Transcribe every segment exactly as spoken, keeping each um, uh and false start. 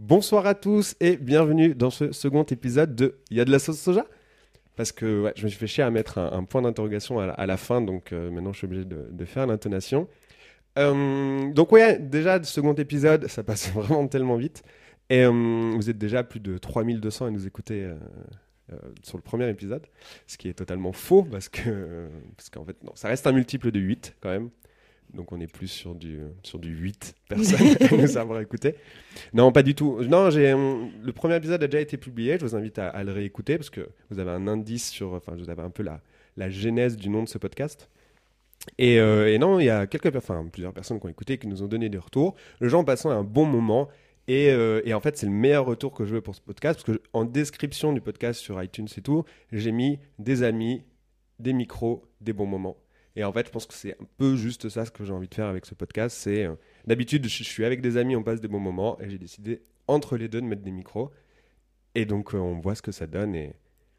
Bonsoir à tous et bienvenue dans ce second épisode de « Il y a de la sauce soja ?» Parce que ouais, je me suis fait chier à mettre un, un point d'interrogation à la, à la fin, donc euh, maintenant je suis obligé de, de faire l'intonation. Euh, donc ouais, déjà, le second épisode, ça passe vraiment tellement vite. Et euh, vous êtes déjà plus de trois mille deux cents à nous écouter euh, euh, sur le premier épisode, ce qui est totalement faux, parce que euh, parce qu'en fait, non, ça reste un multiple de huit quand même. Donc on est plus sur du, sur du huit personnes à nous avoir écouté. Non, pas du tout. Non, j'ai, le premier épisode a déjà été publié, je vous invite à, à le réécouter, parce que vous avez un indice sur... Enfin, vous avez un peu la, la genèse du nom de ce podcast. Et, euh, et non, il y a quelques, enfin, plusieurs personnes qui ont écouté, qui nous ont donné des retours. Les gens passant un bon moment. Et, euh, et en fait, c'est le meilleur retour que je veux pour ce podcast, parce qu'en description du podcast sur iTunes et tout, j'ai mis des amis, des micros, des bons moments. Et en fait, je pense que c'est un peu juste ça ce que j'ai envie de faire avec ce podcast. C'est euh, d'habitude, je, je suis avec des amis, on passe des bons moments, et j'ai décidé entre les deux de mettre des micros. Et donc, euh, on voit ce que ça donne. Et,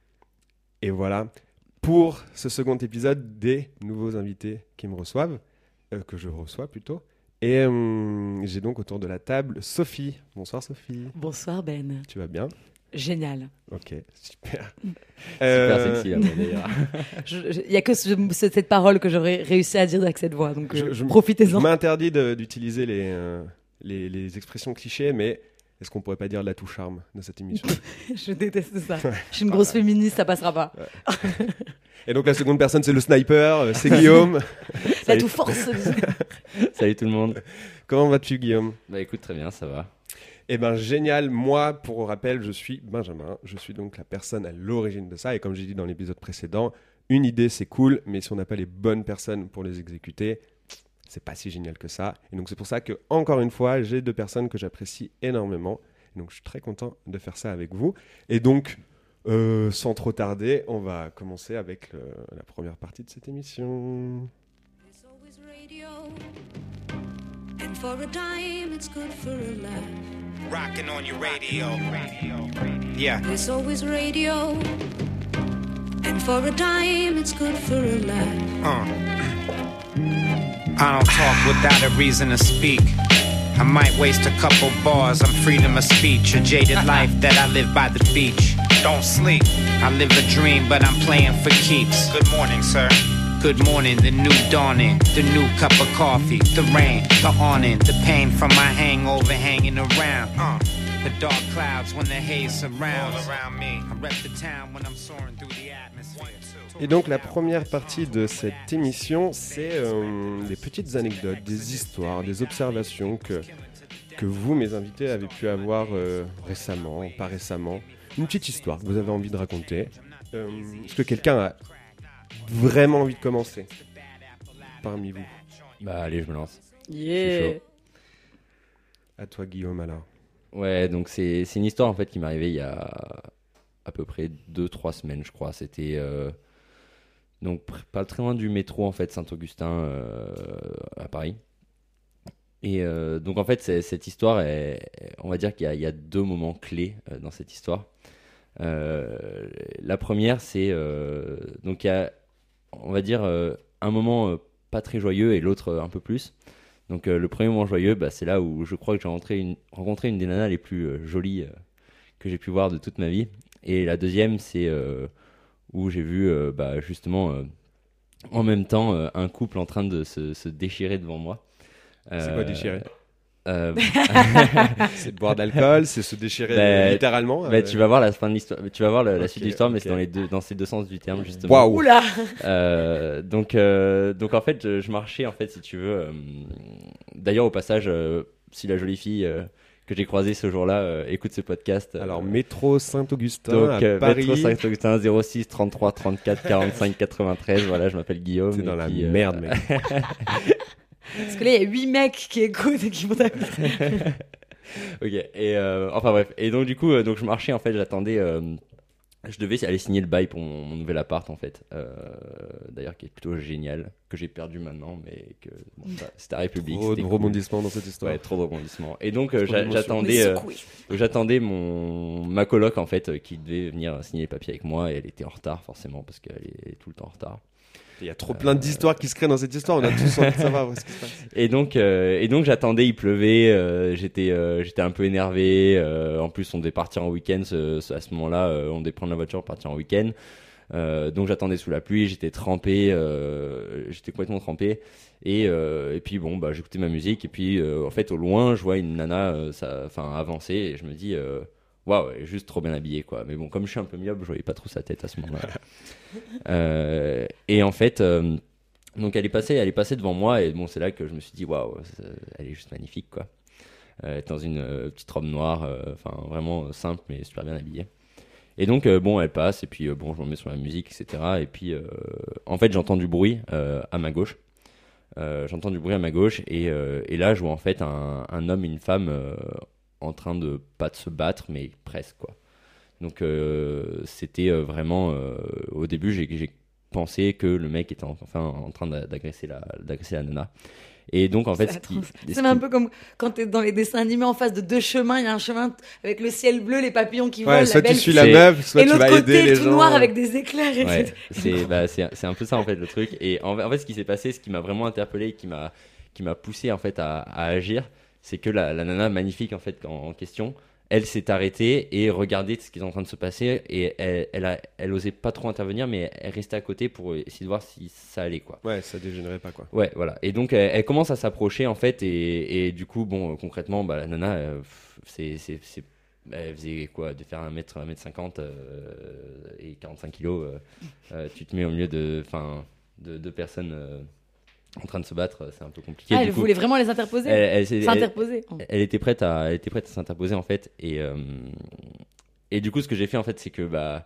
et voilà. Pour ce second épisode, des nouveaux invités qui me reçoivent, euh, que je reçois plutôt. Et euh, j'ai donc autour de la table Sophie. Bonsoir Sophie. Bonsoir Ben. Tu vas bien ? Génial. Ok, super. Euh... Super sexy, là, d'ailleurs. Il n'y a que ce, cette parole que j'aurais réussi à dire avec cette voix, donc je, euh, je, profitez-en. Je m'interdis de, d'utiliser les, euh, les, les expressions clichés, mais est-ce qu'on pourrait pas dire l'atout charme de cette émission ? Je déteste ça. Ouais. Je suis une grosse ah, féministe, ça passera pas. Ouais. Et donc la seconde personne, c'est le sniper, c'est Guillaume. L'atout force. Salut tout le monde. Comment vas-tu, Guillaume ? Bah écoute, très bien, ça va. Eh ben génial, moi pour rappel je suis Benjamin, je suis donc la personne à l'origine de ça et comme j'ai dit dans l'épisode précédent, une idée c'est cool mais si on n'a pas les bonnes personnes pour les exécuter, c'est pas si génial que ça. Et donc c'est pour ça que encore une fois j'ai deux personnes que j'apprécie énormément et donc je suis très content de faire ça avec vous. Et donc euh, sans trop tarder, on va commencer avec le, la première partie de cette émission. And for a dime, it's good for a laugh. Rocking on your radio. Yeah. There's always radio. And for a dime, it's good for a laugh. Uh. I don't talk without a reason to speak. I might waste a couple bars on freedom of speech. A jaded life that I live by the beach. Don't sleep. I live a dream, but I'm playing for keeps. Good morning, sir. Good morning, the new dawning, the new cup of coffee, the rain, the awning, the pain from my hangover hanging around. Uh, the dark clouds when the haze surrounds. All around me. I rep the town when I'm soaring through the atmosphere. Et donc la première partie de cette émission, c'est euh, des petites anecdotes, des histoires, des observations que, que vous, mes invités, avez pu avoir euh, récemment, pas récemment. Une petite histoire que vous avez envie de raconter. Euh, est-ce que quelqu'un a vraiment envie de commencer parmi vous? Bah allez, je me lance. Yeah. À toi Guillaume alors. Ouais, donc c'est, c'est une histoire en fait qui m'est arrivée il y a à peu près deux trois semaines je crois. C'était euh, donc pas très loin du métro en fait, Saint-Augustin euh, à Paris. Et euh, donc en fait c'est, cette histoire, est, on va dire qu'il y a, il y a deux moments clés euh, dans cette histoire. Euh, la première c'est euh, donc il y a on va dire euh, un moment euh, pas très joyeux et l'autre euh, un peu plus. Donc euh, le premier moment joyeux, bah, c'est là où je crois que j'ai rencontré une, rencontré une des nanas les plus euh, jolies euh, que j'ai pu voir de toute ma vie. Et la deuxième, c'est euh, où j'ai vu euh, bah, justement euh, en même temps euh, un couple en train de se, se déchirer devant moi. Euh, c'est quoi déchirer euh, C'est boire de l'alcool, c'est se déchirer bah, littéralement. Bah, euh... Tu vas voir la fin de l'histoire, tu vas voir la, la okay, suite de l'histoire, okay. mais c'est dans les deux, dans ces deux sens du terme justement. Waouh. Oula. Euh, donc, euh, donc en fait, je, je marchais en fait, si tu veux. Euh, d'ailleurs, au passage, euh, si la jolie fille euh, que j'ai croisée ce jour-là euh, écoute ce podcast. Alors euh, métro Saint-Augustin donc, à euh, Paris. Métro Saint-Augustin zéro six trente-trois trente-quatre quarante-cinq quatre-vingt-treize. Voilà, je m'appelle Guillaume. C'est dans la puis, merde, euh... mec. Parce que là, il y a huit mecs qui écoutent et qui vont t'appeler. Ok, et euh, enfin bref. Et donc, du coup, euh, donc, je marchais, en fait, j'attendais. Euh, je devais aller signer le bail pour mon, mon nouvel appart, en fait. Euh, d'ailleurs, qui est plutôt génial, que j'ai perdu maintenant, mais que bon, ça, c'était à République. Trop de cool. rebondissements dans cette histoire. Ouais, trop de rebondissements. Et donc, euh, j'a, j'attendais, euh, j'attendais mon, ma coloc, en fait, euh, qui devait venir signer les papiers avec moi, et elle était en retard, forcément, parce qu'elle est tout le temps en retard. Il y a trop plein d'histoires qui se créent dans cette histoire. On a tous envie de savoir ce qui se passe. Et donc, euh, et donc j'attendais, il pleuvait, euh, j'étais, euh, j'étais un peu énervé. Euh, en plus, on devait partir en week-end. Ce, ce, à ce moment-là, euh, on devait prendre la voiture, partir en week-end. Euh, donc j'attendais sous la pluie, j'étais trempé, euh, j'étais complètement trempé. Et, euh, et puis bon, bah j'écoutais ma musique. Et puis euh, en fait, au loin, je vois une nana, euh, ça, enfin avancer. Et je me dis, euh, waouh, elle est juste trop bien habillée, quoi. Mais bon, comme je suis un peu myope, je voyais pas trop sa tête à ce moment-là. euh, et en fait. Euh, Donc elle est passée, elle est passée devant moi et bon c'est là que je me suis dit waouh, elle est juste magnifique quoi. Euh, dans une euh, petite robe noire, enfin euh, vraiment simple mais super bien habillée. Et donc euh, bon elle passe et puis euh, bon je me mets sur la musique et cetera. Et puis euh, en fait j'entends du bruit euh, à ma gauche, euh, j'entends du bruit à ma gauche et, euh, et là je vois en fait un, un homme et une femme euh, en train de pas de se battre mais presque quoi. Donc euh, c'était euh, vraiment euh, au début j'ai, j'ai pensé que le mec était en, enfin en train d'agresser la, d'agresser la nana. Et donc en fait, c'est, ce qui, c'est ce un qui... peu comme quand t'es dans les dessins animés en face de deux chemins, il y a un chemin avec le ciel bleu, les papillons qui ouais, volent, soit la tu belle suis fille, la meuf, soit et tu l'autre vas côté aider les tout gens. noir avec des éclairs. Et ouais, c'est, bah, c'est, c'est un peu ça en fait le truc. Et en, en fait, ce qui s'est passé, ce qui m'a vraiment interpellé, et qui m'a, qui m'a poussé en fait à, à agir, c'est que la, la nana magnifique en fait en, en question. Elle s'est arrêtée et regardait ce qui est en train de se passer et elle, elle, a, elle osait pas trop intervenir mais elle restait à côté pour essayer de voir si ça allait quoi. Ouais, ça dégénérait pas quoi. Ouais, voilà. Et donc elle, elle commence à s'approcher en fait et, et du coup bon concrètement bah, la nana euh, c'est, c'est, c'est, elle faisait quoi de faire un mètre un mètre cinquante euh, et quarante-cinq kilos. Euh, euh, tu te mets au milieu de enfin de deux personnes. Euh, en train de se battre, c'est un peu compliqué. Ah, du elle coup, voulait vraiment les interposer. Elle, elle, elle, s'interposer. Elle, elle était prête à, elle était prête à s'interposer en fait. Et euh, et du coup, ce que j'ai fait en fait, c'est que bah,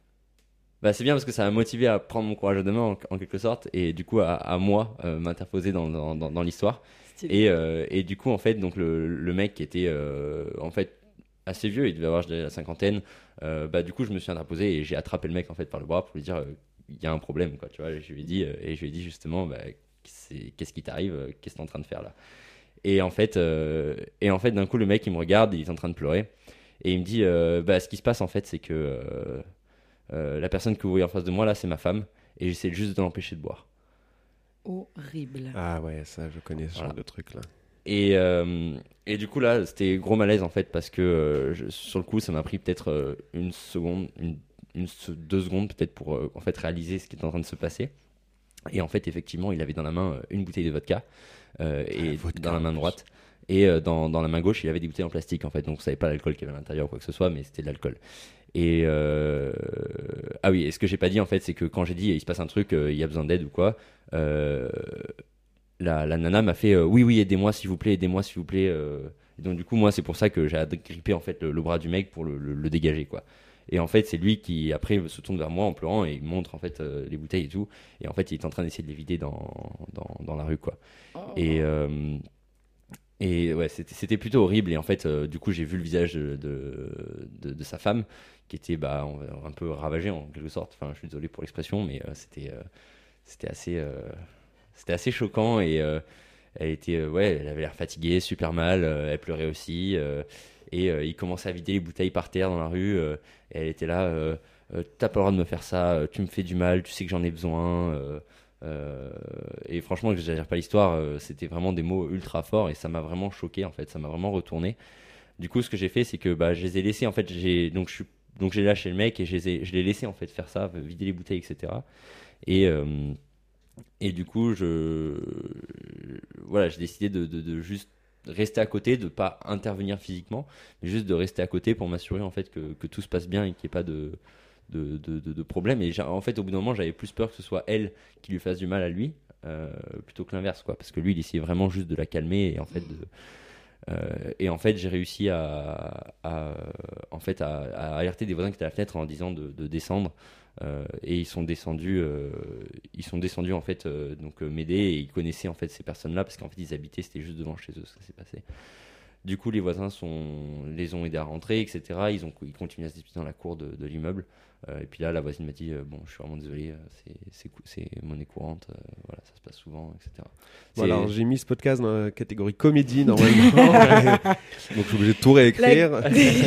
bah c'est bien parce que ça m'a motivé à prendre mon courage à deux mains en, en quelque sorte, et du coup à, à moi euh, m'interposer dans dans, dans, dans l'histoire. Et euh, et du coup en fait, donc le, le mec qui était euh, en fait assez vieux, il devait avoir la cinquantaine. Euh, bah du coup, je me suis interposé et j'ai attrapé le mec en fait par le bras pour lui dire il euh, y a un problème quoi. Tu vois, je lui ai dit euh, et je lui ai dit justement bah C'est, qu'est-ce qui t'arrive, qu'est-ce que t'es en train de faire là. Et en fait euh, et en fait d'un coup le mec il me regarde, il est en train de pleurer et il me dit euh, bah ce qui se passe en fait c'est que euh, euh, la personne que vous voyez en face de moi là c'est ma femme et j'essaie juste de l'empêcher de boire. Horrible. Ah ouais, ça je connais ce voilà. genre de truc là. Et, euh, et du coup là c'était gros malaise en fait parce que euh, je, sur le coup ça m'a pris peut-être euh, une seconde une, une, deux secondes peut-être pour euh, en fait réaliser ce qui était en train de se passer. Et en fait, effectivement, il avait dans la main une bouteille de vodka, euh, et vodka, dans la main droite. Et euh, dans, dans la main gauche, il avait des bouteilles en plastique, en fait. Donc, vous ne savez pas l'alcool qu'il y avait à l'intérieur ou quoi que ce soit, mais c'était de l'alcool. Et euh... ah oui, et ce que j'ai pas dit, en fait, c'est que quand j'ai dit il se passe un truc, euh, il y a besoin d'aide ou quoi, euh... la, la nana m'a fait euh, oui, oui, aidez-moi s'il vous plaît, aidez-moi s'il vous plaît. Euh... Et donc, du coup, moi, c'est pour ça que j'ai grippé en fait le, le bras du mec pour le, le, le dégager, quoi. Et en fait, c'est lui qui, après, se tourne vers moi en pleurant et il montre en fait euh, les bouteilles et tout. Et en fait, il est en train d'essayer de les vider dans, dans, dans la rue, quoi. Oh. Et, euh, et ouais, c'était, c'était plutôt horrible. Et en fait, euh, du coup, j'ai vu le visage de, de, de, de sa femme qui était bah, un peu ravagé en quelque sorte. Enfin, je suis désolé pour l'expression, mais euh, c'était, euh, c'était, assez, euh, c'était assez choquant. Et euh, elle, était, euh, ouais, elle avait l'air fatiguée, super mal. Euh, elle pleurait aussi. Euh, Et euh, il commençait à vider les bouteilles par terre dans la rue. Euh, et elle était là, euh, euh, t'as pas le droit de me faire ça, euh, tu me fais du mal, tu sais que j'en ai besoin. Euh, euh, et franchement, je n'exagère pas l'histoire, euh, c'était vraiment des mots ultra forts et ça m'a vraiment choqué en fait, ça m'a vraiment retourné. Du coup, ce que j'ai fait, c'est que bah, je les ai laissés en fait, j'ai, donc, je suis, donc j'ai lâché le mec et je les ai, je l'ai laissé en fait faire ça, vider les bouteilles, et cetera. Et, euh, et du coup, je, voilà, j'ai décidé de, de, de juste rester à côté, de pas intervenir physiquement, mais juste de rester à côté pour m'assurer en fait que, que tout se passe bien et qu'il n'y ait pas de, de, de, de, de problème. Et en fait, au bout d'un moment, j'avais plus peur que ce soit elle qui lui fasse du mal à lui, euh, plutôt que l'inverse, quoi. Parce que lui, il essayait vraiment juste de la calmer et en fait, de, euh, et en fait, j'ai réussi à, à, en fait, à, à alerter des voisins qui étaient à la fenêtre en disant de, de descendre. Euh, et ils sont descendus, euh, ils sont descendus en fait, euh, donc euh, m'aider et ils connaissaient en fait ces personnes-là parce qu'en fait ils habitaient, c'était juste devant chez eux ce qui s'est passé. Du coup, les voisins sont, les ont aidés à rentrer, et cetera. Ils, ont, ils continuent à se disputer dans la cour de, de l'immeuble. Euh, et puis là, la voisine m'a dit euh, bon, je suis vraiment désolé, euh, c'est, c'est, cou- c'est monnaie courante, euh, voilà, ça se passe souvent, et cetera. Bon, C'est- alors, j'ai mis ce podcast dans la catégorie comédie, normalement. Donc, je suis obligé de tout réécrire. La,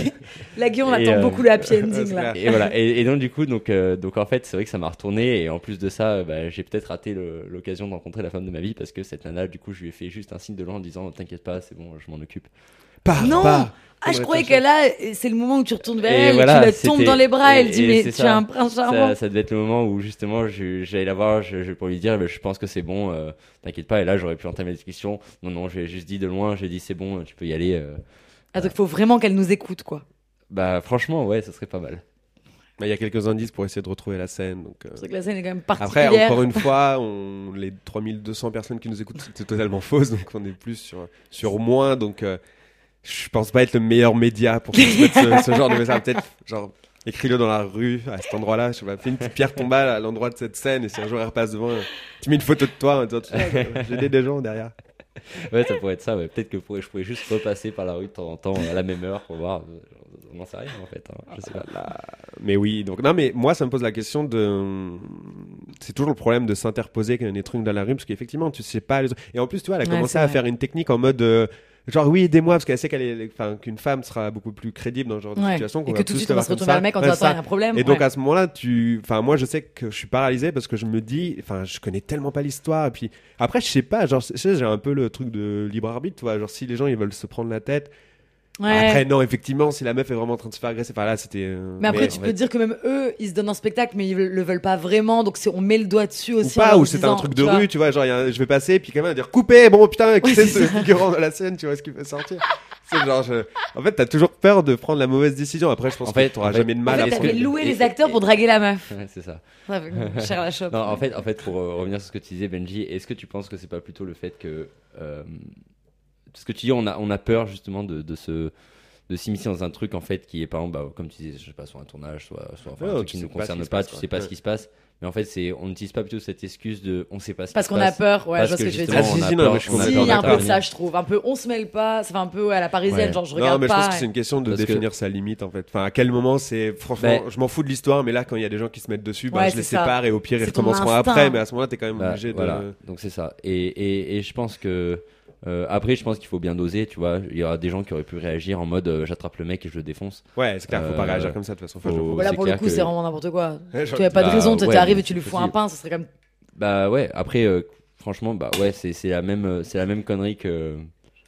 la Guillaume Et, attend euh, beaucoup le happy ending c'est là. clair. Et voilà. Et, et donc du coup, donc, euh, donc en fait, c'est vrai que ça m'a retourné. Et en plus de ça, euh, bah, j'ai peut-être raté le- l'occasion de rencontrer la femme de ma vie parce que cette nana, du coup, je lui ai fait juste un signe de loin en disant t'inquiète pas, c'est bon, je m'en occupe. Pas, Non. pas. Ah, je croyais que là, c'est le moment où tu retournes vers Et elle, voilà, tu la c'était- tombes dans les bras, et- elle dit et mais c'est tu ça. es un prince charmant. Ça, ça devait être le moment où justement je- j'allais la voir je, je- pour lui dire bah, je pense que c'est bon, euh, t'inquiète pas. Et là, j'aurais pu entamer la discussion. Non, non, j'ai juste dit de loin, j'ai dit c'est bon, tu peux y aller. euh. Ah, donc il faut vraiment qu'elle nous écoute quoi. Bah franchement, ouais, ça serait pas mal. Mais il y a quelques indices pour essayer de retrouver la scène. Donc, euh, C'est vrai que la scène est quand même Après, particulière. encore une fois, on... les trois mille deux cents personnes qui nous écoutent, c'était totalement fausse, donc on est plus sur, sur moins. Donc, euh, je pense pas être le meilleur média pour transmettre ce, ce genre de message. Peut-être, genre, écris-le dans la rue, à cet endroit-là. Je sais pas, fais une petite pierre tombale à l'endroit de cette scène, et si un jour elle repasse devant, euh, tu mets une photo de toi en disant, tu sais, j'ai des- des gens derrière. Ouais, ça pourrait être ça. Ouais. Peut-être que pour- je pourrais juste repasser par la rue de temps en temps à la même heure pour voir. On n'en sait rien en fait. Hein. Je sais pas. Là, mais oui, donc non, mais moi ça me pose la question de, c'est toujours le problème de s'interposer quand il y a des trucs dans la rue parce qu'effectivement tu sais pas les... et en plus tu vois elle a Ouais, commencé c'est à vrai. faire une technique en mode euh, genre oui aidez-moi parce qu'elle sait qu'elle est, enfin qu'une femme sera beaucoup plus crédible dans ce genre de Ouais. situation qu'on Et va que tout de tous suite le on va voir se comme retourner vers ça. le mec en Ouais, disant ça. attends, il y a un problème. Et donc Ouais. à ce moment-là, tu, enfin moi je sais que je suis paralysé parce que je me dis, enfin je connais tellement pas l'histoire et puis après je sais pas, genre je sais, j'ai un peu le truc de libre arbitre, tu vois, genre si les gens ils veulent se prendre la tête. Ouais. Après non effectivement si la meuf est vraiment en train de se faire agresser, enfin là c'était. euh, Mais après, mais tu en peux fait- dire que même eux, ils se donnent un spectacle, mais ils le veulent pas vraiment. Donc, c'est, on met le doigt dessus ou aussi. en pas, leur ou c'est un disant, truc tu de vois. rue, tu vois, genre y a un- je vais passer, puis quelqu'un va dire coupez, bon putain, qui Ouais, c'est c'est ce ça. figurant de la scène, tu vois ce qu'il fait sortir. C'est genre, je- en fait, t'as toujours peur de prendre la mauvaise décision. Après, je pense En que fait- t'auras en fait- jamais de En mal fait, à est-ce prendre. t'avais que- loué et- les acteurs pour draguer la meuf. Ouais, c'est ça. Ouais, cher la chope. Non, en fait, en fait, pour euh, revenir sur ce que tu disais, Benji, est-ce que tu penses que c'est pas plutôt le fait que euh, ce que tu dis, on a, on a peur justement de, de se de s'immiscer dans un truc en fait qui est par exemple, bah, comme tu disais, je sais pas, soit un tournage, soit, soit enfin, Ouais, un truc tu qui sais nous pas ce concerne qui se pas, passe, tu quoi. sais pas Ouais. ce qui se passe, mais en fait, c'est on n'utilise pas plutôt cette excuse de on sait pas ce Parce qui se qu'on a passe. peur, ouais, je Parce vois ce que que tu veux justement, dire. Ah, si, on a si, non, peur- mais je on a comprends. Si, peur il y a un peu de d'intervenir. ça, je trouve. Un peu, on se mêle pas. Ça fait un peu à la parisienne, Ouais. genre, je Non, regarde mais je pas. pense que c'est une question de Parce que- définir sa limite en fait. Enfin, à quel moment c'est franchement, Ben- je m'en fous de l'histoire, mais là, quand il y a des gens qui se mettent dessus, bah, Ouais, je les c'est ça. sépare et au pire ils C'est ton recommenceront instinct. après. Mais à ce moment-là, t'es quand même Bah, obligé de. voilà, donc c'est ça. Et, et, et je pense que euh, après, je pense qu'il faut bien doser, tu vois. Il y aura des gens qui auraient pu réagir en mode euh, j'attrape le mec et je le défonce. Ouais, c'est clair, faut pas Euh, réagir comme ça de toute façon. Faut- faut- faut- Voilà, c'est pour le clair coup, que- c'est vraiment n'importe quoi. Ouais, Tu genre, n'avais pas de bah, raison, toi, ouais, t'arrives mais et tu lui c'est fous un possible. pain, ça serait comme. Bah ouais, après, euh, franchement, bah ouais, c'est c'est la même, euh, c'est la même connerie que.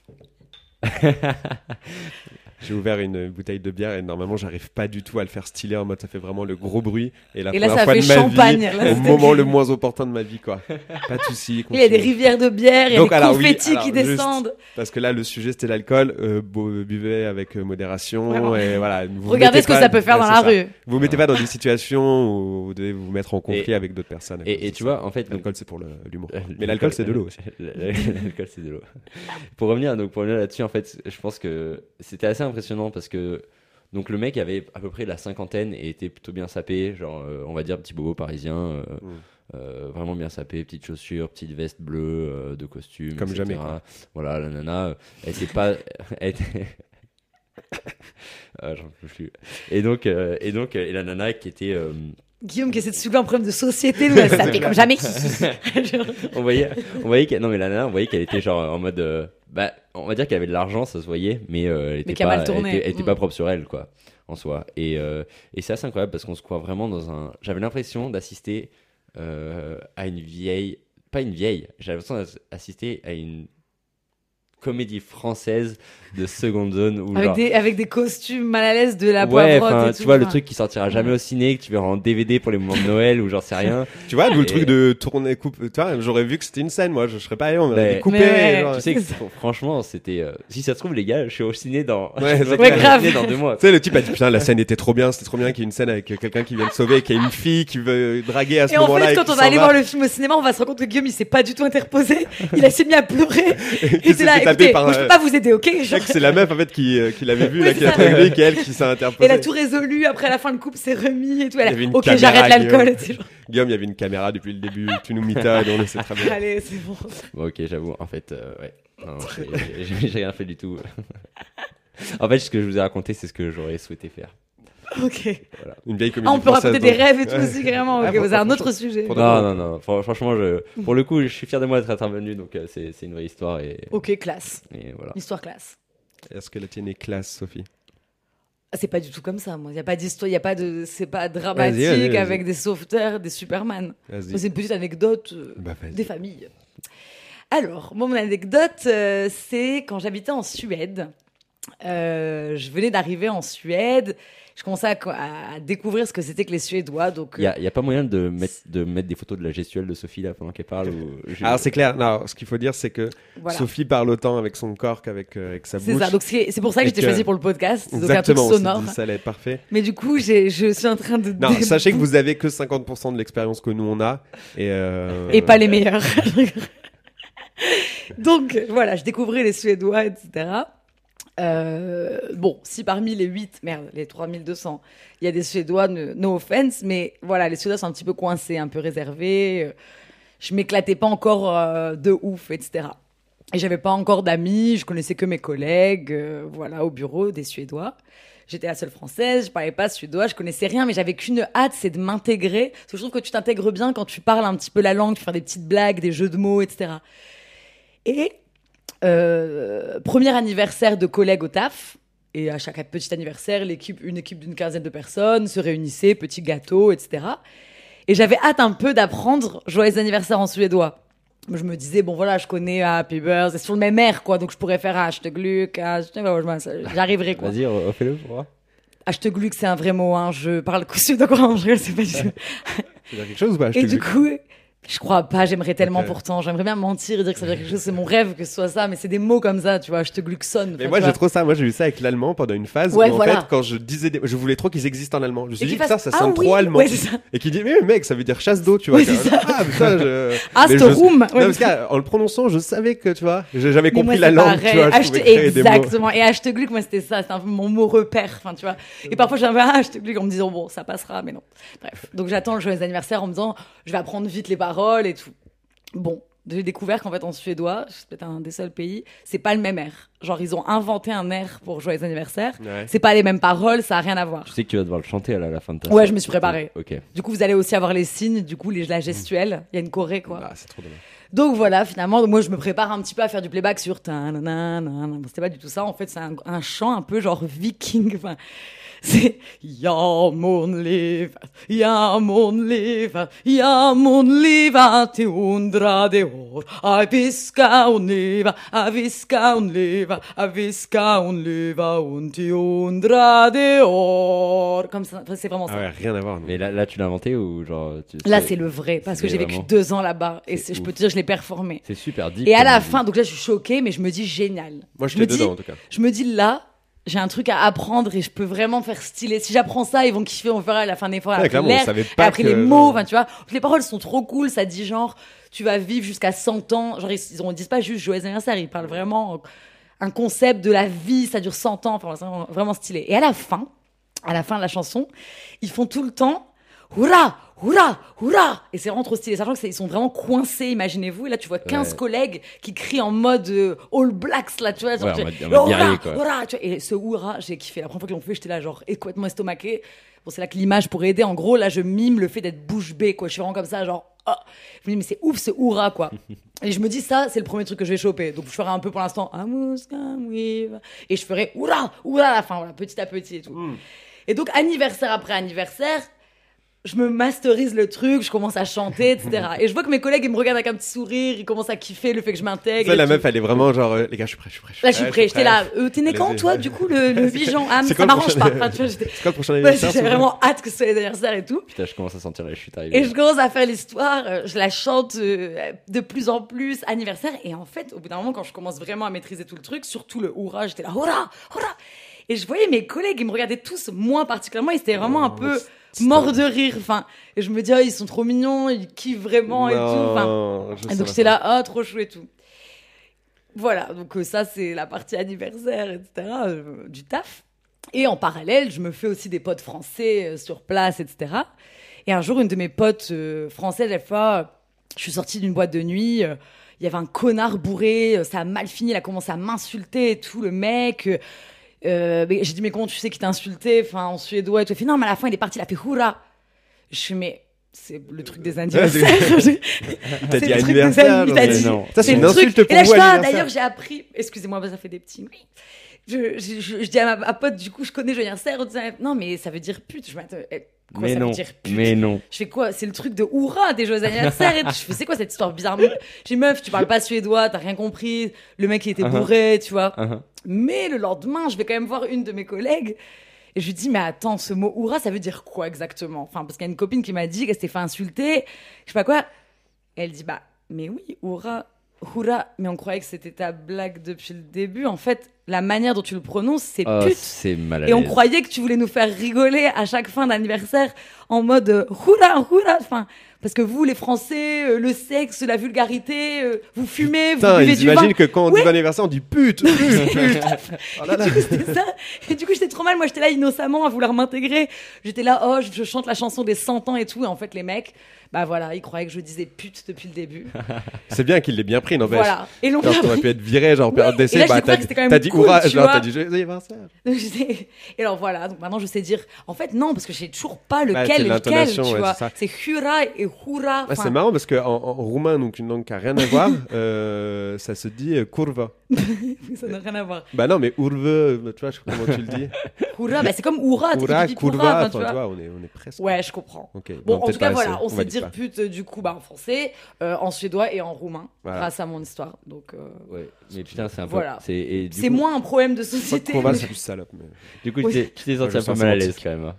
J'ai ouvert une bouteille de bière et normalement j'arrive pas du tout à le faire styler en mode ça fait vraiment le gros bruit et la Et là, première ça fois fait de ma champagne. vie Là, au c'était- moment le moins opportun de ma vie quoi. Pas de souci. Il y a des continue. rivières de bière, il y a Donc, des alors, oui, confettis alors, qui juste- descendent. Parce que là le sujet c'était l'alcool, euh, bu- buvez avec euh, modération Ouais, et voilà. vous Regardez mettez ce que pas- ça peut faire ouais, dans c'est la ça. rue. Vous mettez pas dans des situations où vous devez vous mettre en conflit Et- avec d'autres personnes. Et, et tu vois, en fait, donc, L'alcool c'est pour le- l'humour. Euh, Mais l'alcool c'est de l'eau aussi. L'alcool, c'est de l'eau. Pour revenir, donc, pour revenir là-dessus, en fait, je pense que c'était assez impressionnant parce que donc, le mec avait à peu près la cinquantaine et était plutôt bien sapé, genre, euh, on va dire, petit bobo parisien, euh, Mm. euh, vraiment bien sapé, petites chaussures, petite veste bleue, euh, de costume, Comme et cetera. jamais, quoi. Voilà, la nana, euh, elle était pas. Elle était... ah, j'en peux plus. Et donc, euh, et donc, euh, et la nana qui était. euh, Guillaume qui essaie de soulever un problème de société, nous, elle s'appelle comme jamais. on voyait, on voyait qu'elle, non mais la nana, on voyait qu'elle était genre en mode, euh, bah, on va dire qu'elle avait de l'argent, ça se voyait, mais euh, elle était qui a pas, mal tourné. elle était, elle était Mm. pas propre sur elle, quoi, en soi. Et, euh, et c'est assez incroyable parce qu'on se croit vraiment dans un. J'avais l'impression d'assister euh, à une vieille, pas une vieille, j'avais l'impression d'assister à une comédie française de seconde zone où Avec genre. des, avec des costumes mal à l'aise de la Ouais, poivrotte enfin, et tu tout, vois, le enfin. truc qui sortira jamais au ciné, que tu verras en D V D pour les moments de Noël ou j'en sais rien. Tu vois, d'où le Et- truc de tourner coupe. Tu vois, j'aurais vu que c'était une scène, moi, je serais pas allé, on Mais- m'aurait coupé. Mais ouais. genre- Tu sais que fr- franchement, c'était. euh, si ça se trouve, les gars, je suis au ciné dans. Ouais, je c'est vais clair. au grave. ciné dans deux mois. Tu sais, le type a dit putain, la scène était trop bien, c'était trop bien qu'il y ait une scène avec quelqu'un qui vient de sauver, qui a une fille qui veut draguer à ce Et en moment-là. fait, et quand qui on s'en va aller va. voir le film au cinéma, on va se rendre compte que Guillaume, il s'est pas du tout interposé. Il a s'est mis à pleurer. Et Il s'est était là, fait taper écoutez, par moi, je un- peux pas vous aider, ok? Je sais Genre- que c'est la meuf en fait qui, euh, qui l'avait vu, Oui, là, c'est qui a ça. truc qui elle qui s'est interposée. Elle a tout résolu. Après, à la fin, le couple s'est remis et tout. Elle Il y avait a, une ok, caméra, j'arrête l'alcool. Guillaume. et c'est genre, Guillaume, il y avait une caméra depuis le début, tu nous mitas, et on le sait très bien. allez, c'est bon. Bon, ok, j'avoue, en fait, euh, ouais. Non, j'ai, j'ai, j'ai rien fait du tout. En fait, ce que je vous ai raconté, c'est ce que j'aurais souhaité faire. Ok. Voilà. Une vieille Ah, comédie on peut raconter française, des donc. rêves et tout Ouais. aussi, carrément. Ah, Ok, c'est un franchement, autre sujet. pour- Non, non, non. Fran- Franchement, je, pour le coup, je suis fier de moi d'être intervenu, donc euh, c'est, c'est une vraie histoire et, Ok, classe. et voilà. Histoire classe. Est-ce que la tienne est classe, Sophie? Ah, c'est pas du tout comme ça, moi. Il y a pas d'histoire, il y a pas de, c'est pas dramatique Vas-y, vas-y, vas-y. avec des sauveteurs, des Superman. Vas-y. Moi, c'est une petite anecdote euh, Bah, vas-y. des familles. Alors, moi, mon anecdote, euh, c'est quand j'habitais en Suède. Euh, je venais d'arriver en Suède. Je commençais à, à découvrir ce que c'était que les Suédois. Donc, Il n'y a, y a pas moyen de mettre, de mettre des photos de la gestuelle de Sophie là pendant qu'elle parle ou... je- Alors c'est clair, non, ce qu'il faut dire c'est que voilà. Sophie parle autant avec son corps qu'avec euh, avec sa C'est bouche. ça. Donc, c'est, c'est pour ça que Et j'étais que- choisie pour le podcast. Donc, un truc Exactement, on s'est sonore. dit, ça allait être parfait. Mais du coup, j'ai, je suis en train de. Non, sachez que vous avez que cinquante pour cent de l'expérience que nous on a et, euh, Et pas les meilleurs. Donc voilà, je découvrais les Suédois, et cetera. Euh, bon, si parmi les huit, merde, les trois mille deux cents, il y a des Suédois, ne- no offense, mais voilà, les Suédois sont un petit peu coincés, un peu réservés. euh, Je m'éclatais pas encore euh, de ouf, et cetera. Et j'avais pas encore d'amis, je connaissais que mes collègues, euh, voilà, au bureau des Suédois. J'étais la seule française, je parlais pas suédois, je connaissais rien, mais j'avais qu'une hâte, c'est de m'intégrer. Parce que je trouve que tu t'intègres bien quand tu parles un petit peu la langue, tu fais des petites blagues, des jeux de mots, et cetera. Et euh, premier anniversaire de collègues au taf, et à chaque petit anniversaire, l'équipe, une équipe d'une quinzaine de personnes se réunissait, petit gâteau, et cetera. Et j'avais hâte un peu d'apprendre joyeux anniversaire en suédois. Je me disais, bon voilà, je connais Happy Birthday, c'est sur le même air, quoi, donc je pourrais faire Hashtag-Luc, j'arriverai, quoi. Vas-y, refais-le pour voir. Hashtag-Luc, c'est un vrai mot, hein, je parle que suédois, quoi, je sais pas du tout. Tu veux dire quelque chose ou pas? Je Et te du dis. coup, je crois pas, j'aimerais tellement Ok. pourtant, j'aimerais bien mentir et dire que ça veut dire quelque chose, c'est mon rêve que ce soit ça, mais c'est des mots comme ça, tu vois, je te gluxonne. Mais enfin, moi tu j'ai vois. trop ça, moi j'ai eu ça avec l'allemand pendant une phase Ouais, où en voilà. fait quand je disais des... je voulais trop qu'ils existent en allemand. Je me suis Et dit qu'ils que ça fassent, ça ah sonne oui, trop allemand. ouais, c'est ça. Et qui dit mais mec ça veut dire chasse d'eau tu vois. Ouais, c'est ça. Ah putain je... Ah, Mais c'est je- room. Non, Ouais, parce qu'en le prononçant je savais que tu vois j'ai jamais mais moi, compris c'est la langue pareil. tu vois. Je Hashtag- pouvais créer des mots. exactement. Et hashtag moi, c'était ça. C'était un peu mon mot repère. Enfin, tu vois. Et parfois, j'avais un hashtag en me disant, bon, ça passera, mais non. Bref. Donc, j'attends le joyeux anniversaire en me disant, je vais apprendre vite les paroles et tout. Bon. J'ai découvert qu'en fait, en suédois, c'est peut-être un des seuls pays, c'est pas le même air. Genre, ils ont inventé un air pour joyeux anniversaire. Ouais. C'est pas les mêmes paroles, ça a rien à voir. Je sais que tu vas devoir le chanter à la, la fin de ta Ouais, séance. je me suis préparée. Ok. Du coup, vous allez aussi avoir les signes, du coup, les, la gestuelle. Il y a une choré, quoi. Ah, c'est trop dommage. Donc voilà, finalement, moi je me prépare un petit peu à faire du playback sur ta nanana. Bon, c'était pas du tout ça. En fait, c'est un, un chant un peu genre viking. Enfin, c'est Ja mon liv, ja mon liv, ja mon liv till hundrade år. A viska hon leva, a viska hon leva, a viska hon leva hon till hundrade år. Comme ça, enfin, c'est vraiment ça. Ah ouais rien à voir. non. Mais là, là, tu l'as inventé ou genre tu- Là, c'est le vrai, parce c'est que j'ai vécu vraiment- deux ans là-bas et C'est c'est- je ouf. peux te dire, je l'ai performé. C'est super deep. Et à comme la musique. fin, donc là, je suis choquée, mais je me dis génial. Moi je me j'étais dis, dedans en tout cas. je me dis là, j'ai un truc à apprendre et je peux vraiment faire stylé. Si j'apprends ça, ils vont kiffer, on verra à la fin des fois. Ouais, après clairement, l'air, on savait et pas après que- les mots, enfin tu vois, les paroles sont trop cool. Ça dit genre, tu vas vivre jusqu'à cent ans. Genre ils, ils disent pas juste joyeux anniversaire, ils parlent vraiment un concept de la vie. Ça dure cent ans, enfin c'est vraiment- vraiment stylé. Et à la fin, à la fin de la chanson, ils font tout le temps Hourra, hourra, hourra. Et c'est vraiment trop stylé. Sachant que c'est- ils sont vraiment coincés, imaginez-vous. Et là, tu vois quinze Ouais. collègues qui crient en mode euh, All Blacks, là, tu vois. Genre, Ouais, en tu- mode- en mode Hourra, guerrier, quoi. hourra, tu vois. Et ce hourra, j'ai kiffé. La première fois qu'ils l'ont fait, j'étais là, genre, complètement estomaqué. Bon, c'est là que l'image pourrait aider. En gros, là, je mime le fait d'être bouche bée, quoi. Je suis vraiment comme ça, genre, oh. Je me dis, mais c'est ouf, ce hourra, quoi. Et je me dis, ça, c'est le premier truc que je vais choper. Donc, je ferai un peu pour l'instant, Amus, Kamuiva. Et je ferai hourra, hourra à la fin, voilà, petit à petit et tout. Et donc, anniversaire après anniversaire, je me masterise le truc, je commence à chanter, et cetera. Et je vois que mes collègues, ils me regardent avec un petit sourire, ils commencent à kiffer le fait que je m'intègre. Ça et la tout. meuf elle est vraiment genre euh, les gars je suis prêt je suis prêt. Là, je suis Ouais, prêt. J'étais là. Euh, T'es né quand, Allez-y. toi, du coup, le, le huit janvier? Ah, mais C'est ça quoi le m'arrange prochain- pas. Enfin, tu vois, j'étais- C'est quoi le prochain Ouais, anniversaire j'ai s'il vous vraiment hâte que ce soit les anniversaires et tout. Putain, je commence à sentir la chute Et arriver. je commence à faire l'histoire, euh, je la chante euh, de plus en plus, anniversaire. Et en fait, au bout d'un moment, quand je commence vraiment à maîtriser tout le truc, surtout le hurrah, j'étais là, hurrah, hurrah. Et je voyais mes collègues, ils me regardaient tous, moi particulièrement, ils étaient vraiment un peu morts de rire. Enfin, et je me dis, oh, ils sont trop mignons, ils kiffent vraiment et tout. Enfin, Non, je et sais donc pas. j'étais là, ah, trop chou et tout. Voilà, donc euh, ça c'est la partie anniversaire, et cetera euh, du taf. Et en parallèle, je me fais aussi des potes français euh, sur place, et cetera. Et un jour, une de mes potes euh, françaises, elle fait, ah, je suis sortie d'une boîte de nuit, euh, il y avait un connard bourré, ça a mal fini, il a commencé à m'insulter et tout, le mec. Euh, mais j'ai dit, mais comment tu sais qu'il t'a insulté, enfin, en suédois et tout. Il fait, non, mais à la fin, il est parti, il a fait hurrah. Je suis, mais c'est le truc des anniversaires. T'as dit anniversaire, il t'a dit. non. Ça, c'est une le truc. insulte pour Et là, vous, je vois, anniversaire. d'ailleurs, j'ai appris, excusez-moi, ça fait des petits oui. Je, je, je, je dis à ma, ma pote, du coup, je connais joyeux anniversaire, on disait, non, mais ça veut dire pute. Je m'attends, eh, quoi, Mais ça non, veut dire pute? mais non. Je fais quoi? C'est le truc de hurrah des joyeux anniversaires. Et je fais, c'est quoi cette histoire bizarre? J'ai dit, meuf, tu parles pas suédois, t'as rien compris. Le mec, il était bourré, tu vois. Uh-huh. Mais le lendemain, je vais quand même voir une de mes collègues. Et je lui dis, mais attends, ce mot hurrah, ça veut dire quoi exactement? Enfin, parce qu'il y a une copine qui m'a dit qu'elle s'était fait insulter. Je sais pas quoi. Et elle dit, bah, mais oui, hurrah, hurrah. Mais on croyait que c'était ta blague depuis le début. En fait, la manière dont tu le prononces, c'est Oh, pute. c'est mal à Et on l'aise. croyait que tu voulais nous faire rigoler à chaque fin d'anniversaire en mode euh, hurrah, hurrah. Enfin, parce que vous, les Français, euh, le sexe, la vulgarité, euh, vous fumez, Putain, vous buvez ils du vin. imaginent que quand on Ouais. dit bon anniversaire, on dit pute, pute, pute. Oh là là. Et du coup, c'était ça. Et du coup, j'étais trop mal. Moi, j'étais là innocemment à vouloir m'intégrer. J'étais là, oh, je, je chante la chanson des cent ans et tout. Et en fait, les mecs, bah voilà, ils croyaient que je disais pute depuis le début. C'est bien qu'il l'ait bien pris, n'empêche. Voilà. Et donc, Genre, là, t'aurais pu être viré, genre, période Et d'essai, là, j'ai bah, découvert t'as que dit, c'était quand même t'as dit cool, hurrah, tu genre, vois. t'as dit joyeux anniversaire. donc, j'étais- et alors voilà, donc maintenant je sais dire. En fait, non, parce que je sais toujours pas Ouais, lequel c'est est lequel, l'intonation, tu ouais, vois. c'est ça. C'est hurrah et hurrah. Ah, Enfin, c'est marrant parce qu'en en, en roumain, donc une langue qui a rien à voir, euh, ça se dit euh, curva. ça n'a rien à voir. Bah non, mais urve, tu vois, je sais pas comment tu le dis. Hurrah, bah c'est comme hurrah, tu Hurrah, dis pipi curva, hurrah, enfin, enfin, tu tu vois. vois, on est, on est presque. Ouais, je comprends. Ok. Bon, Non, en peut-être tout cas, pas voilà, assez, on sait va dire pas. pute euh, du coup bah, en français, euh, en suédois et en roumain, Voilà. grâce à mon histoire. Donc, euh, Ouais, mais putain, c'est un peu. Voilà. C'est, et du c'est coup, moins un problème de Je crois que société. curva, mais c'est plus salope. Mais... Du coup, Oui. tu t'es- tu t'es Moi, senti je un peu sens mal à l'aise sémantique. quand même. hein.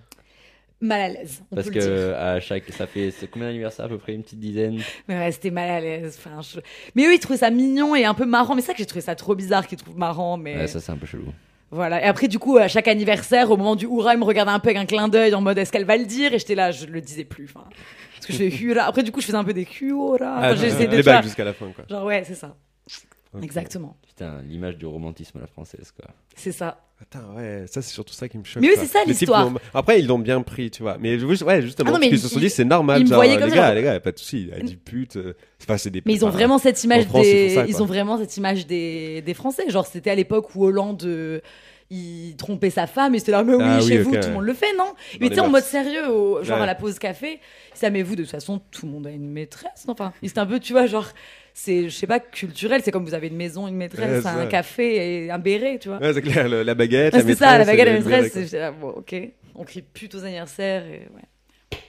Mal à l'aise, on Parce peut le dire. que à chaque, ça fait c'est combien d'anniversaires à peu près une petite dizaine. Mais ouais, c'était mal à l'aise. Enfin, je- Mais eux, ils trouvaient ça mignon et un peu marrant. Mais c'est ça que j'ai trouvé ça trop bizarre qu'ils trouvent marrant. Mais Ouais, ça c'est un peu chelou. voilà. Et après, du coup, à chaque anniversaire, au moment du hurrah, ils me regardaient un peu avec un clin d'œil en mode est-ce qu'elle va le dire? Et j'étais là, je le disais plus. Enfin, parce que je fais hurrah. Après, du coup, je faisais un peu des hurrah. Ah, Enfin, j'essayais de les tu vois, bagues jusqu'à la fin, quoi. genre ouais, c'est ça. Ok. Exactement. Putain, l'image du romantisme à la française quoi. C'est ça. Attends, ouais, ça c'est surtout ça qui me choque. Mais oui, quoi. c'est ça, Les types l'histoire. l'ont- Après, ils l'ont bien pris, tu vois. Mais juste- ouais, justement, Ah non, parce mais qu'ils se sont ils- dit, c'est normal. ils me Genre, voyaient les comme ça, gars, genre- les gars, y a pas de souci. Elle dit pute. euh, C'est pas, c'est des. Mais ils ont enfin, vraiment cette image en France, ils des, font ça, ils quoi. ont vraiment cette image des, des Français. Genre, c'était à l'époque où Hollande, euh, il trompait sa femme et c'était là, mais oui, Ah oui, chez ok, vous, ouais. tout le monde le fait, non? Mais les tu sais, en mœurs. mode sérieux, au- genre Ouais. à la pause café, ça, mais vous, de toute façon, tout le monde a une maîtresse, non? Enfin, c'était un peu, tu vois, genre, c'est, je sais pas, culturel, c'est comme vous avez une maison, une maîtresse, Ouais, un ça. café et un béret, tu vois. Ouais, c'est clair, le- la baguette, Ouais, la c'est maîtresse. ça, la baguette, et la le maîtresse, béret, j'étais là, bon, ok. On crie pute aux anniversaires et ouais.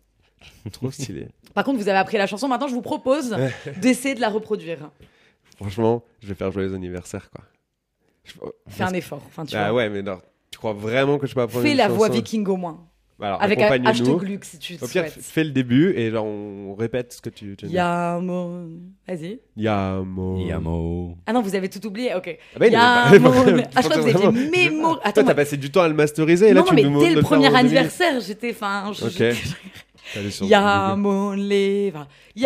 quoi. Trop stylé. Par contre, vous avez appris la chanson, maintenant je vous propose d'essayer de la reproduire. Franchement, je vais faire joyeux anniversaire, quoi. Je- Fais un effort, enfin, tu Ah vois. ouais, mais non, tu crois vraiment que je peux apprendre Fais une la voix chanson viking au moins. Alors, Avec un accompagne-nous. hashtag Gluck si tu le Au pire, souhaites. fais le début et genre on répète ce que tu, tu dis. Yamon. Vas-y. Yamo. Yamo. Ah non, vous avez tout oublié, ok. Ah ben, Yamon. il est pas- Ah, je crois que vous vraiment- aviez mémo. Toi, Attends, t'as moi- passé du temps à le masteriser et là non, tu non, mais nous dès montres le premier faire en deux minutes. anniversaire, j'étais, enfin, je- Ok. je- Allez sur Google. Yamon leva,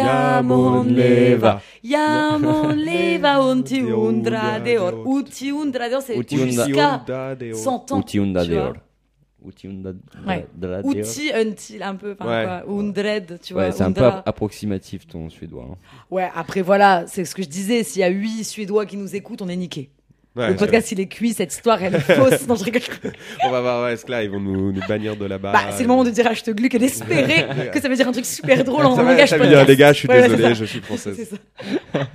Yamon Yamon leva. leva, Yamon leva, unti Unti undra undra deor. deor. Uti undra deor, c'est Uti undra- jusqu'à Unda de- cent ans. Utiunda tu vois. deor. Utiunda Ouais. de la deor. Uti until, un peu, enfin, Ouais. quoi. Undred, tu vois. Ouais, c'est un peu undra. ap- approximatif ton suédois. hein. Ouais, après voilà, c'est ce que je disais, s'il y a huit Suédois qui nous écoutent, on est niqué. Ouais, Le podcast, il est cuit, cette histoire, elle est fausse. Non, je rigole. on va voir, ouais, est-ce que là ils vont nous, nous bannir de là-bas. Bah, c'est le moment de dire hashtag Gluck et d'espérer que ça veut dire un truc super drôle en Ça va, langage ça veut podcast. dire, les gars, je suis Ouais, ouais, désolé, c'est ça. je suis française. C'est ça.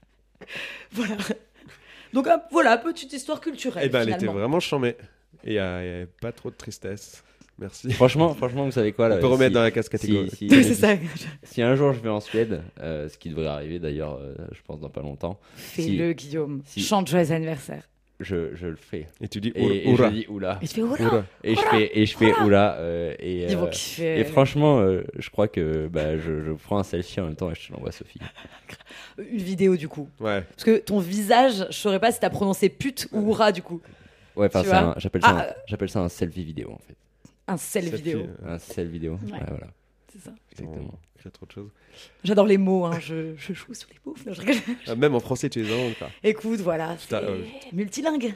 Voilà. Donc hop, voilà, petite histoire culturelle. Eh ben, elle était finalement. vraiment charmée. Et il n'y a, pas trop de tristesse. Merci. Franchement, franchement, vous savez quoi là, On peut remettre si- dans la case catégorie. si, Oui, si, c'est ça. si un jour je vais en Suède, euh, ce qui devrait arriver d'ailleurs, euh, je pense dans pas longtemps, Fais-le, Guillaume. si- Chante joyeux anniversaire. je, je le fais. Et tu dis Et, et je Oura. dis oula. Et tu fais oula. Oura. Et je fais et je fais oula. euh, et, Ils vont euh, kiffer. et franchement, euh, je crois que bah, je, je prends un selfie en même temps et je te l'envoie à Sophie. Une vidéo du coup. Ouais. Parce que ton visage, je saurais pas si t'as prononcé pute ou oura du coup. Ouais, enfin, Tu c'est vois un- j'appelle ça, Ah, un- j'appelle ça un selfie vidéo en fait. Un sel Selfie, vidéo. euh, Un selfie vidéo. Ouais. Ouais, voilà. C'est ça. Exactement. On crée trop de choses. J'adore les mots, hein. je, je joue sur les mots. Non, je rigole. Ah, même en français, tu les inventes, quoi. Écoute, voilà, c'est Putain, euh, multilingue.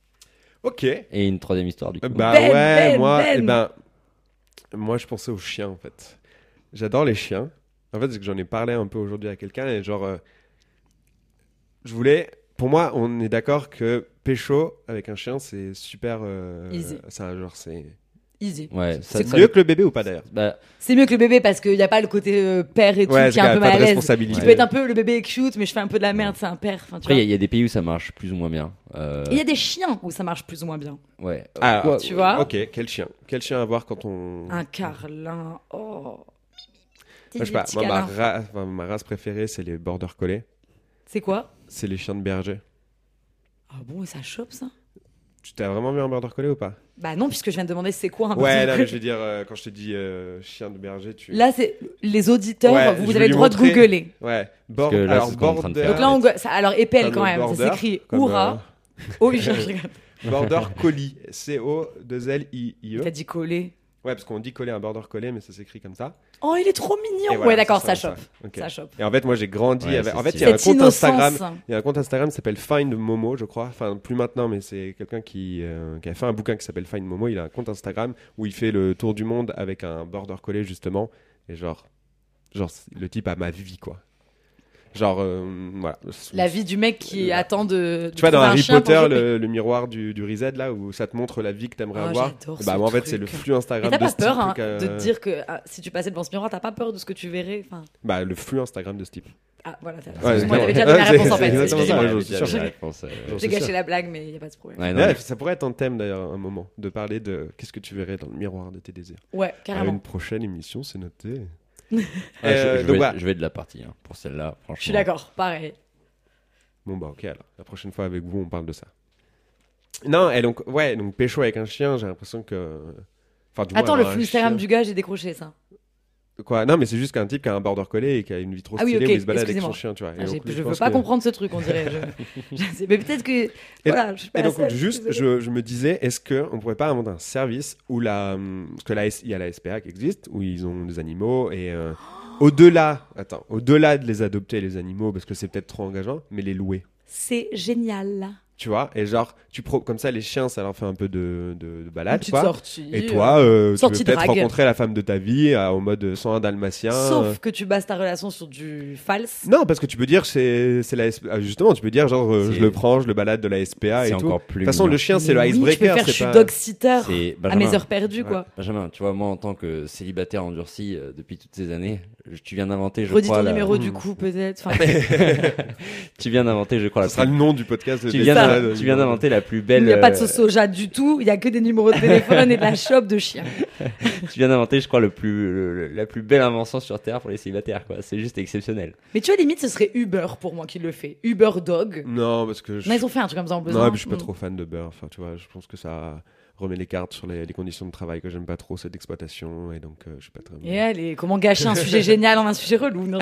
Ok. Et une troisième histoire du coup. Euh, Bah Ben, ouais, Ben, moi, Ben. eh ben, moi je pensais aux chiens en fait. J'adore les chiens. En fait, c'est que j'en ai parlé un peu aujourd'hui à quelqu'un et genre, euh, je voulais. Pour moi, on est d'accord que pécho avec un chien, c'est super. Euh, Easy. C'est un genre, c'est. Easy. Ouais, ça, C'est ça- mieux que le bébé ou pas d'ailleurs? bah, C'est mieux que le bébé parce qu'il n'y a pas le côté euh, père et tout Ouais, qui c'est est un peu pas mal de à l'aise. responsabilité. Tu peux être un peu le bébé est cute, mais je fais un peu de la merde, c'est un père. Enfin, tu après, vois. il y, y a des pays où ça marche plus ou moins bien. Euh, Et il y a des chiens où ça marche plus ou moins bien. Ouais. Ah, Quoi- tu vois. Ok, quel chien? Quel chien à voir quand on. Un carlin. Oh. Moi, je sais pas. Petit Moi, ma, câlin. ra- enfin, ma race préférée, c'est les border collies. C'est quoi? C'est les chiens de berger. Ah bon, et ça chope ça? Tu t'as vraiment vu un border collie ou pas? Bah non, puisque je viens de demander c'est quoi un Ouais, border non, mais collie. je veux dire, euh, quand je te dis euh, chien de berger, tu. Là, c'est les auditeurs, Ouais, vous, je vous vais avez le lui droit de montrer. googler. Ouais. Bord... que là, Alors, c'est ce qu'on est en train de border. faire. Donc là, on go- ça- alors épelle Comme quand même, border, ça s'écrit comme, Oura. Oh, je regarde. Border collie. C O deux L I I E. T'as dit coller. Ouais, parce qu'on dit coller un border collie, mais ça s'écrit comme ça. Oh, il est trop mignon. Et voilà, ouais, d'accord, c'est ça, chope. Ok. Ça chope. Et en fait, moi, j'ai grandi Ouais, avec. c'est En fait, il y stylé. a un Cette compte Instagram. innocence. Il y a un compte Instagram qui s'appelle Find Momo, je crois. Enfin, plus maintenant, mais c'est quelqu'un qui, euh, qui a fait un bouquin qui s'appelle Find Momo. Il a un compte Instagram où il fait le tour du monde avec un border collie, justement. Et genre, genre le type a ma vie, quoi. Genre, euh, voilà. La vie du mec qui Euh, attend de. Tu vois, dans trouver un Harry chien pour Potter, choper. le, le miroir du, du reset, là, où ça te montre la vie que t'aimerais Oh, avoir. j'adore Bah, ce moi, en fait, truc. c'est le flux Mais Instagram t'as de pas ce type. peur hein, euh, de te dire que ah, si tu passais devant ce miroir, t'as pas peur de ce que tu verrais enfin... Bah, le flux Instagram de ce type. Ah, voilà, t'as... Ouais, excuse-moi, c'est- t'avais déjà donné la c'est- réponse en c'est fait. exactement ça, Excusez-moi. je Ouais, suis déjà, sûr. la réponse, euh, J'en J'ai suis gâché sûr. la blague, mais il y a pas de problème. ouais, non, Ouais, mais- ça pourrait être un thème, d'ailleurs, un moment, de parler de qu'est-ce que tu verrais dans le miroir de tes désirs. Ouais, À carrément. une prochaine émission, c'est noté. Ouais, je- Euh, je, donc vais, voilà. je vais de la partie hein, pour celle-là, franchement. Je suis d'accord, pareil. Bon, bah, ok, alors. La prochaine fois, avec vous, on parle de ça. Non, et donc, ouais, donc, pécho avec un chien, j'ai l'impression que. Enfin, du moins, Attends, le avoir un flux Instagram chien- du gars, j'ai décroché ça. Quoi? Non, mais c'est juste qu'un type qui a un border collie et qui a une vie trop Ah oui, stylée ok, où il se balade avec excusez-moi. son chien, tu vois. Et Ah, donc, j'ai- je je veux pense pas que- comprendre ce truc, on dirait. Je... je sais, mais peut-être que. Voilà, je suis pas Et la donc, seule, juste, désolée. je, je me disais, est-ce qu'on pourrait pas inventer un service où la. hum, Parce que là, il y a la S P A qui existe, où ils ont des animaux et. euh, au-delà, attends, au-delà de les adopter, les animaux, parce que c'est peut-être trop engageant, mais les louer. C'est génial. Tu vois, et genre, tu pro... comme ça, les chiens, ça leur fait un peu de, de, de balade, Une petite quoi. sortie. Et toi, euh, tu sortie veux peut-être drague. rencontrer la femme de ta vie euh, au mode cent un dalmatien. euh. Sauf que tu bases ta relation sur du false. Non, parce que tu peux dire, c'est c'est la S P A. Ah, justement, tu peux dire, genre, euh, C'est- je le prends, je le balade de la S P A et C'est tout. encore De plus. toute façon, mignon. le chien, c'est Mais le oui, tu peux icebreaker. faire je c'est suis pas... dog sitter C'est à Benjamin. mes heures perdues, Ouais. quoi. Benjamin, tu vois, moi en tant que célibataire endurci euh, depuis toutes ces années, je- tu viens d'inventer, je Redis crois. ton la- numéro Hmm. du coup, peut-être. Enfin, Tu viens d'inventer, je crois, la Ça sera plus... le nom du podcast. de tu viens, Destin, d'in- de- tu viens d'inventer la plus il belle. n'y a pas de euh, sauce soja du tout, il n'y a que des numéros de téléphone et de la shop de chiens. Tu viens d'inventer, je crois, le plus, le- le- la plus belle invention sur Terre pour les célibataires, quoi. C'est juste exceptionnel. Mais tu vois, limite, ce serait Uber pour moi qui le fait. Uber Dog. Non, parce que. Je... Non, ils ont fait un truc comme ça en plus. Non, hein. mais je suis pas Mm. trop fan de beurre. Enfin, tu vois, je pense que ça remet les cartes sur les, les conditions de travail que j'aime pas trop, cette exploitation, et donc euh, je suis pas très. Et allez, comment gâcher un sujet génial en un sujet relou non,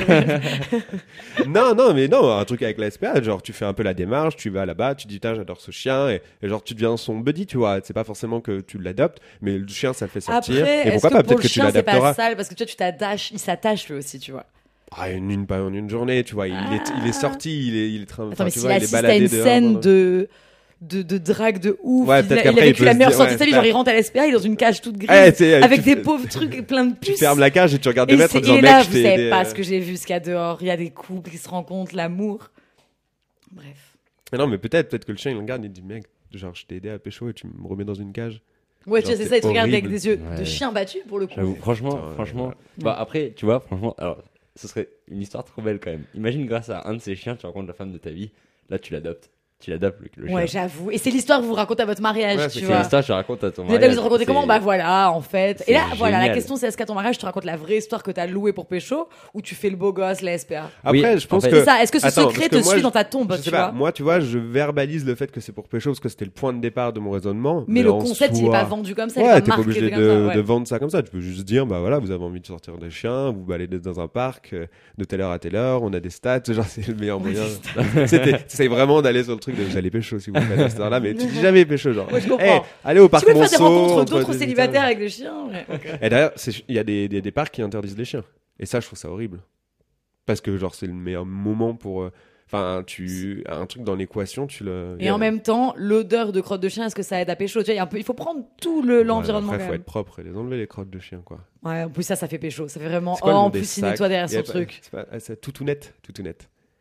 Non, non, mais non, un truc avec la S P A, genre tu fais un peu la démarche, tu vas là-bas, tu dis, putain, j'adore ce chien, et, et genre tu deviens son buddy, tu vois. C'est pas forcément que tu l'adoptes, mais le chien, ça le fait sortir. Après, et est-ce pourquoi que pas, pour peut-être le que tu chien, c'est pas l'adapteras. sale parce que tu vois, tu t'attaches, il s'attache lui aussi, tu vois. Ah, une, une, pas en une journée, tu vois. Il, est, il est sorti, il est, il est train. Attends, mais tu s'il vois, il est assiste à baladé une dehors, scène pendant- de, de, de drague de ouf, Ouais, il, peut-être a, il a qu'après, il vécu peut la se meilleure dire, sortie ouais, de sa vie, c'est genre pas- il rentre à l'S P A, il est dans une cage toute grise, Eh, tu sais, avec tu des fais- pauvres trucs plein de Tu puces. fermes la cage et tu regardes Et des mètres en c'est- disant, il est mec, là, je vous t'ai savez aidé, pas euh. ce que j'ai vu, ce qu'il y a dehors. Il y a des couples qui se rencontrent, l'amour. Bref. Mais non, mais peut-être, peut-être que le chien, il regarde, il dit, mec, genre, je t'ai aidé à pécho et tu me remets dans une cage. Ouais, Genre, tu sais, c'est c'est ça, il te regarde avec horrible. des yeux de Ouais. chien battu pour le coup. J'avoue, franchement, Putain, ouais, franchement. ouais. Bah après, tu vois, franchement, alors, ce serait une histoire trop belle quand même. Imagine, grâce à un de ces chiens, tu rencontres la femme de ta vie. Là, tu l'adoptes. Tu l'adoptes le, le chien. Ouais, j'avoue. Et c'est l'histoire que vous racontez à votre mariage, Ouais, tu c'est C'est vois. l'histoire que je raconte à ton Vous êtes mariage. allés raconter C'est- comment? Bah voilà, en fait. c'est Et là, voilà, la génial. question c'est est-ce qu'à ton mariage tu racontes la vraie histoire que t'as louée pour pécho ou tu fais le beau gosse, la S P A? Après, Oui, je pense en fait- que. C'est ça, est-ce que ce Attends, secret parce que te moi, suit je- dans ta tombe, Je tu sais pas, vois? moi, tu vois, je verbalise le fait que c'est pour pécho parce que c'était le point de départ de mon raisonnement. Mais le en concept, il est soi- pas vendu comme ça, il Ouais, est t'es pas pas marqué obligé comme de, ça. ouais. de vendre ça comme ça. Tu peux juste dire, bah voilà, vous avez envie de sortir des chiens, vous baladez dans un parc euh, de telle heure à telle heure, on a des stats, genre c'est le meilleur moyen. C'était, t'essayes vraiment d'aller sur le truc de vous allez pécho si vous faites à cette heure-là, mais tu dis jamais pécho, genre. Ouais, je comprends. Eh, allez au parc Tu peux faire des Monceau, rencontres entre d'autres des- célibataires avec des chiens. ouais, ok. Et d'ailleurs, c'est- il y a des, des, des parcs qui interdisent les chiens. Et ça, je trouve ça horrible. Parce que, genre, c'est le meilleur moment pour. euh, Enfin, tu. Un truc dans l'équation, tu le. Et en même temps, l'odeur de crotte de chien, est-ce que ça aide à pécho? Tu vois, il y a un peu, il faut prendre tout le, l'environnement. Après, quand faut même. être propre et les enlever, les crottes de chien, quoi. Ouais, en plus, ça, ça fait pécho. Ça fait vraiment. C'est quoi Oh, le nom en des plus, il sacs nettoie derrière Il y a son pas- truc. C'est pas... ah, c'est tout tout net, tout tout net.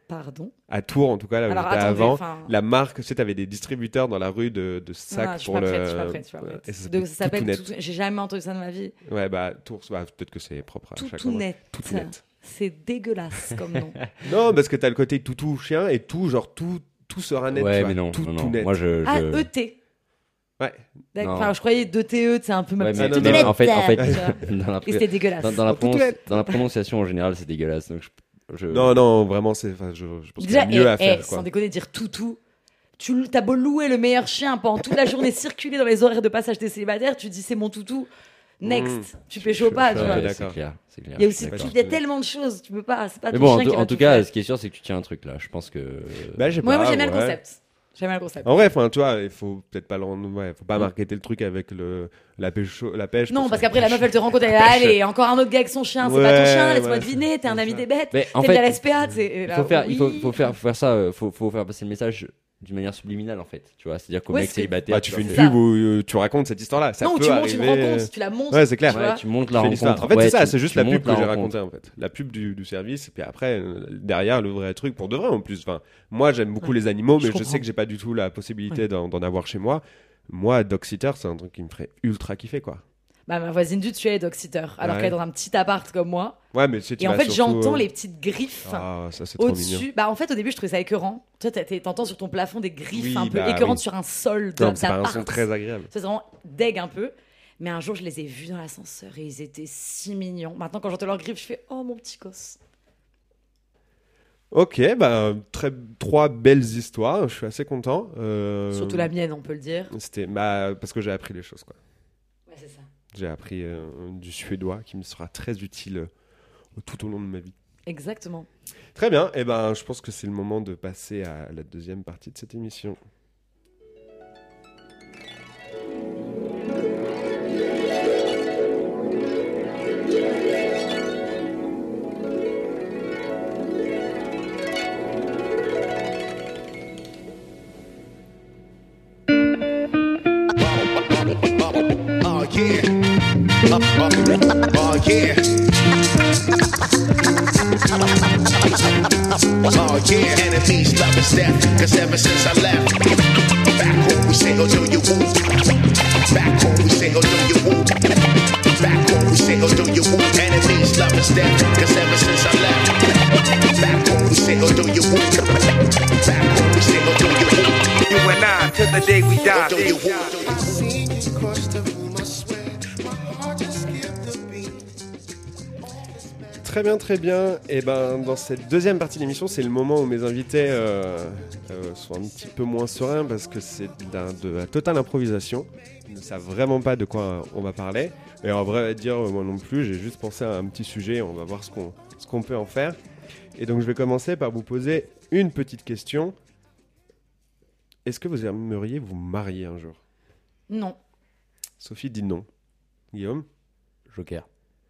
Pardon. À Tours, en tout cas, là où Alors, j'étais attendez, avant, enfin- la marque, tu sais, t'avais des distributeurs dans la rue de, de sacs Ah, je suis pour pas le. prête, je suis pas prête, je suis pas prête. Et ça De- s'appelait ça s'appelle Toutou Net. tout- J'ai jamais entendu ça de ma vie. Ouais, bah, Tours, bah, peut-être que c'est propre à Tout chaque tout endroit. net. Toutou Net. C'est dégueulasse comme nom. Non, parce que t'as le côté toutou chien et tout, genre tout, tout sera net. tu Ouais, vois, mais non, tout, non, tout non. net. Moi, je. Ah, je- E T. Ouais. D'accord. Non. Enfin, je croyais deux T E, c'est un peu ma Ouais, petite mais- tout non, net. en fait- en fait- tu vois. dans la, Et c'était dégueulasse. dans, dans la En tout prononce- net. dans la prononciation en général, c'est dégueulasse. Donc je, je- Non, non, vraiment, c'est, enfin, je, je pense qu'il y Déjà, a mieux eh, à faire. eh, quoi. sans déconner, dire toutou. Tu t'as beau louer le meilleur chien pendant toute la journée, circuler dans les horaires de passage des célibataires, tu dis c'est mon toutou. Next, Mmh. tu pécho pas, je- tu je- vois. ouais, Ouais, d'accord. c'est clair, c'est clair, Il y a je suis aussi, d'accord. il y a tellement de choses, tu peux pas, c'est pas Mais ton bon, en, chien tout- qui va en tout tout cas, faire. ce qui est sûr, c'est que tu tiens un truc là. Je pense que. Bah, je sais Moi, pas, moi j'aime bien le ouais. concept. J'aime bien le concept. En vrai, enfin, tu vois, il faut peut-être pas le rendre- ouais, faut pas marketer le truc avec le la pêche, la pêche. Non, parce parce que- qu'après la meuf elle te rencontre, elle est là, allez, encore un autre gars avec son chien, c'est Ouais, pas ton chien, laisse-moi ouais, deviner, t'es un c'est ami ça. des bêtes, Mais en t'aimes bien fait, l'S P A, tu sais. Et il là, faut faire, il faut, oui. faut faire, faut faire ça. euh, Faut, faut faire passer le message d'une manière subliminale en fait. Tu vois, c'est-à-dire qu'au Ouais, mec c'est- célibataire. Bah, tu fais une leur ça. pub où euh, tu racontes cette histoire-là. Ça Non, peut tu montes arriver. une rencontre, tu la montes. Ouais, c'est clair. tu Ouais, vois. tu montes Tu la fais l'histoire. rencontre. En fait, Ouais, c'est ça, tu- c'est juste tu la pub montes que la j'ai rencontre. racontée en fait. La pub du, du service, et puis après, euh, derrière, le vrai truc pour de vrai en plus. Enfin, moi, j'aime beaucoup Ouais. les animaux, Je mais je, comprends. sais que j'ai pas du tout la possibilité d'en, d'en avoir chez moi. Moi, dog sitter, c'est un truc qui me ferait ultra kiffer, quoi. Bah, ma voisine du dessus, elle est dog-sitter, alors Ouais. qu'elle est dans un petit appart comme moi. Ouais, mais tu sais, tu Et en vas fait, surtout, j'entends euh, les petites griffes. Ah, ça, c'est trop mignon. Au-dessus, bah en fait au début je trouvais ça écœurant. Tu vois, t'as- t'entends sur ton plafond des griffes Oui, un peu bah écœurantes oui. sur un sol Non, d'un mais c'est pas un son appart. très agréable. C'est vraiment deg un peu. Mais un jour je les ai vus dans l'ascenseur et ils étaient si mignons. Maintenant quand j'entends leurs griffes je fais oh mon petit gosse. Ok, bah, très, trois belles histoires. Je suis assez content. Euh, Surtout la mienne on peut le dire. C'était bah, parce que j'ai appris les choses, quoi. Ouais c'est ça. J'ai appris euh, du suédois qui me sera très utile euh, tout au long de ma vie. Exactement. Très bien, et ben je pense que c'est le moment de passer à la deuxième partie de cette émission. Oh yeah. Uh, uh, oh yeah. Oh yeah. Enemies, love is death. Cause ever since I left, back home we say, oh do you woo? Back home we say, oh do you woo? Back home we say, oh do you woo? Enemies, love is death. Cause ever since I left, back home we say, oh do you woo? Back home we say, oh do you woo? You and I, till the day we die. Oh do you woo? Très bien, très bien. Et ben dans cette deuxième partie de l'émission, c'est le moment où mes invités euh, euh, sont un petit peu moins sereins parce que c'est d'un- de la totale improvisation. Ils ne savent vraiment pas de quoi on va parler. Et en vrai dire, moi non plus, j'ai juste pensé à un petit sujet. On va voir ce qu'on ce qu'on peut en faire. Et donc je vais commencer par vous poser une petite question. Est-ce que vous aimeriez vous marier un jour? Non. Sophie dit non. Guillaume? Joker.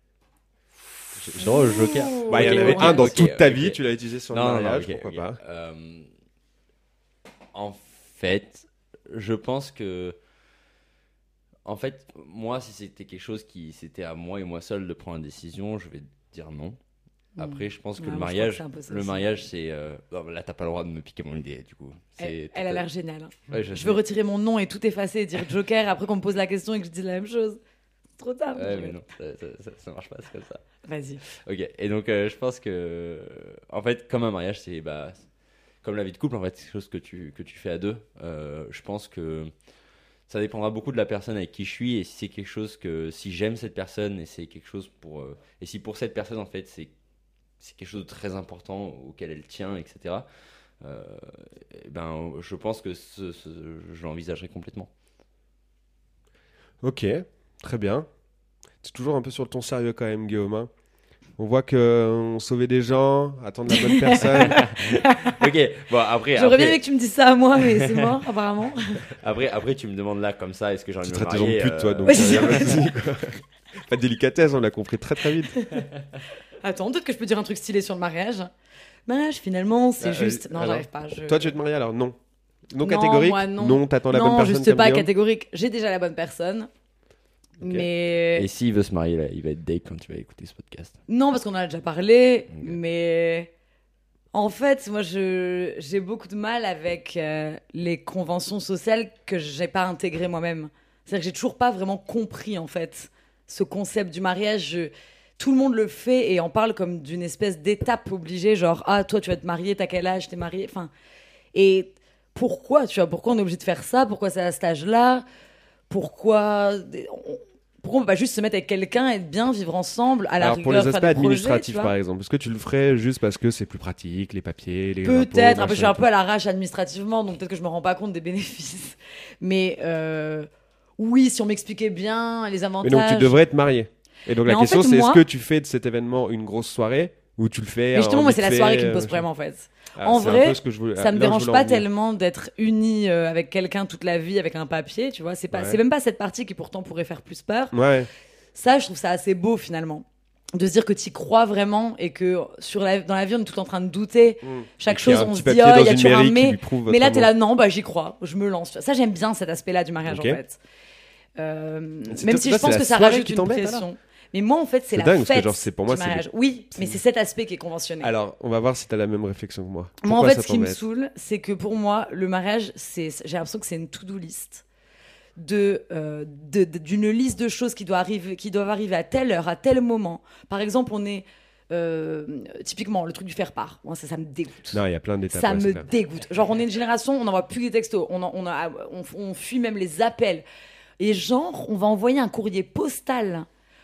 Genre Joker. Bah, il y en Ok, avait ouais. un dans Ok, toute ta ok. vie, tu l'as utilisé sur le Non, non, non, mariage, ok, pourquoi ok. pas? Euh, en fait, je pense que. En fait, moi, si c'était quelque chose qui. C'était à moi et moi seul de prendre la décision, je vais dire non. Après, je pense que Ouais, le moi, je crois mariage, que c'est un peu ça le aussi. mariage, c'est. euh, bon, là, t'as pas le droit de me piquer mon idée, du coup. C'est Elle, elle a l'air géniale. hein. Ouais, je Je sais. veux retirer mon nom et tout effacer et dire Joker après qu'on me pose la question et que je dise la même chose. Trop tard. Ouais, mais non, ça, ça, ça, ça marche pas, c'est comme ça. Vas-y. Ok, et donc euh, je pense que, en fait, comme un mariage, c'est bah, comme la vie de couple, en fait, c'est quelque chose que tu, que tu fais à deux. Euh, je pense que ça dépendra beaucoup de la personne avec qui je suis, et si c'est quelque chose que, si j'aime cette personne, et c'est quelque chose pour, euh, et si pour cette personne, en fait, c'est, c'est quelque chose de très important auquel elle tient, et cetera. Euh, eh ben, je pense que ce, ce, je l'envisagerai complètement. Ok, très bien. C'est toujours un peu sur le ton sérieux quand même, Guillaume. hein. On voit qu'on sauvait des gens, attendre la bonne personne. Ok, bon après, J'aurais bien après, aimé que tu me dises ça à moi, mais c'est mort, apparemment. après, après, tu me demandes là comme ça, est-ce que j'ai envie Tu de me traites des gens de marier pute, toi, euh, donc. Ouais, c'est euh, vas-y, quoi. Pas de délicatesse, on l'a compris très très vite. Attends, peut-être que je peux dire un truc stylé sur le mariage. Mariage, finalement, c'est Euh, juste. euh, Non, alors, j'arrive pas. je- Toi, tu veux te marier alors? Non. Non Non, catégorique? moi, non. t'attends la non, bonne personne juste comme pas Guillaume catégorique. J'ai déjà la bonne personne. Mais. Et s'il veut se marier, là, il va être deg quand il va écouter ce podcast. Non, parce qu'on en a déjà parlé. Ok. Mais. En fait, moi, je, j'ai beaucoup de mal avec euh, les conventions sociales que j'ai pas intégrées moi-même. C'est-à-dire que j'ai toujours pas vraiment compris, en fait, ce concept du mariage. Je- tout le monde le fait et en parle comme d'une espèce d'étape obligée, genre, ah, toi, tu vas te marier, t'as quel âge, t'es marié, enfin... Et pourquoi, tu vois, pourquoi on est obligé de faire ça? Pourquoi c'est à cet âge-là? Pourquoi... on- Pourquoi on peut pas juste se mettre avec quelqu'un, être bien, vivre ensemble, à la Alors pour rigueur, les faire aspects des projets, administratifs tu vois. par exemple, est-ce que tu le ferais juste parce que c'est plus pratique, les papiers, les Peut-être, impôts, après je suis un machin peu à l'arrache administrativement, donc peut-être que je me rends pas compte des bénéfices. Mais euh, oui, si on m'expliquait bien les Mais avantages. donc tu devrais te marier. Et donc Mais la en question fait, c'est moi- est-ce que tu fais de cet événement une grosse soirée ou tu le fais Mais justement, en moi, vite c'est la fait, soirée qui me euh, pose machin. problème en fait. Ah, En c'est un vrai, peu ce que je voulais- Ça là me où je dérange voulais pas en venir. tellement d'être uni euh, avec quelqu'un toute la vie avec un papier, tu vois. C'est pas, Ouais. c'est même pas cette partie qui pourtant pourrait faire plus peur. Ouais. Ça, je trouve ça assez beau finalement. De se dire que tu y crois vraiment et que sur la, dans la vie, on est tout en train de douter. Mm. Chaque Et qu'il y a chose, un on petit se dit, papier oh, dans il y a une toujours un mairie qui mais. lui prouve Mais votre là, t'es amour. là, non, bah j'y crois, je me lance. Ça, j'aime bien cet aspect-là du mariage Ok. en fait. Euh, C'est même toi- si toi, je pense c'est que la ça soirée rajoute qui une t'embête, pression. Mais moi, en fait, c'est C'est la dingue, parce que fête genre, c'est- pour moi, du c'est mariage. des- Oui, mais c'est cet aspect qui est conventionné. Alors, on va voir si tu as la même réflexion que moi. Moi, en Pourquoi fait, ça ce qui me t'embête saoule, c'est que pour moi, le mariage, c'est, j'ai l'impression que c'est une to-do list de, euh, de- de- d'une liste de choses qui, doit arriver, qui doivent arriver à telle heure, à tel moment. Par exemple, on est euh, typiquement le truc du faire-part. Moi, ça, ça me dégoûte. Non, il y a plein d'étapes. Ça ouais, me c'est clair. dégoûte. Genre, on est une génération, on n'envoie plus des textos, on, en- on, a- on, on fuit même les appels. Et genre, on va envoyer un courrier postal,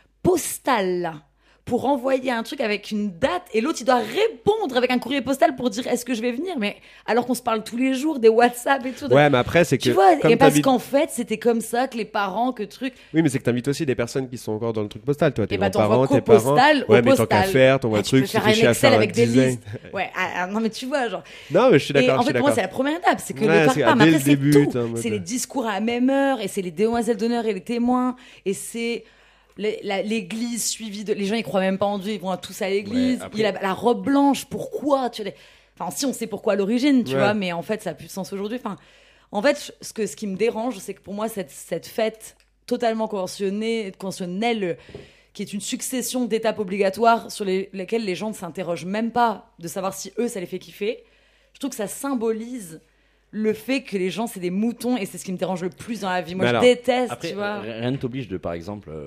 postal, pour envoyer un truc avec une date, et l'autre, il doit répondre avec un courrier postal pour dire est-ce que je vais venir, mais alors qu'on se parle tous les jours, des WhatsApp et tout. Ouais, mais après, c'est que. Tu vois, comme et parce t'invites- qu'en fait, c'était comme ça que les parents, que truc. Oui, mais c'est que t'invites aussi des personnes qui sont encore dans le truc postal, toi, tes Et bah, grands-parents, t'envoies tes qu'au parents. postal, au Ouais, mais tant postal. qu'à faire, t'envoies Ah, un tu truc, peux tu faire fais un chier à Excel faire un avec des design. listes. Ouais, ah, ah, non, mais tu vois, genre. Non, mais je suis Et d'accord, en je suis fait, pour moi, d'accord. c'est la première étape. C'est que Ouais, le c'est- faire-part, mais dès après, le c'est début, tout. t'es en mode- C'est les discours à la même heure, et c'est les demoiselles d'honneur et les témoins, et c'est les- la- l'église suivie de. Les gens, ils croient même pas en Dieu, ils vont tous à l'église. Ouais, après- Il a la robe blanche, pourquoi tu vois, les- Enfin, si on sait pourquoi à l'origine, tu Ouais. vois, mais en fait, ça a plus de sens aujourd'hui. Enfin, en fait, ce, que, ce qui me dérange, c'est que pour moi, cette, cette fête totalement conventionnée, conventionnelle, qui est une succession d'étapes obligatoires sur les, lesquelles les gens ne s'interrogent même pas de savoir si eux, ça les fait kiffer, je trouve que ça symbolise le fait que les gens, c'est des moutons, et c'est ce qui me dérange le plus dans la vie. Moi, Mais je alors, déteste, Après, tu vois. r- rien ne t'oblige de, par exemple, euh,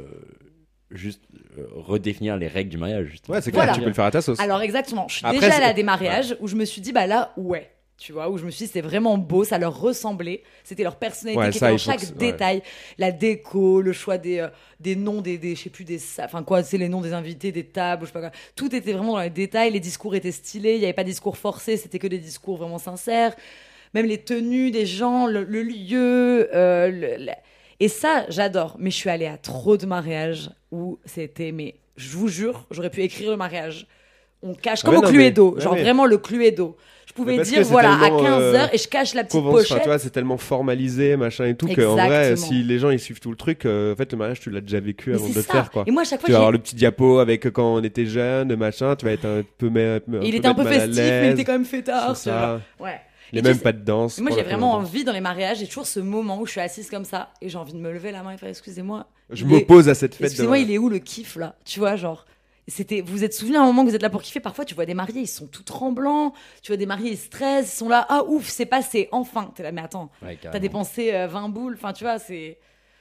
juste euh, redéfinir les règles du mariage. justement. Ouais, c'est clair, Voilà. tu peux le faire à ta sauce. Alors exactement, je suis Après, déjà allée c'est- à des mariages où je me suis dit, bah là, ouais. Tu vois, où je me suis dit, c'était vraiment beau, ça leur ressemblait. C'était leur personnalité Ouais, qui ça, était dans il faut chaque que c'est- ouais. détail. La déco, le choix des, euh, des noms, des, des, je sais plus, des, enfin quoi, c'est les noms des invités, des tables, je sais pas quoi. Tout était vraiment dans les détails, les discours étaient stylés, il n'y avait pas de discours forcés, c'était que des discours vraiment sincères. Même les tenues des gens, le, le lieu, euh, le- le- et ça, j'adore. Mais je suis allée à trop de mariages où c'était, mais je vous jure, j'aurais pu écrire le mariage. On cache, Ah comme ouais, au non, Cluedo, mais- genre ouais, ouais. vraiment le Cluedo. Je pouvais Mais parce dire, que c'est voilà, à tellement, quinze heures, euh, et je cache la petite Convention, enfin, pochette. tu vois, c'est tellement formalisé, machin et tout, qu'en vrai, Exactement. si les gens ils suivent tout le truc, euh, en fait, le mariage, tu l'as déjà vécu Mais avant de c'est le ça. faire, quoi. Et moi, à chaque fois, Tu vas j'ai- avoir le petit diapo avec quand on était jeune, machin, tu vas être un peu. me- me- Et il peu était un peu mettre mal à festif, mais il l'aise, était quand même fêtard. c'est tu ça. vois. Ouais. Les Et tu mêmes sais- pas de danse. Moi, pour j'ai la vraiment première envie dans les mariages, j'ai toujours ce moment où je suis assise comme ça et j'ai envie de me lever la main et faire excusez-moi. danse. Je il est- m'oppose à cette fête. de Excusez-moi, mariage. il est où le kiff là? Tu vois, genre. C'était, vous vous êtes souvenu à un moment que vous êtes là pour kiffer. Parfois, tu vois des mariés, ils sont tout tremblants. Tu vois des mariés, ils stressent, ils sont là. Ah ouf, c'est passé, enfin. T'es là, mais attends, Ouais, t'as carrément. dépensé euh, vingt boules. Enfin, tu vois, c'est.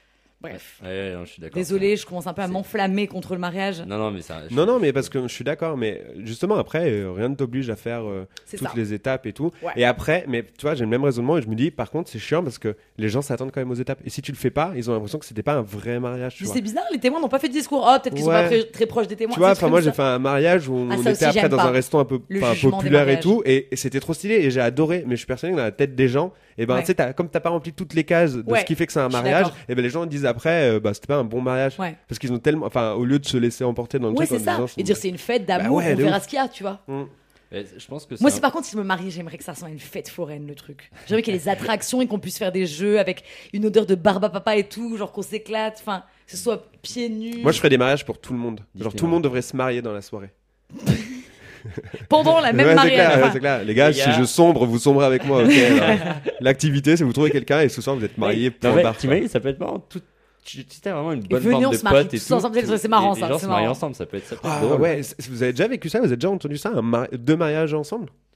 Bref. Ouais, ouais, non, je suis d'accord. Désolée, je commence un peu à C'est- m'enflammer contre le mariage. Non, non, mais ça. je- Non, non, mais parce que je suis d'accord, mais justement, après, euh, rien ne t'oblige à faire euh, C'est toutes ça. les étapes et tout. Ouais. Et après, mais tu vois, j'ai le même raisonnement et je me dis, par contre, c'est chiant parce que les gens s'attendent quand même aux étapes. Et si tu le fais pas, ils ont l'impression que c'était pas un vrai mariage. Tu Mais vois, c'est bizarre, les témoins n'ont pas fait de discours. Oh, peut-être qu'ils sont Ouais. pas très, très proches des témoins. Tu vois, C'est enfin, comme moi, j'ai ça. fait un mariage où on Ah, ça était aussi, après j'aime dans pas. un resto un peu Le enfin, jugement des populaire et mariages. tout, et, et c'était trop stylé et j'ai adoré. Mais je suis persuadé que dans la tête des gens, et ben, Ouais. tu sais, t'as- comme t'as pas rempli toutes les cases de Ouais, ce qui fait que c'est un je suis mariage, d'accord. et ben les gens disent après, euh, bah c'était pas un bon mariage. Ouais. Parce qu'ils ont tellement, enfin, au lieu de se laisser emporter dans le Ouais, truc, c'est en ça. disant, Et dire c'est une fête d'amour, Bah ouais, on de verra ouf. ce qu'il y a, tu vois. Mm. Ouais, je pense que Moi, c'est si un- par contre, si je me marie, j'aimerais que ça ressemble à une fête foraine, le truc. J'aimerais qu'il y ait des attractions et qu'on puisse faire des jeux avec une odeur de barbe à papa et tout, genre qu'on s'éclate, enfin, que ce soit pieds nus. Moi, je ferais des mariages pour tout le monde. Genre, Disney, tout le monde devrait se marier dans la soirée. Pendant la même Ouais, c'est mariage. clair, enfin, ouais, c'est clair. Les gars, Les si gars. je sombre, vous sombrez avec moi. ok, alors. L'activité, c'est vous trouvez quelqu'un et ce soir, vous êtes mariés. Non, point mais barre, t'imagines, ça peut être marrant. Tout... Tu tu sais, vraiment une bonne venez, bande on de se marie potes et tous tout. ensemble, c'est- c'est marrant, les, ça, Les gens c'est se marient marrant. ensemble, ça peut être, ça peut être Ah drôle. ouais, c'est- vous avez déjà vécu ça? Vous avez déjà entendu ça? Un mari- Deux mariages ensemble?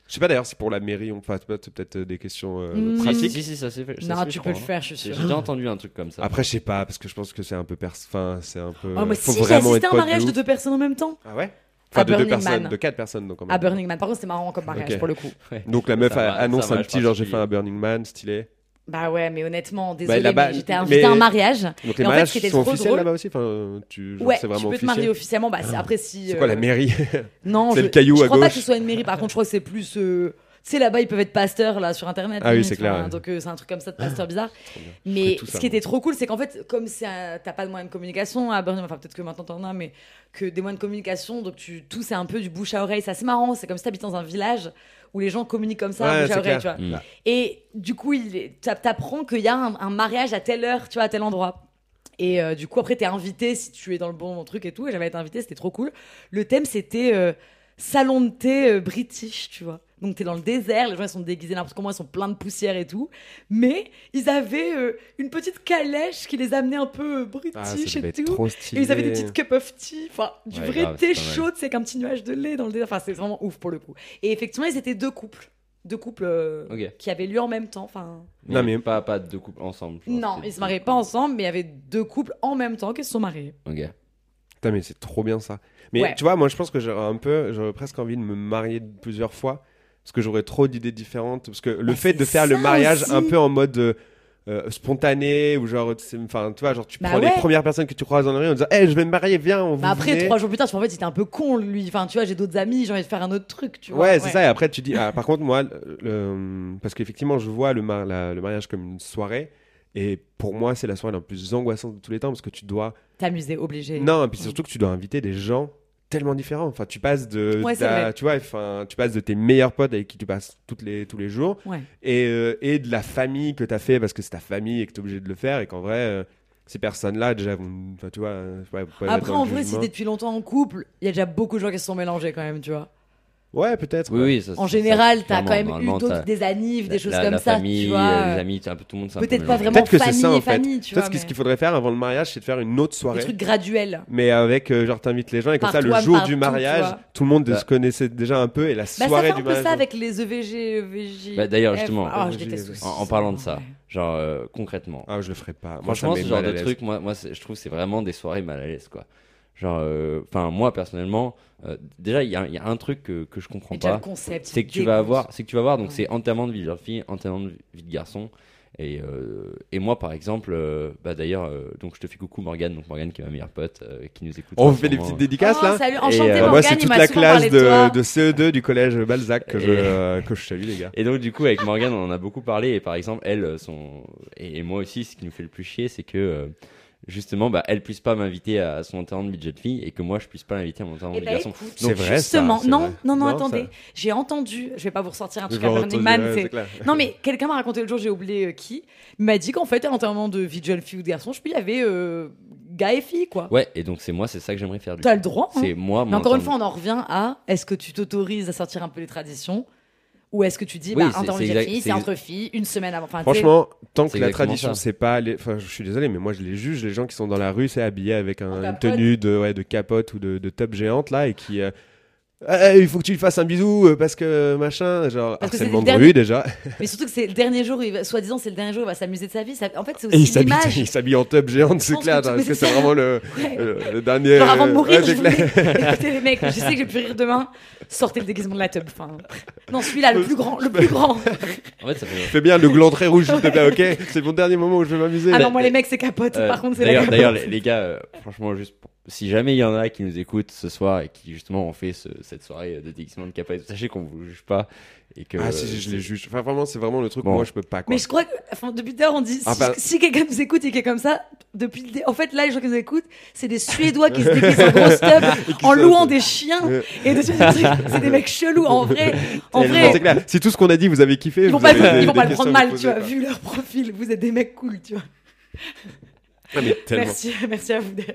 Je sais pas d'ailleurs si pour la mairie, on... enfin, c'est peut-être euh, des questions euh, Mm. Si, pratiques. si, si, ça s'est fait. ça Non, se fait, tu je peux crois, le hein. faire, je suis J'ai sûre. déjà entendu un truc comme ça. Après, je sais pas, parce que je pense que c'est un peu. Pers... Enfin, c'est un peu. Oh, moi, faut si, j'ai vraiment assisté être à un pote mariage de ouf. deux personnes en même temps. Ah ouais À Enfin, de deux Burning personnes, Man. de quatre personnes, donc quand même. À Burning Man. Par contre, c'était marrant comme mariage Ok. pour le coup. Ouais. Donc la meuf Ça a- va, annonce ça va, un je petit genre j'ai particulier. fait un Burning Man stylé. Bah ouais, mais honnêtement, désolé, là-bas, mais j'étais mais- invitée à un mariage. Donc les Et en fait, mariages ce qui était sont trop officiels drôle- là-bas aussi. Enfin, tu, genre, Ouais, c'est tu vraiment peux te marier officiel. officiellement. Bah, c'est- après, si. C'est quoi euh, la mairie Non, C'est je, le caillou je à crois pas gauche. que ce soit une mairie. Par contre, je crois que c'est plus. euh, Tu sais, là-bas, ils peuvent être pasteurs là sur internet. Ah oui, limite, c'est clair, enfin, ouais. Donc, euh, c'est un truc comme ça de pasteur bizarre. bien. Mais tout ce ça, qui moi. était trop cool, c'est qu'en fait, comme c'est un- t'as pas de moyens de communication à Burning Man, enfin, peut-être que maintenant t'en as, mais que des moyens de communication, donc tu, tout c'est un peu du bouche à oreille. C'est assez marrant. C'est comme si t'habitais dans un village où les gens communiquent comme ça, Ouais, bouche à c'est oreille, clair. tu vois. Mm. Et du coup, il est- t'a- t'apprends qu'il y a un, un mariage à telle heure, tu vois, à tel endroit. Et euh, du coup, après, t'es invité si tu es dans le bon truc et tout. Et j'avais été invité, c'était trop cool. Le thème, c'était euh, salon de thé euh, british, tu vois. Donc, t'es dans le désert, les gens ils sont déguisés n'importe comment, ils sont pleins de poussière et tout. Mais ils avaient euh, une petite calèche qui les amenait un peu euh, british Ah, ça et devait être tout. trop Et stylé. ils avaient des petites cups of tea, enfin, du Ouais, vrai grave, thé c'est pas mal. chaud, c'est qu'un petit nuage de lait dans le désert. Enfin, c'est vraiment ouf pour le coup. Et effectivement, ils étaient deux couples. Deux couples euh, Ok. qui avaient lieu en même temps. Enfin, Non, mais- pas, pas deux couples ensemble. genre, non, c'était ils se deux mariaient couples. pas ensemble, mais il y avait deux couples en même temps qui se sont mariés. Ok. Putain, mais c'est trop bien ça. Mais Ouais. tu vois, moi je pense que j'aurais un peu, j'aurais presque envie de me marier plusieurs fois parce que j'aurais trop d'idées différentes. Parce que le Bah, fait de c'est faire le ça mariage aussi. un peu en mode euh, euh, spontané ou genre, tu sais, enfin, tu vois, genre tu Bah prends ouais. les premières personnes que tu croises dans la rue en disant, hey, je vais me marier, viens, on Bah vous après, venez. trois jours plus tard, tu fais, en fait, c'était un peu con, lui. Enfin, tu vois, j'ai d'autres amis, j'ai envie de faire un autre truc, tu vois. Ouais, c'est ça. Et après, tu dis, ah, par contre, moi, le- le- parce qu'effectivement, je vois le, mar- la- le mariage comme une soirée. Et pour moi, c'est la soirée la plus angoissante de tous les temps parce que tu dois. T'amuser, obligé. Non, et puis surtout que tu dois inviter des gens tellement différents. Enfin, tu passes de, Ouais, c'est ta- vrai. tu vois, enfin, tu passes de tes meilleurs potes avec qui tu passes toutes les, tous les jours, Ouais. et, euh, et de la famille que t'as fait parce que c'est ta famille et que t'es obligé de le faire, et qu'en vrai, euh, ces personnes-là déjà, vont- enfin, tu vois, euh, ouais, vous pouvez Après, être dans en le vrai, si jugement. t'es depuis longtemps en couple, il y a déjà beaucoup de gens qui se sont mélangés quand même, tu vois. Ouais, peut-être. Oui, ouais. oui. Ça, En ça, général, ça, t'as quand clairement, même eu normalement, d'autres, t'as des annives, des la- choses la, comme la ça, famille, tu vois. euh, les amis, c'est un peu tout le monde. c'est un peu Peut-être pas mélangé. vraiment Peut-être que c'est famille, ça en fait. famille, tu vois. Peut-être que ce mais qu'il faudrait faire avant le mariage, c'est de faire une autre Des soirée. trucs graduels. Mais avec, euh, genre, t'invites les gens et comme ça, Par le toi, jour par du tout, mariage, tu vois. tout le monde Bah. se connaissait déjà un peu et la Bah, ça soirée fait un du peu mariage. ça avec les E V G, E V J. Bah, d'ailleurs, F. justement, Ah, E je V G, déteste ouais. aussi. En, en parlant de ça, Ouais. genre euh, concrètement. Ah, je le ferai pas. Moi, Franchement, ça ce me met genre mal à de l'aise. truc, moi, moi c'est- je trouve que c'est vraiment des soirées mal à l'aise, quoi. Genre, enfin, moi personnellement, euh, déjà, il y, a- il y a un truc que, que je comprends Mais déjà, pas. le concept. C'est il que tu vas dégoûte. avoir, c'est que tu vas avoir, donc Ouais. c'est enterrement de vie de jeune fille, enterrement de vie de garçon. Et, euh, et moi, par exemple, euh, bah d'ailleurs, euh, donc je te fais coucou Morgane, donc Morgane qui est ma meilleure pote, euh, qui nous écoute. On en vous ce fait des moment. petites dédicaces Oh, là. salut, Et, enchanté, euh, Morgane, Moi, c'est il toute m'a la souvent classe parlé de, toi. de, de C E deux du collège Balzac que, je, Et- euh, que je salue, les gars. Et donc, du coup, avec Morgane, on en a beaucoup parlé. Et par exemple, elle, son... et, et moi aussi, ce qui nous fait le plus chier, c'est que euh, justement, bah, elle puisse pas m'inviter à son enterrement de vie de jeune fille et que moi, je puisse pas l'inviter à mon enterrement Eh de ben, garçon. écoute, C'est vrai, ça, justement, c'est non, vrai. non, non, Non, attendez, ça- j'ai entendu, je vais pas vous ressortir un truc Je à vais Burning entendu, Man, ouais, c'est- c'est clair. non mais quelqu'un m'a raconté l'autre jour, j'ai oublié euh, qui, il m'a dit qu'en fait à l'enterrement de vie de jeune fille ou de garçon, je sais plus, il y avait euh, gars et filles quoi. Ouais, et donc c'est moi, c'est ça que j'aimerais faire. Du T'as coup. le droit. hein. C'est moi, Mais mon encore une fois, enterrement- on en revient à est-ce que tu t'autorises à sortir un peu les traditions ou est-ce que tu dis Oui, bah c'est- enterrement de c'est jeune exact- fille, c'est c'est- entre filles, une semaine avant. Enfin, tu sais, Franchement, tant que C'est la exactement tradition, ça. c'est pas. Les... Enfin, je suis désolé, mais moi, je les juge, les gens qui sont dans la rue, c'est habillés avec un- En une capote. tenue de, ouais, de capote ou de, de top géante là et qui. euh, Ah, il faut que tu lui fasses un bisou euh, parce que machin, genre Parce que c'est harcèlement le de dernier- rue déjà. mais surtout que c'est le dernier jour, où il va- soi-disant c'est le dernier jour, où il va s'amuser de sa vie. ça- En fait, c'est Et il aussi s'habille, l'image. il s'habille en top géante, c'est pense clair, que tu- parce mais que c'est c'est ça. vraiment le, Ouais. le, le dernier. Genre avant de mourir, ouais, je c'est clair. voulais... Écoutez les mecs, je sais que je vais plus rire demain. Sortez le déguisement de la tub. Enfin... Non, celui-là, le plus grand, le plus grand. En fait, ça fait. Fais bien le gland très rouge, s'il te plaît, ok. C'est mon dernier moment où je vais m'amuser. Ah non, moi les mecs c'est capote. Euh, Par contre, c'est la D'ailleurs, capote. d'ailleurs, les, les gars, euh, franchement, juste pour- si jamais il y en a qui nous écoutent ce soir et qui justement ont fait ce- cette soirée de déguisement de capote, sachez qu'on vous juge pas et que. Ah si, si, je les juge. Enfin, vraiment, c'est vraiment le truc. Bon. Moi, je peux pas quoi. Mais je crois que, enfin, depuis tout à l'heure, on dit Ah, si, bah- si quelqu'un nous écoute et qui est comme ça, depuis le dé- en fait, là, les gens qui nous écoutent, c'est des Suédois qui se déguisent en grosse tub en sautent. louant des chiens Ouais. et des trucs- des trucs- c'est des mecs chelous. En vrai, en Tellement. Non, vrai, c'est clair. Si tout ce qu'on a dit, vous avez kiffé. ils vont vous pas, avez des- ils vont des pas le questions prendre à mal, vous tu vois, poser, vu leur profil. Vous êtes des mecs cool, tu vois. quoi. Ah, mais tellement. Merci, merci à vous d'ailleurs.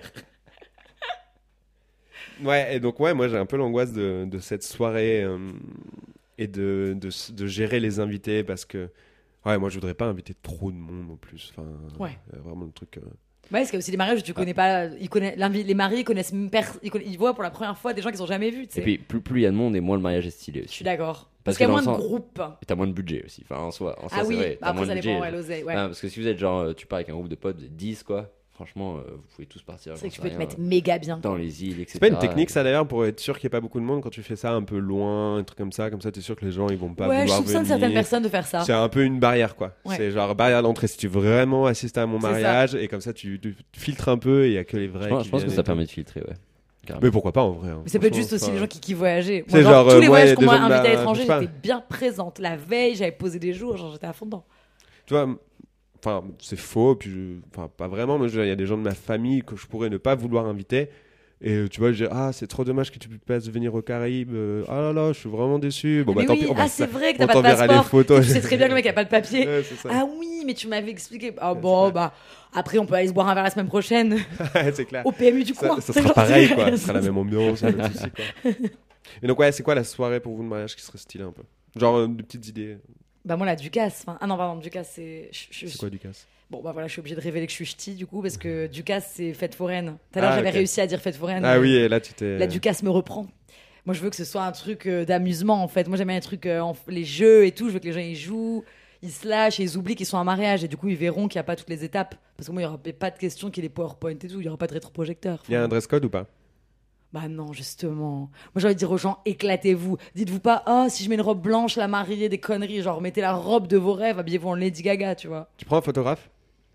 Ouais, et donc, ouais, moi j'ai un peu l'angoisse de, de cette soirée euh, et de, de, de gérer les invités parce que, ouais, moi je voudrais pas inviter trop de monde en plus. Enfin, Ouais. euh, vraiment le truc. euh, Ouais, c'est qu'il y a aussi des mariages où tu connais pas. Ils connaissent, l'invi- les mariés connaissent même per- ils, conna- ils voient pour la première fois des gens qu'ils ont jamais vus. Tu sais. Et puis, plus plus il y a de monde, et moins le mariage est stylé Je aussi. suis d'accord. Parce Parce qu'il y a que moins dans de le sens- groupes. Et t'as moins de budget aussi. Enfin, en soi, en soi Ah c'est oui, vrai. bah T'as après moins ça de dépend, budget. ouais, l'oseille. Ouais. Non, parce que si vous êtes genre, euh, tu pars avec un groupe de potes, dix quoi, franchement, euh, vous pouvez tous partir. C'est vrai j'en que tu sais peux te rien, mettre euh, méga bien. dans les îles, et cetera. C'est pas une technique ça d'ailleurs pour être sûr qu'il n'y ait pas beaucoup de monde quand tu fais ça un peu loin, un truc comme ça, comme ça t'es sûr que les gens ils vont pas Ouais, je vouloir soupçonne venir. certaines personnes de faire ça. C'est un peu une barrière quoi. Ouais. C'est genre barrière d'entrée si tu veux vraiment assister à mon C'est mariage et comme ça tu, tu filtres un peu et il y a que les vrais. Je pense, qui je pense que viennent ça et permet tout. de filtrer, ouais. Carrément. Mais pourquoi pas en vrai. hein. Mais ça peut être Franchement, juste aussi enfin, les gens qui, qui voyageaient. C'est Moi, genre, tous euh, les moi, voyages des qu'on m'a gens de ma- invité à je l'étranger, sais pas. j'étais bien présente. La veille, j'avais posé des jours, genre j'étais à fond dedans. Tu vois, enfin, c'est faux, puis je- enfin, pas vraiment, mais je veux dire, il y a des gens de ma famille que je pourrais ne pas vouloir inviter. Et euh, tu vois, je dis, ah, c'est trop dommage que tu ne peux pas venir aux Caraïbes. euh, Ah là là, je suis vraiment déçu. Bon, bah mais tant oui, pis. on va- ah, c'est vrai que on t'as pas de t'enverra les passeport. photos. Tu sais très bien que le mec a pas de papier. Ouais, c'est ça. Ah oui, mais tu m'avais expliqué. Ah bon, bah après on peut aller se boire un verre la semaine prochaine c'est clair. au P M U du Ça, coin. ça C'est sera genre- pareil, quoi. Ça sera la même ambiance, y a pas de souci, quoi. Et donc, ouais, c'est quoi la soirée pour vous de mariage qui serait stylée un peu Genre, euh, des petites idées. Bah moi la Ducasse. Enfin, ah non, pardon, Ducasse c'est. je- je- C'est quoi du casse Bon bah voilà, je suis obligée de révéler que je suis ch'ti du coup parce que Ducasse c'est fête foraine. Tout à l'heure Ah, j'avais ok. réussi à dire fête foraine. Ah mais oui, et là, tu t'es. La Ducasse me reprend. Moi je veux que ce soit un truc euh, d'amusement en fait. Moi j'aime bien les trucs, euh, en- les jeux et tout. Je veux que les gens ils jouent, ils se lâchent et ils oublient qu'ils sont à mariage et du coup ils verront qu'il n'y a pas toutes les étapes. Parce que moi il n'y aura pas de question qu'il y ait des PowerPoint et tout. Il n'y aura pas de rétroprojecteur. Il y a un dress code ou pas Bah non, justement. Moi, j'ai envie de dire aux gens, éclatez-vous. Dites-vous pas, oh, si je mets une robe blanche, la mariée, des conneries. Genre, mettez la robe de vos rêves, habillez-vous en Lady Gaga, tu vois. Tu prends un photographe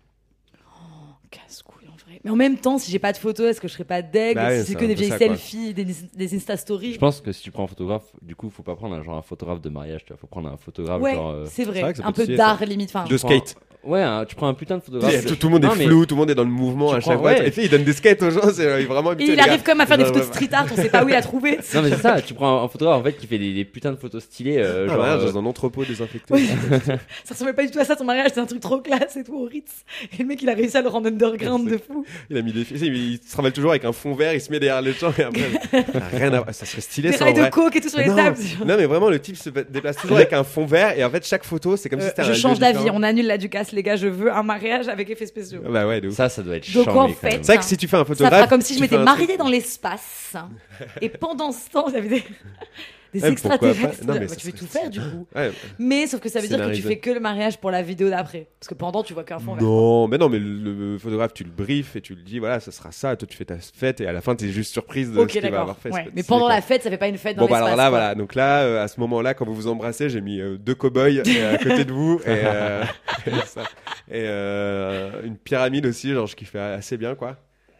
Casse-couille, en vrai. Mais en même temps, si j'ai pas de photos, est-ce que je serais pas deg Bah oui, Si c'est c'est que un des peu vieilles ça, quoi. selfies, des, des Insta-stories. Je pense que si tu prends un photographe, du coup, faut pas prendre un, genre un photographe de mariage, tu vois. Faut prendre un photographe Ouais, genre. euh, c'est vrai. vrai que ça peut Un être peu stylé, d'art, ça. limite. Enfin, De skate. Ouais, hein, tu prends un putain de photographe. tout, tout le monde Non, est mais- flou, tout le monde est dans le mouvement Tu à chaque prends- fois. ouais. Et puis il donne des skates aux gens, c'est euh, vraiment Et habitué. il les gars. arrive quand même à faire des Genre, photos de street art, on sait pas où il a trouvé. Non, mais c'est ça, tu prends un, un photographe en fait qui fait des, des putains de photos stylées. euh, Ah, genre, ouais, euh, dans un entrepôt désinfecté. Oui. Ça ressemblait pas du tout à ça, ton mariage, c'était un truc trop classe et tout, au Ritz. Et le mec, il a réussi à le rendre underground de fou. Il a mis des il, il se travaille toujours avec un fond vert, il se met derrière les gens et après. Rien à... Ça serait stylé Des ça en rails de vrai. coke et tout sur les non, tables. non, mais vraiment, le type se déplace toujours avec un fond vert et en fait, chaque photo, c'est comme si Euh, c'était un. je lieu change d'avis, différent. on annule la Ducasse, les gars, je veux un mariage avec effets spéciaux. Bah ouais, de ouf. Ça, ça doit être Donc, charmé, en quand fait, même. C'est vrai que si tu fais un Ça photographe. fera comme si je tu m'étais fais un mariée truc- dans l'espace. Et pendant ce temps, il y avait des, des Ouais, pourquoi pas. extraterrestres. Non, mais Bah, ça tu fais serait tout faire stylé. du coup. Ouais. Mais sauf que ça veut dire que tu Scénarisé. fais que le mariage pour la vidéo d'après. Parce que pendant, tu vois qu'un fond vert. Non, mais non, mais le, le photographe, tu le briefes et tu le dis, voilà, ça sera ça. Toi, tu fais ta fête et à la fin, t'es juste surprise de Ok, ce qu'il va d'accord. avoir fait. Ouais. Ça peut être Mais stylé, pendant quoi. la fête, ça fait pas une fête dans Bon, bah l'espace. alors là, quoi. voilà. Donc là, euh, à ce moment-là, quand vous vous embrassez, j'ai mis euh, deux cow-boys euh, à côté de vous et, euh, et, ça. Et, euh, une pyramide aussi, genre, qui fait assez bien, quoi.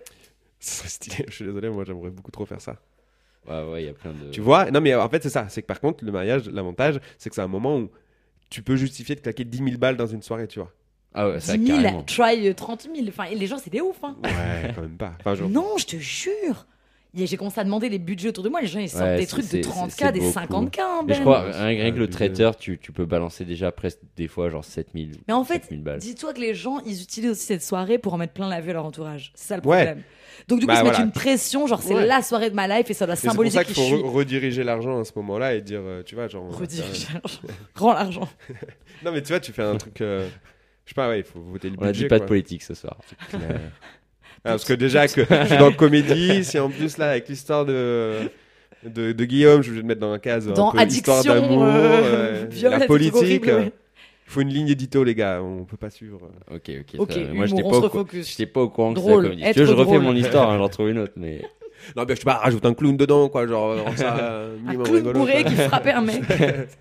Ce serait stylé. Je suis désolé, moi, j'aimerais beaucoup trop faire ça. Ouais, ouais, il y a plein de. Tu vois? Non, mais en fait, c'est ça. C'est que par contre, le mariage, l'avantage, c'est que c'est un moment où tu peux justifier de claquer dix mille balles dans une soirée, tu vois. Ah ouais, ça dix mille, carrément. try euh, trente mille. Enfin, et les gens, c'est des ouf. Hein. Ouais, quand même pas. Enfin, genre, Non, je te jure. Et J'ai commencé à demander les budgets autour de moi. Les gens, ils sortent Ouais, des c'est- trucs de c'est- trente c'est K, des beaucoup. cinquante K. hein, Mais je Ben. crois, rien, rien que le Abusé. traiteur, tu, tu peux balancer déjà presque des fois genre sept mille. Mais en fait, sept mille balles. dis-toi que les gens, ils utilisent aussi cette soirée pour en mettre plein la vue à leur entourage. C'est ça le Ouais. problème. Donc du coup, Bah, ils se mettent voilà. une pression, genre c'est Ouais. la soirée de ma life et ça doit Et c'est pour symboliser ça qui qu'il je faut suis. re- rediriger l'argent à ce moment-là et dire, euh, tu vois, genre. Rediriger euh, l'argent. Rends l'argent. Non, mais tu vois, tu fais un truc. euh, Je sais pas, ouais, il faut voter le On a budget. dit pas quoi. de politique ce soir. Clair. Ah, parce que déjà que je suis dans le comédie, si en plus là avec l'histoire de, de de Guillaume, je suis obligé de mettre dans un case Dans un peu histoire addiction, d'amour, euh, euh, viol, la des trucs politique. horribles, ouais. Il faut une ligne édito les gars, on peut pas suivre. Ok, ok. Ok, très bien. Moi, humour, j'étais on pas, se au cou- refocus. j'étais pas au courant que Drôle, c'était la comédie. Si être tu veux, je refais drôle. mon histoire, hein, j'en trouve une autre, mais. Non, mais je sais pas, rajoute un clown dedans quoi, genre rends ça euh, Un minimum clown rigolo. bourré quoi. qui frappait un mec.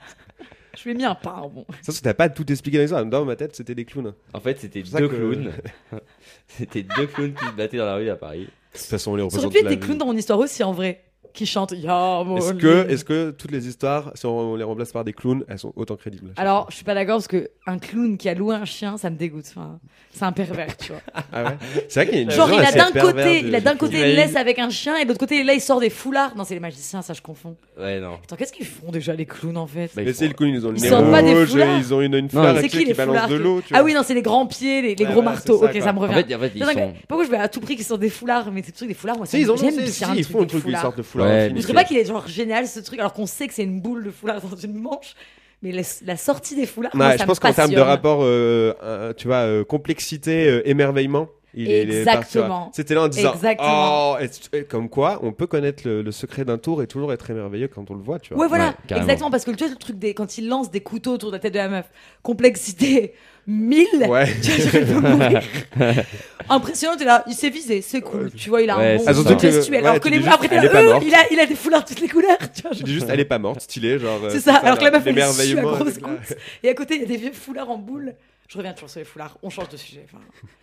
Je lui ai mis un pain, bon. Ça, c'est que t'as pas tout expliqué dans l'histoire. Dans ma tête, c'était des clowns. En fait, c'était C'est pour ça deux que- clowns. C'était deux clowns qui se battaient dans la rue à Paris. De toute façon, on les Ça aurait représente. pu être la des vie. clowns dans mon histoire aussi, en vrai. Qui chantent Ya Est-ce que, est-ce que toutes les histoires, si on les remplace par des clowns, elles sont autant crédibles? Alors, je suis pas d'accord parce que un clown qui a loué un chien, ça me dégoûte. Enfin, c'est un pervers, tu vois. Ah ouais. C'est vrai qu'il y a une Genre, vision il a assez d'un perverse côté, du- il a d'un du côté clown. une laisse avec un chien et de l'autre côté, là, il sort des foulards. Non, c'est les magiciens, ça, je confonds. Ouais, non. Attends, qu'est-ce qu'ils font déjà, les clowns, en fait Bah, Mais ils c'est font- le clown, ils ont le Ils nez sortent pas des rouge, foulards. ils ont une, une fleur C'est tu sais, qui les balance foulards de que- l'eau. tu Ah vois. oui, non, c'est les grands pieds, les, les Ouais, gros voilà, marteaux. c'est ça, Ok, quoi. ça me En revient. fait, en fait, ils Non, sont. mais pourquoi je vais à tout prix qu'ils sortent des foulards? Mais ces trucs des foulards, moi, ça Si, ils en ont, j'aime si, bien si, un ils truc font le des truc où ils foulards. sortent le foulard. Ouais, infini. Je mais trouve pas qu'il est genre génial ce truc, alors qu'on sait que c'est une boule de foulard dans une manche. Mais la, la sortie des foulards, moi, Ouais, ça je me pense qu'en termes de passionne. rapport, euh, euh, tu vois, euh, complexité, euh, émerveillement, Il est- il est parti, Exactement. ouais. C'était là en disant Exactement. oh, et- et comme quoi on peut connaître le, le secret d'un tour et toujours être émerveilleux quand on le voit, tu vois. Ouais, voilà, Ouais, carrément. exactement, parce que tu vois, le truc des, quand il lance des couteaux autour de la tête de la meuf, complexité mille, Ouais. tu vois, je peux mourir. Impressionnant, t'es là, il s'est visé, c'est cool, tu vois, il a Ouais, un bon c'est sens ça. gestuel, Ouais, alors tu que dis les juste, après, t'es elle là, est pas euh, morte. il a, il a des foulards toutes les couleurs, tu vois. Tu dis juste elle est pas morte, stylé, genre. euh, C'est ça, alors que la meuf, elle est sue à l'émerveillement grosses avec la- gouttes, et à côté, il y a des vieux foulards en boule. Je reviens toujours sur les foulards, on change de sujet. Enfin,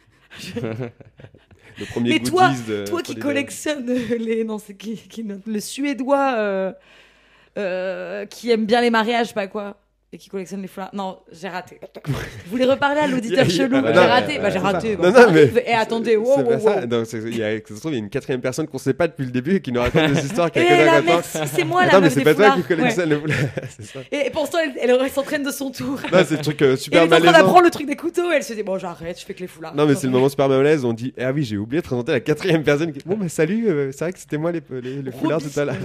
Le premier Mais toi, goodies de- toi pour qui les- collectionnes les, non, c'est qui, qui note le suédois euh, euh, qui aime bien les mariages, pas quoi, et qui collectionne les foulards. Non, j'ai raté. Je voulais reparler à l'auditeur Il y a- chelou. ah bah j'ai non, raté, euh, bah j'ai c'est ça. raté. Non, bah, non, ça mais- arrive. Et attendez, wow, C'est wow, pas ça. wow. Donc, c'est- il y a, ça se trouve, il y a une quatrième personne qu'on sait pas depuis le début et qui nous raconte des histoires qui a Et que dalle là, à temps. merci, c'est moi la Attends, mais meuf c'est des pas toi foulards. qui collectionne les foulards. C'est ça. Ouais. Et pour l'instant, elle, elle, elle s'entraîne de son tour. Non, c'est le truc euh, Et super elle est en train malaisant. d'apprendre le truc des couteaux. Et elle se dit bon, j'arrête, je fais que les foulards. Non, mais c'est le moment super malaise. On dit ah oui, j'ai oublié de présenter la quatrième personne. Qui... Bon, bah salut, euh, c'est vrai que c'était moi les, les, les foulards tout à l'heure.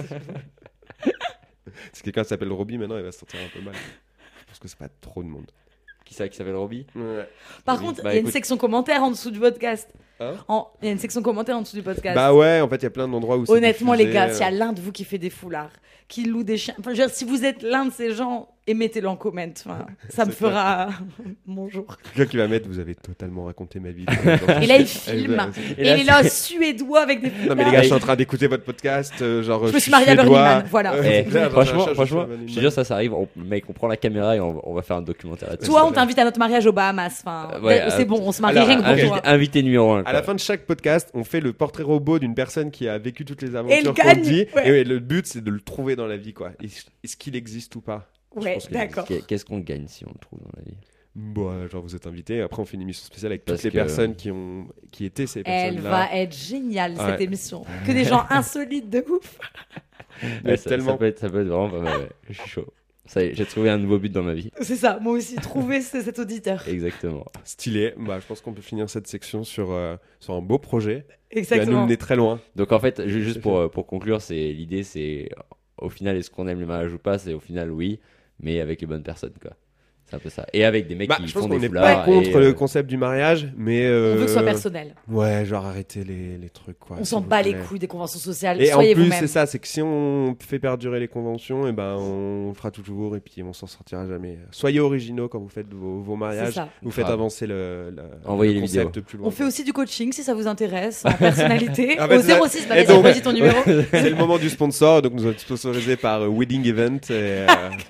Si quelqu'un s'appelle Robbie maintenant, il va se sentir un peu mal. Je pense que c'est pas trop de monde. Qui ça qui s'appelle Robbie? Ouais. Par Oui, contre, il bah, y a une écoute. section commentaires en dessous du podcast. Hein En- Il y a une section commentaires en dessous du podcast. Bah ouais, en fait, il y a plein d'endroits où c'est Honnêtement, les diffusé, gars, euh, s'il y a l'un de vous qui fait des foulards, qui loue des chiens, enfin, je veux dire, si vous êtes l'un de ces gens, émettez-le en comment. Enfin, ça me C'est clair. fera mon jour. Quelqu'un qui va mettre, vous avez totalement raconté ma vie. Et là, il filme. Et Et, là, il est là, suédois avec des Non foulards. mais les gars, je suis en train d'écouter votre podcast, euh, genre Je me suis mariée à suédois. Burning Man, voilà. Euh, Eh, c'est clair, genre, franchement, je- je- franchement, je- je te jure, ça, ça arrive. On, mec, on prend la caméra et on, on va faire un documentaire là-dessus. Toi, on t'invite à notre mariage aux Bahamas. Enfin, Euh, ouais, c'est euh, bon, on se marie alors, rien que pour ok. toi. Invité numéro un. À la fin de chaque podcast, on fait le portrait robot d'une personne qui a vécu toutes les aventures elle qu'on gagne, dit. ouais. Et ouais, le but, c'est de le trouver dans la vie, quoi. Est-ce est-ce qu'il existe ou pas? Ouais, pense que- d'accord. Qu'est-ce qu'on gagne si on le trouve dans la vie? Bon, euh, genre vous êtes invité. Après, on fait une émission spéciale avec Parce toutes les que- personnes qui ont, qui étaient ces Elle personnes-là. va être géniale, cette Ouais. émission. Que des gens insolites de ouf. Mais Ouais, ça, tellement- ça, peut être, ça peut être vraiment pas mal. Ouais. Je suis chaud. Ça y est, j'ai trouvé un nouveau but dans ma vie. C'est ça, moi aussi, trouver ce- cet auditeur. Exactement. Stylé. Bah, je pense qu'on peut finir cette section sur, euh, sur un beau projet qui va nous Exactement. mener très loin. Donc en fait, ju- juste C'est pour, euh, pour conclure, c'est l'idée, c'est au final, est-ce qu'on aime les mariages ou pas? C'est au final oui, mais avec les bonnes personnes, quoi. C'est un peu ça. Et avec des mecs Bah, qui je pense font qu'on des n'est pas foulards. contre et, euh, le concept du mariage, mais. On veut que ce soit euh, personnel. Ouais, genre arrêter les, les trucs, quoi. On s'il s'en vous bat les plaît. couilles des conventions sociales. Et en Soyez plus, vous-même. c'est ça, c'est que si on fait perdurer les conventions, et ben on le fera toujours et puis on s'en sortira jamais. Soyez originaux quand vous faites vos, vos C'est mariages, ça. vous faites Grave. avancer le, le, Envoyez le les concept plus loin. On fait aussi du coaching si ça vous intéresse, en personnalité. En fait, Au c'est ça. zéro six, bah, Et vas-y, donc- vas-y ton numéro. C'est le moment du sponsor, donc nous sommes sponsorisés par euh, Wedding Event. Et, euh,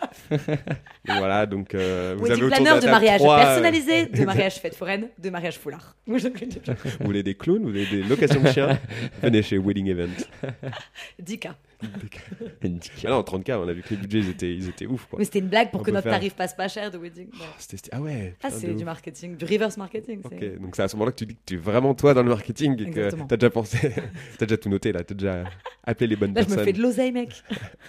et voilà, donc euh, vous avez Wedding autour planner la de table mariage trois, euh, personnalisé, de mariage fête foraine, de mariage foulard. Vous voulez des clowns, vous voulez des locations de chiens, venez chez Wedding Event. dix K. Ah non, trente K, on a vu que les budgets ils étaient, ils étaient ouf quoi. Mais c'était une blague pour On que peut notre faire. tarif passe pas cher de wedding. Ouais. C'était, c'était- ah ouais. Ah, putain, c'est de du ouf. marketing, du reverse marketing. c'est- Ok, donc c'est à ce moment-là que tu dis que tu es vraiment toi dans le marketing et que Exactement. t'as déjà pensé, t'as déjà tout noté là, t'as déjà appelé les bonnes Là, je me personnes. fais de l'oseille, mec.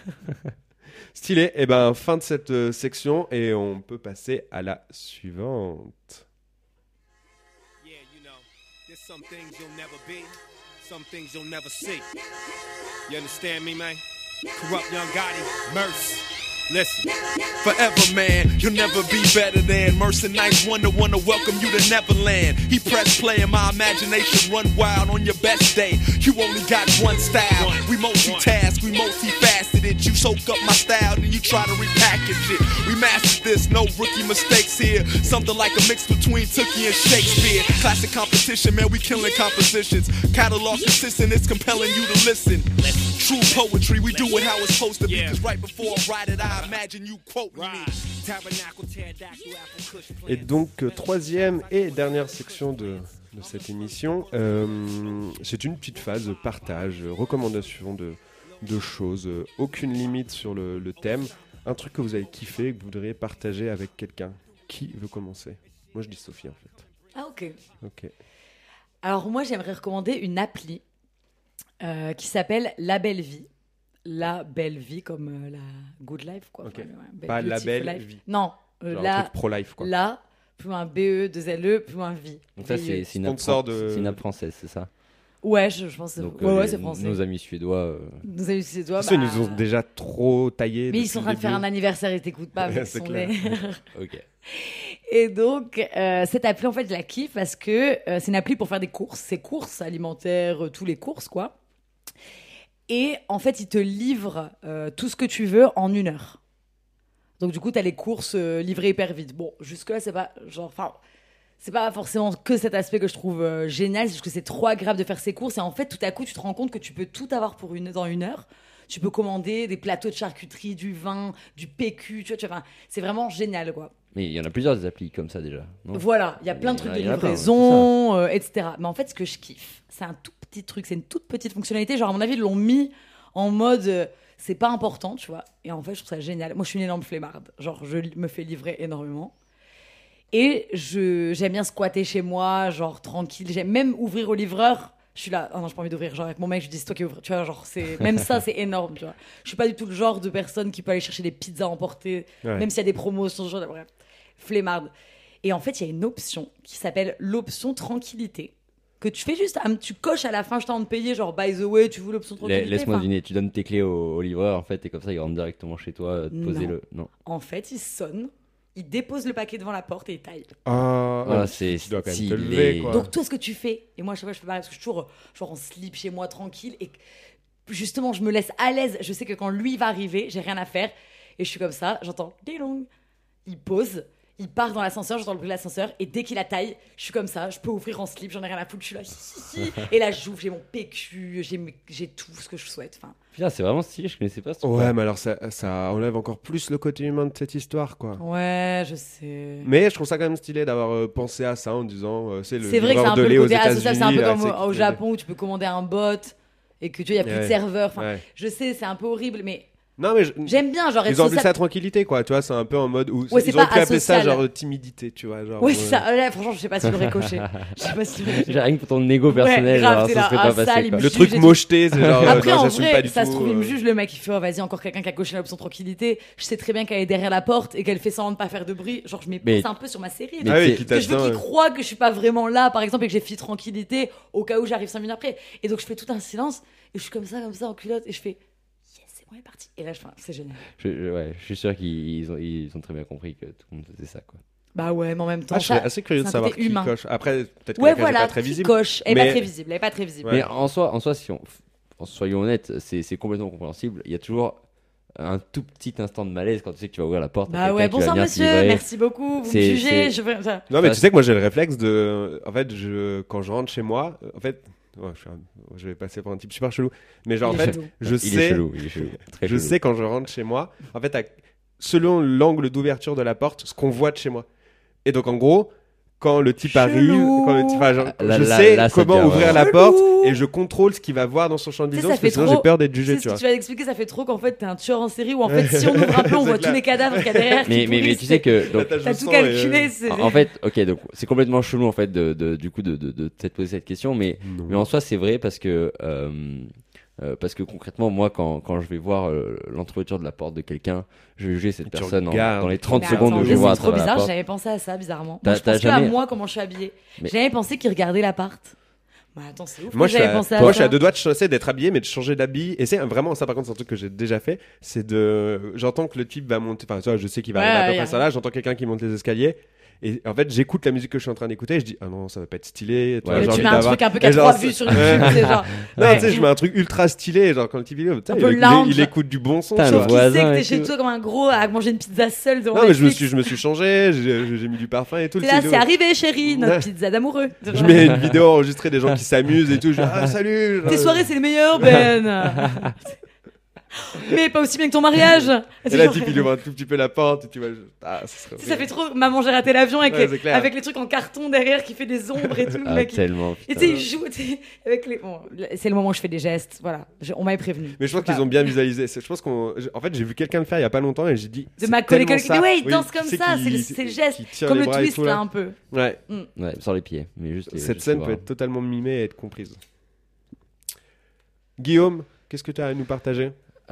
Stylé, et ben fin de cette euh, section et on peut passer à la suivante. Yeah, you know, there's some things you'll never be, some things you'll never see. You understand me, man? Corrupt Young Gotti, Merce. Listen, forever, man, you'll never be better than Merce and Nice One to wanna welcome you to Neverland. He press play and my imagination run wild on your best day. You only got one style. We multitask, we multifaceted. You soak up my style, then you try to repackage it. We mastered this, no rookie mistakes here. Something like a mix between Tookie and Shakespeare. Classic competition, man, we killing compositions. Catalog consistent, it's compelling you to listen. True poetry, we do it how it's supposed to be. Yeah. Cause right before I write it, I imagine you quote me. Tabernacle, pterodactyl, apple, kush, plant. Et donc euh, troisième et dernière section de, de cette émission, euh, c'est une petite phase de partage, euh, recommandation de, de choses, euh, aucune limite sur le, le thème, un truc que vous avez kiffé et que vous voudriez partager avec quelqu'un. Qui veut commencer? Moi je dis Sophie en fait. Ah, ok. Ok. Alors, moi, j'aimerais recommander une appli euh, qui s'appelle La Belle Vie. La Belle Vie, comme euh, la Good Life, quoi. Ok. Enfin, ouais, Belle Pas La Beautiful Belle Life. Vie. Non, euh, Genre un la, truc pro-life quoi. la, plus un B E, deux L E, plus un Vie. Donc ça, V I E. c'est c'est une app Sponsor fran- de- c'est une app française, c'est ça? Ouais, je, je pense que Donc, ouais, euh, ouais, les- c'est français. Nos amis suédois. euh, Nos amis suédois, Parce qu'ils bah, nous ont déjà trop taillé. mais ils depuis sont en le train de faire début. un anniversaire, ils t'écoutent pas, mais ils C'est sont clair. les- Ok. Et donc, euh, cette appli, en fait, je la kiffe parce que euh, c'est une appli pour faire des courses. C'est courses alimentaires, euh, tous les courses, quoi. Et en fait, il te livre euh, tout ce que tu veux en une heure. Donc, du coup, tu as les courses euh, livrées hyper vite. Bon, jusque-là, c'est pas genre. Enfin, c'est pas forcément que cet aspect que je trouve euh, génial, c'est juste que c'est trop agréable de faire ces courses. Et en fait, tout à coup, tu te rends compte que tu peux tout avoir pour une, dans une heure. Tu peux commander des plateaux de charcuterie, du vin, du P Q. Tu vois, tu vois, enfin, c'est vraiment génial, quoi. Mais il y en a plusieurs des applis comme ça déjà. Non Voilà, il y a plein de Il y en trucs a- de il y en a plein, ouais, livraison, euh, et cetera. Mais en fait, ce que je kiffe, c'est un tout petit truc, c'est une toute petite fonctionnalité. Genre, à mon avis, ils l'ont mis en mode, euh, c'est pas important, tu vois. Et en fait, je trouve ça génial. Moi, je suis une énorme flemmarde. Genre, je li- me fais livrer énormément. Et je, j'aime bien squatter chez moi, genre, tranquille. J'aime même ouvrir au livreur. Je suis là, oh non, j'ai pas envie d'ouvrir. Genre, avec mon mec, je dis, c'est toi qui ouvres. Tu vois, genre, c'est, même ça, c'est énorme, tu vois. Je suis pas du tout le genre de personne qui peut aller chercher des pizzas emportées, Ouais. même s'il y a des promotions, genre, bref. Flemmarde. Et en fait, il y a une option qui s'appelle l'option tranquillité. Que tu fais juste, un- tu coches à la fin, je t'en de payer, genre, by the way, tu veux l'option La- tranquillité. Laisse-moi Enfin, deviner, tu donnes tes clés au, au livreur en fait, et comme ça il rentre directement chez toi, euh, te poser Non. le. Non. En fait, il sonne, il dépose le paquet devant la porte et il taille. Ah, Ah, ouais, c'est tu dois quand même te stylé. lever, quoi. Donc, toi, ce que tu fais, et moi, à chaque fois, je fais pareil, parce que je suis toujours genre en slip chez moi, tranquille, et justement, je me laisse à l'aise. Je sais que quand lui va arriver, j'ai rien à faire, et je suis comme ça, j'entends ding, il pose, il part dans l'ascenseur, j'entends le bruit de l'ascenseur, et dès qu'il a taille, je suis comme ça, je peux ouvrir en slip, j'en ai rien à foutre, je suis là, hi, hi, hi. Et là, j'ouvre, j'ai mon P Q, j'ai, mes- j'ai tout ce que je souhaite. Enfin, Putain, c'est vraiment stylé, je connaissais pas ce truc. Ouais, mais alors ça, ça enlève encore plus le côté humain de cette histoire, quoi. ouais, je sais. Mais je trouve ça quand même stylé d'avoir euh, pensé à ça en disant euh, c'est le C'est vrai que c'est livreur un de peu lait le aux côté États-Unis. associable, c'est un peu là, comme tu sais, au, qui au te- Japon où tu peux commander un bot et que tu vois, il n'y a plus Ouais. de serveur. Enfin, Ouais. je sais, c'est un peu horrible, mais Non, mais je- j'aime bien, genre, être ils ont appelé social- ça tranquillité, quoi. Tu vois, c'est un peu en mode où Ouais, c'est ils auraient pas pu appeler ça asocial. genre euh, timidité, tu vois. Genre, Oui, euh, c'est ça. Là, franchement, je sais pas s'il aurait coché. Je sais pas s'il aurait J'ai rien que pour ton ego personnel, Ouais, grave, genre, t'es ça là, serait ah, pas ça, passé. il quoi. me Le juge truc et tout. mocheté, c'est genre. euh, Après, non, en j'assume vrai, pas du ça se tout, trouve, il me euh. juge le mec, il fait, oh, vas-y, encore quelqu'un qui a coché l'option tranquillité. Je sais très bien qu'elle est derrière la porte et qu'elle fait semblant de pas faire de bruit. Genre, je m'épose Mais- un peu sur ma série. mais Ah oui, c'est- qui que je veux t'attend, qu'il euh. croie que je suis pas vraiment là, par exemple, et que j'ai fait tranquillité au cas où j'arrive cinq minutes après. Et donc, je fais tout un silence et je suis comme ça, comme ça, en culotte, et je fais, yes, c'est bon, il est parti. Et là, je fais, c'est génial. Je, je- ouais, je suis sûr qu'ils ils ont, ils ont très bien compris que tout le monde faisait ça. Quoi. Bah ouais, mais en même temps, Ah, je serais ça- assez curieux de c'est un savoir côté qui humain. coche. Après, peut-être que Ouais, la cage est voilà, pas très qui visible. coche. Elle est mais- pas très visible, elle est pas très visible. Ouais. Mais en soi, en soi, si on, f- soyons honnêtes, c'est c'est complètement compréhensible. Il y a toujours un tout petit instant de malaise quand tu sais que tu vas ouvrir la porte. à Bah quelqu'un ouais, qui va bonsoir venir te monsieur, livrer. merci beaucoup, vous me C'est- jugez. c'est- Je... veux- ça- Non, mais Ça, tu sais que moi j'ai le réflexe de. En fait, je... quand je rentre chez moi, euh, en fait. ouais, je, suis un- je vais passer pour un type super chelou. Mais genre, Il en est fait, chelou. je Il sais. est chelou, il est chelou. Très Je chelou. sais quand je rentre chez moi, en fait, à- selon l'angle d'ouverture de la porte, ce qu'on voit de chez moi. Et donc, en gros, quand le type Chelou. arrive, quand le type, enfin, genre, Là, je là, sais là, ça comment devient ouvrir vraiment- la Chelou. porte et je contrôle ce qu'il va voir dans son champ de Tu sais, vision ça parce que fait sinon trop- j'ai peur d'être Tu jugé, sais tu ce que vois. tu vas expliquer, ça fait trop qu'en fait t'es un tueur en série où en fait si on ouvre un peu on C'est voit clair. tous les cadavres qu'il y a derrière. Mais, qui mais, mais pourrissent. tu sais que. donc, L'attache T'as au tout sang calculé, et, euh, c'est... en fait, ok, donc c'est complètement chelou en fait de, de- du coup de, de, de peut-être poser cette question, mais, Non. mais en soi c'est vrai parce que euh, euh, parce que concrètement moi quand, quand je vais voir euh, l'entreouverture de la porte de quelqu'un, je vais juger cette Tu personne en- regardes. dans les trente Mais secondes attends, où je mais vais voir à c'est trop travers la bizarre, porte. j'avais pensé à ça bizarrement. T'as- Moi je t'as pense que à jamais- moi comment je suis habillée. Mais- J'avais pensé qu'il regardait l'appart. Bah attends, c'est ouf. Moi, que je suis, j'avais à, pensé à moi je suis ça. à deux doigts de changer d'être habillé, mais de changer d'habit. Et c'est vraiment ça, par contre, c'est un truc que j'ai déjà fait. C'est de. J'entends que le type va monter. Enfin, tu vois, je sais qu'il va Ouais, arriver à peu y a près ça là. J'entends quelqu'un qui monte les escaliers. Et en fait, j'écoute la musique que je suis en train d'écouter. Et je dis, ah non, ça va pas être stylé. Tu vois, Ouais, j'ai tu envie mets un d'avoir- truc un peu Et qui a genre, trois vues sur ouais. YouTube, c'est genre. Non, ouais. tu sais, je mets un truc ultra stylé. Genre, quand le type il est, putain, Un il, peu il- lounge. il écoute du bon son. Putain, tu le vois. Qui sait voisin que t'es et chez tout. toi comme un gros à manger une pizza seule devant Non, mais je me Netflix. suis, je me suis changé. J'ai j'ai mis du parfum et tout. T'es le là, truc de c'est ouf. arrivé chérie, notre Ouais. pizza d'amoureux. Je mets une vidéo enregistrée des gens qui s'amusent et tout. Je dis, ah, salut. Tes soirées c'est les meilleures Ben. Mais pas aussi bien que ton mariage. Et là, le type, il ouvre un tout petit peu la porte. Et tu vois, je- ah, ça serait Tu sais, ça fait trop maman j'ai raté l'avion avec, Ouais, les, c'est clair. avec les trucs en carton derrière qui fait des ombres et tout. le Ah, mec, il- tellement. Et tu putain. sais, il joue tu sais, avec les. Bon, c'est le moment où je fais des gestes. Voilà, Je- on m'avait prévenu. Mais je pense Bah, qu'ils ont bien visualisé. C'est- Je pense qu'on. En fait, j'ai vu quelqu'un le faire il y a pas longtemps et j'ai dit. De c'est m'accoler tellement quelqu'un. ça. Mais ouais, il Oui, danse tu comme sais ça. qu'il- C'est le, c'est le geste. qu'il tire Comme les le bras et twist tout, là un peu. Ouais. Ouais, sans les pieds, mais juste les- Cette juste scène les peut bras. être totalement mimée et être comprise. Guillaume, qu'est-ce que tu as à nous partager?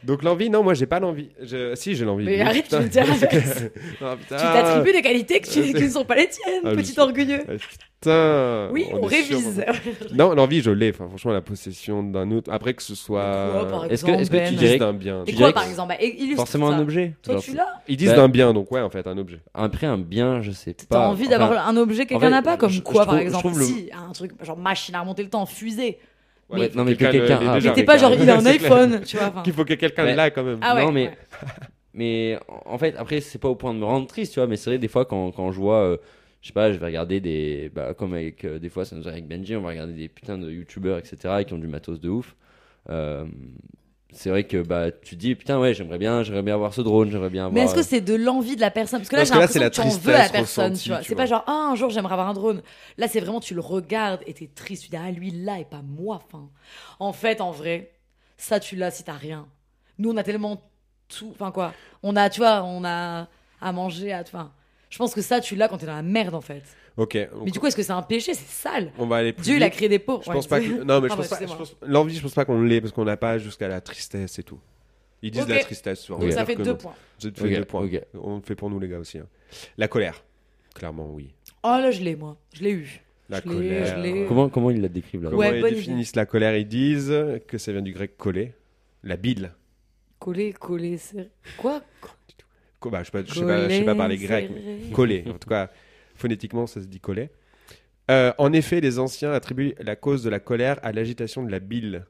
Donc l'envie, non, moi j'ai pas l'envie. Je... Si, j'ai l'envie. Mais Oui, arrête, putain. tu me dis l'inverse. Ah, putain. Tu t'attribues des qualités que tu- qui ne sont pas les tiennes, Ah, petit je- orgueilleux. Ah, Putain. Oui, on, est sûr. révise. Non, l'envie, je l'ai. Enfin, franchement, la possession d'un autre. Après que ce soit. Quoi, par Est-ce que, exemple, est-ce que tu Ben Ils dirais disent d'un bien. Et tu quoi, dirais par que exemple Bah, illustre forcément ça. un objet Toi, Genre, tu l'as Ils disent Bah- d'un bien, donc ouais, en fait, un objet. Après, un bien, je sais pas. T'as envie Enfin, d'avoir un objet que quelqu'un fait, n'a pas, comme je- je quoi, par trouve- je exemple trouve le- Si, un truc genre machine à remonter le temps, fusée. Ouais, Ouais, faut non, mais que quelqu'un quelqu'un l'ait a- déjà. Mais t'es pas genre, il a un C'est clair. iPhone, tu vois. enfin. Qu'il faut que quelqu'un Ouais. l'a quand même. Ah ouais. non, mais, ouais. mais en fait, après, c'est pas au point de me rendre triste, tu vois. Mais c'est vrai, des fois, quand, quand je vois, euh, je sais pas, je vais regarder des. Bah, comme avec. euh, des fois, ça nous arrive avec Benji, on va regarder des putains de youtubeurs, et cetera, qui ont du matos de ouf. Euh, c'est vrai que bah, tu te dis, putain, ouais, j'aimerais bien, j'aimerais bien avoir ce drone, j'aimerais bien avoir. Mais est-ce que c'est de l'envie de la personne Parce que là, Parce j'ai que là, l'impression c'est que tu la en veux à la tristesse personne, ressentie, tu vois. tu C'est vois. pas genre, ah, un jour, j'aimerais avoir un drone. Là, c'est vraiment, tu le regardes et t'es triste. Tu dis, ah, lui, là, et pas moi. Enfin, en fait, en vrai, ça, tu l'as si t'as rien. Nous, on a tellement tout. Enfin, quoi On a, tu vois, on a à manger, à. Enfin, je pense que ça, tu l'as quand t'es dans la merde, en fait. Ok. Mais du coup, est-ce que c'est un péché C'est sale. on va aller plus Dieu, il a vite. créé des pauvres. Je Ouais, pense pas c'est- que. Non, mais je Pardon, pense pas. je excusez-moi. pense- L'envie, je pense pas qu'on l'ait parce qu'on n'a pas jusqu'à la tristesse et tout. Ils disent Ok. la tristesse. tu vois, on Donc, va ça dire fait que deux non. points. Ça te fait Ok, deux points. ok. On le fait pour nous, les gars, aussi. hein. La colère. Clairement, oui. Oh, là, je l'ai, moi. Je l'ai eu. La Je l'ai, colère. je l'ai. Comment, comment ils la décrivent là Comment Ouais, ils bonne définissent la colère Ils disent que ça vient du grec coller. La bile. Coller, coller, serrer. Quoi Co- bah, je sais pas, je sais pas, je sais pas parler grec, mais serrer. coller. En tout cas, phonétiquement, ça se dit coller. Euh, en effet, les anciens attribuent la cause de la colère à l'agitation de la bile.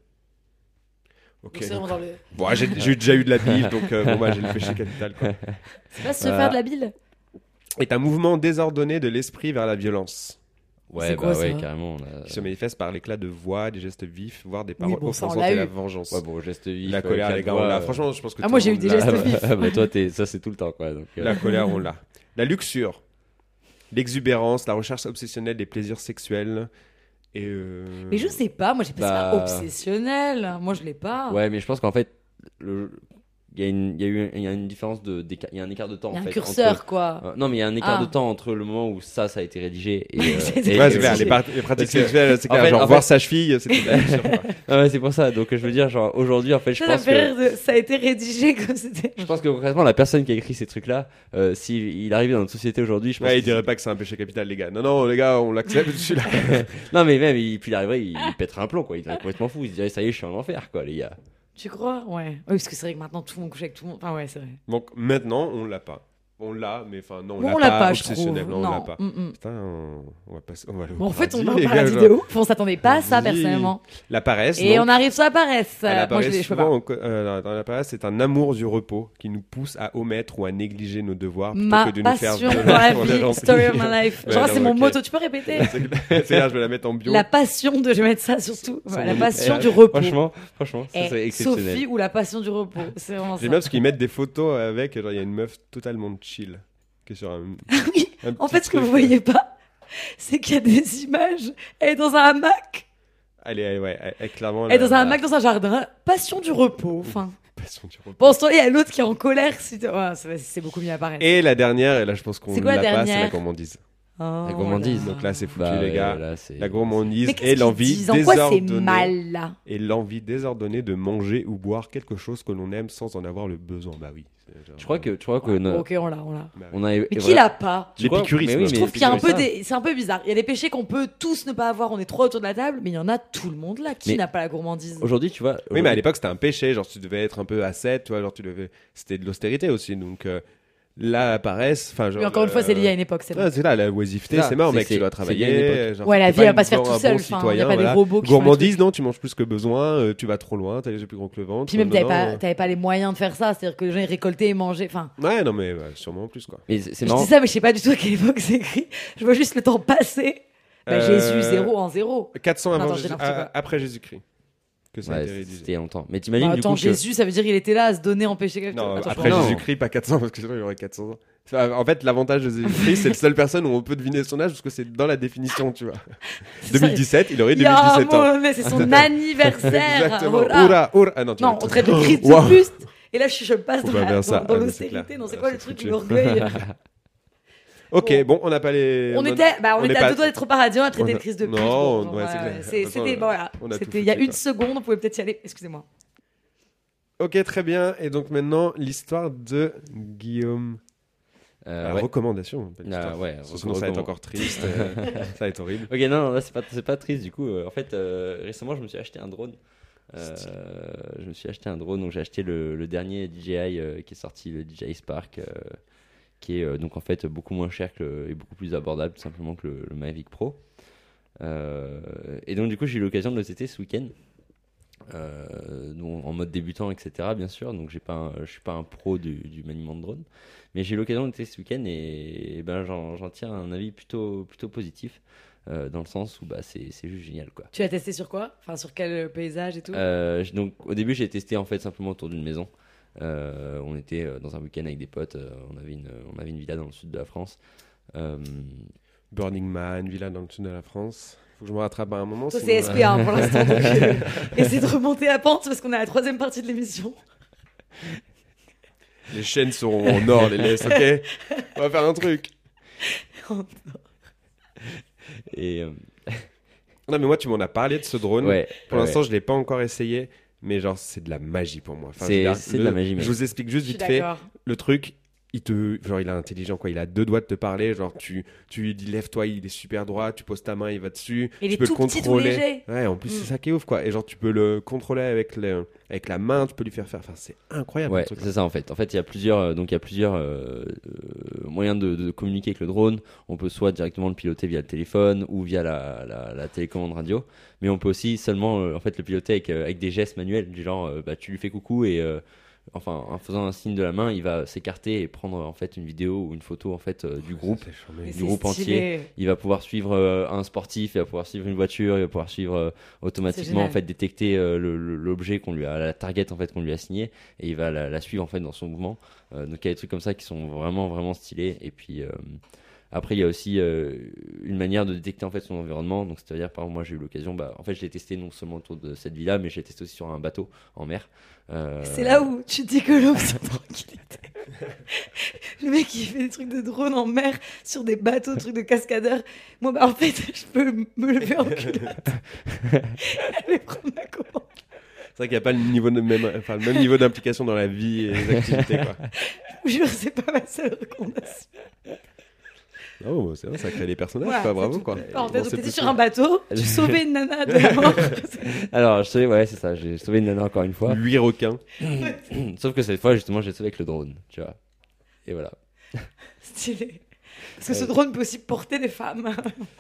Ok. Donc, c'est donc- vraiment dans le- Bon, ah, j'ai j'ai déjà eu de la bile, donc euh, bon, bah, j'ai le péché capital. Quoi. C'est pas se Voilà. faire de la bile Est un mouvement désordonné de l'esprit vers la violence, Ouais, C'est bah quoi, ouais, ça carrément. on a- qui se manifeste par l'éclat de voix, des gestes vifs, voire des paroles bon, ça, on offensantes l'a et eu. la vengeance. Ouais, bon, geste vif. La euh, colère, quatre les gars, voix, on l'a. euh, Franchement, je pense que Ah, tout moi, le j'ai eu monde des l'a. gestes Ah, vifs. bah, bah, toi, t'es- ça, c'est tout le temps, quoi. Donc, euh, La colère, on l'a. La luxure, l'exubérance, la recherche obsessionnelle des plaisirs sexuels. Et euh, Mais je sais pas, moi j'ai pas ça Bah. obsessionnel. Moi je l'ai pas. Ouais, mais je pense qu'en fait, le... il y a une, il y a eu, il y a une différence de, d'éca- il y a un écart de temps. Il y a en un fait, curseur entre- quoi. Euh, non, mais il y a un écart Ah. de temps entre le moment où ça, ça a été rédigé et. euh, C'est- et- c'est- Ouais, et- c'est clair, les, par- les pratiques sexuelles, c'est En clair. fait- genre en voir fait- sa cheville, c'était la luxure, quoi. Ah ouais, c'est pour ça. Donc, je veux dire, genre, aujourd'hui, en fait, je Ça, ça me pense fait que. rire de- ça a été rédigé comme c'était. Je pense que concrètement, la personne qui a écrit ces trucs-là, euh, s'il arrivait dans notre société aujourd'hui, je pense. Ouais, il que- dirait pas que c'est un péché capital, les gars. Non, non, les gars, on l'accepte, celui-là. Non, mais même, il, puis il arriverait, il, il pèterait un plomb, quoi. Il serait complètement fou. Il se dirait, ça y est, je suis en enfer, quoi, les gars. Tu crois? Ouais. Oui, parce que c'est vrai que maintenant tout le monde couche avec tout le monde. Enfin ouais, c'est vrai. Donc maintenant, on l'a pas. On l'a, mais enfin, non, on Bon, l'a on l'a pas, pas, je trouve. obsessionnel. Non, on l'a pas. Mm, mm. Putain, on on va passer. On va aller au Bon, en fait, on va paradis, les parler gars, de genre. ouf. On s'attendait pas à ça Vas-y. personnellement. La paresse. Et donc, on arrive sur la paresse. elle Moi je apparaît l'ai- je peux souvent pas. au co- euh, dans la paresse, c'est un amour du repos qui nous pousse à omettre ou à négliger nos devoirs plutôt Ma que de nous faire passion violence dans la pour les vie, remplir. story of my life. Ouais, Genre, non, c'est mon ok. motto. Tu peux répéter? C'est c'est là, je vais la mettre en bio. La passion de, je vais mettre ça surtout. Sur Voilà, mon la passion livre. du repos. Franchement, franchement, ça Eh, serait exceptionnel. Sophie ou la passion du repos. C'est vraiment ça. J'aime bien parce qu'ils mettent des photos avec, genre il y a une meuf totalement chill qui est sur un. Oui. un En petit fait, ce que truc, vous voyez pas, c'est qu'il y a des images. Elle est dans un hamac. Elle est, ouais, elle est clairement. Elle est la- dans un la hamac dans un jardin. Passion du repos. Enfin. passion du repos. Bon, il y a l'autre qui est en colère. Si tu- ouais, c'est c'est beaucoup mieux à paraître. Et la dernière, et là je pense qu'on C'est quoi l'a la pas, c'est la dernière gourmandise. Oh La gourmandise. là. Donc là, c'est foutu, Bah, les ouais, gars. là, c'est- La gourmandise Mais et qu'est-ce qu'ils l'envie disent? En quoi c'est désordonnée. mal là? Et l'envie désordonnée de manger ou boire quelque chose que l'on aime sans en avoir le besoin. Bah oui. c'est genre- Je crois que, tu vois que. Ouais, no- Ok, on l'a, on l'a. Bah oui. on a, Mais qui l'a pas? Tu crois- L'épicurisme. mais oui, Je mais Je trouve qu'il y a un peu ça. des, c'est un peu bizarre. Il y a des péchés qu'on peut tous ne pas avoir. On est trois autour de la table, mais il y en a tout le monde là. Qui Mais- n'a pas la gourmandise? Aujourd'hui, tu vois. Oui, mais à l'époque, c'était un péché. Genre, tu devais être un peu ascète, tu vois. Genre, tu devais. C'était de l'austérité aussi. Donc euh, là, la paresse. Enfin, genre. Mais encore une fois, c'est lié à euh, une époque. C'est ouais, vrai. c'est là, la oisiveté, C'est ça, c'est mort, c'est- mec. Tu c'est- dois c'est lié à travailler. une genre, Ouais, la t'es vie, elle va une pas se faire bon- tout un seul. bon Enfin, il y a citoyen, pas des voilà. robots qui font les Gourmandise, non, tu manges plus que besoin. euh, tu vas trop loin. T'as les yeux plus gros que le ventre. Puis même, non, t'avais non, pas, euh. t'avais pas les moyens de faire ça. C'est-à-dire que les gens ils récoltaient et mangeaient. Enfin, Ouais, non, mais ouais, sûrement plus, quoi. Mais c'est c'est je marrant. dis ça, mais je sais pas du tout à quelle époque c'est écrit. Je vois juste le temps passer. Bah, Euh, Jésus, zéro en zéro. quatre cents avant Attends, j'ai Jésus- n'importe quoi. a- après Jésus-Christ. Que ça a Ouais, été rédigé. c'était il y a longtemps. Mais t'imagines Bah, du attends, coup que- Jésus, ça veut dire qu'il était là à se donner en péché quelque Non, Attends, je après vois. Non. Jésus-Christ, pas quatre cents, parce que sinon il y aurait quatre cents ans. Enfin, en fait, l'avantage de Jésus-Christ, c'est la seule personne où on peut deviner son âge, parce que c'est dans la définition, tu vois. deux mille dix-sept, il aurait Il y a un deux mille dix-sept ans. mot, mais c'est son anniversaire. Exactement. Voilà. Oura, oura. Ah non, tu Non, vois, on traite de Christ Waouh. plus. Et là, je, je passe Faut dans, pas la- faire dans, ça. dans Ah, mais c'est l'austérité. clair. Non, c'est Ah, quoi c'est le truc, foutu. l'orgueil? Ok, bon, on n'a pas les. On a- était, bah, on, on était est à pas- deux doigts d'être au paradis, on a traité on a- de crise de pute. Non, Bon, ouais, ouais, c'est clair. ouais, c'est- Attends, C'était, bon, voilà. on a tout C'était il y a foutu, une quoi. seconde, on pouvait peut-être y aller. Excusez-moi. Ok, très bien. Et donc maintenant, l'histoire de Guillaume. Euh, La ouais. recommandation. pas l'histoire. Ah, ouais, Parce que sinon, ça va être recommand- encore triste. euh, ça va être horrible. Ok, non, non, là c'est pas, c'est pas triste du coup. Euh, en fait, euh, récemment, je me suis acheté un drone. Euh, je me suis acheté un drone, donc j'ai acheté le, le dernier D J I euh, qui est sorti, le D J I Spark, euh, qui est euh, donc en fait beaucoup moins cher que le- et beaucoup plus abordable tout simplement que le, le Mavic Pro. Euh, et donc du coup, j'ai eu l'occasion de le tester ce week-end. Euh, donc, en mode débutant, et cetera. Bien sûr, donc j'ai pas, un- je suis pas un pro du, du maniement de drone, mais j'ai eu l'occasion de tester ce week-end et, et ben j'en, j'en tire un avis plutôt, plutôt positif, euh, dans le sens où bah c'est, c'est juste génial quoi. Tu l'as testé sur quoi? Enfin, sur quel paysage et tout? Euh, j- donc au début j'ai testé en fait simplement autour d'une maison. Euh, on était euh, dans un week-end avec des potes, euh, on avait une, on avait une villa dans le sud de la France. Euh, Burning Man, villa dans le sud de la France. Faut que je me rattrape à un moment. Toi, sinon- c'est S P A hein, pour l'instant. Donc, euh, essaie de remonter à pente parce qu'on est à la troisième partie de l'émission. Les chaînes seront en or, les laisses, ok? On va faire un truc. et euh, Non, mais moi, tu m'en as parlé de ce drone. ouais, Pour ouais. l'instant, je l'ai pas encore essayé. Mais genre, c'est de la magie pour moi. Enfin, C'est- je veux dire, c'est de le- la magie, mec. Je vous explique juste Je suis vite fait. d'accord. Le truc, il te, genre, il est intelligent, quoi. Il a deux doigts de te parler. Genre, tu, tu lui dis lève-toi, il est super droit. Tu poses ta main, il va dessus. Il tu est peux tout le petit, tout contrôler. léger. Ouais, en plus, Mm. c'est ça qui est ouf, quoi. Et genre, tu peux le contrôler avec, le, avec la main. Tu peux lui faire faire. Enfin, c'est incroyable. Ouais, le truc. c'est ça en fait. En fait, il y a plusieurs, euh, donc il y a plusieurs euh, euh, moyens de, de communiquer avec le drone. On peut soit directement le piloter via le téléphone ou via la, la, la télécommande radio, mais on peut aussi seulement euh, en fait le piloter avec, euh, avec des gestes manuels, du genre euh, bah, tu lui fais coucou et euh, enfin en faisant un signe de la main, il va s'écarter et prendre en fait une vidéo ou une photo en fait euh, du groupe. C'est charmé. Mais du c'est groupe entier. stylé. Il va pouvoir suivre euh, un sportif, il va pouvoir suivre une voiture, il va pouvoir suivre euh, C'est automatiquement génial. en fait détecter euh, le- le- l'objet qu'on lui a, la target en fait qu'on lui a signé et il va la, la suivre en fait dans son mouvement. Euh, donc il y a des trucs comme ça qui sont vraiment vraiment stylés. Et puis euh, après il y a aussi euh, une manière de détecter en fait son environnement. Donc c'est-à-dire par exemple moi j'ai eu l'occasion, bah en fait je l'ai testé non seulement autour de cette villa, mais je l'ai testé aussi sur un bateau en mer. Euh, C'est là où tu dis que l'homme sans tranquillité. Le mec il fait des trucs de drone en mer sur des bateaux, trucs de cascadeurs. Moi bah en fait je peux me lever en culotte. Aller prendre ma commande. C'est vrai qu'il n'y a pas le, niveau de même, enfin, le même niveau d'implication dans la vie et les activités, quoi. Je vous jure c'est pas ma seule recommandation. Oh, c'est vrai, ça crée des personnages, Voilà, quoi. c'est Bravo, tout. quoi. Alors, Bon, t'es- c'est t'étais plus sur sûr. un bateau, tu sauvais une nana de la mort. Alors je savais, ouais c'est ça, j'ai sauvé une nana encore une fois. Lui requin. Sauf que cette fois justement j'ai sauvé avec le drone, tu vois. Et voilà. Stylé. Parce que ce drone peut aussi porter des femmes.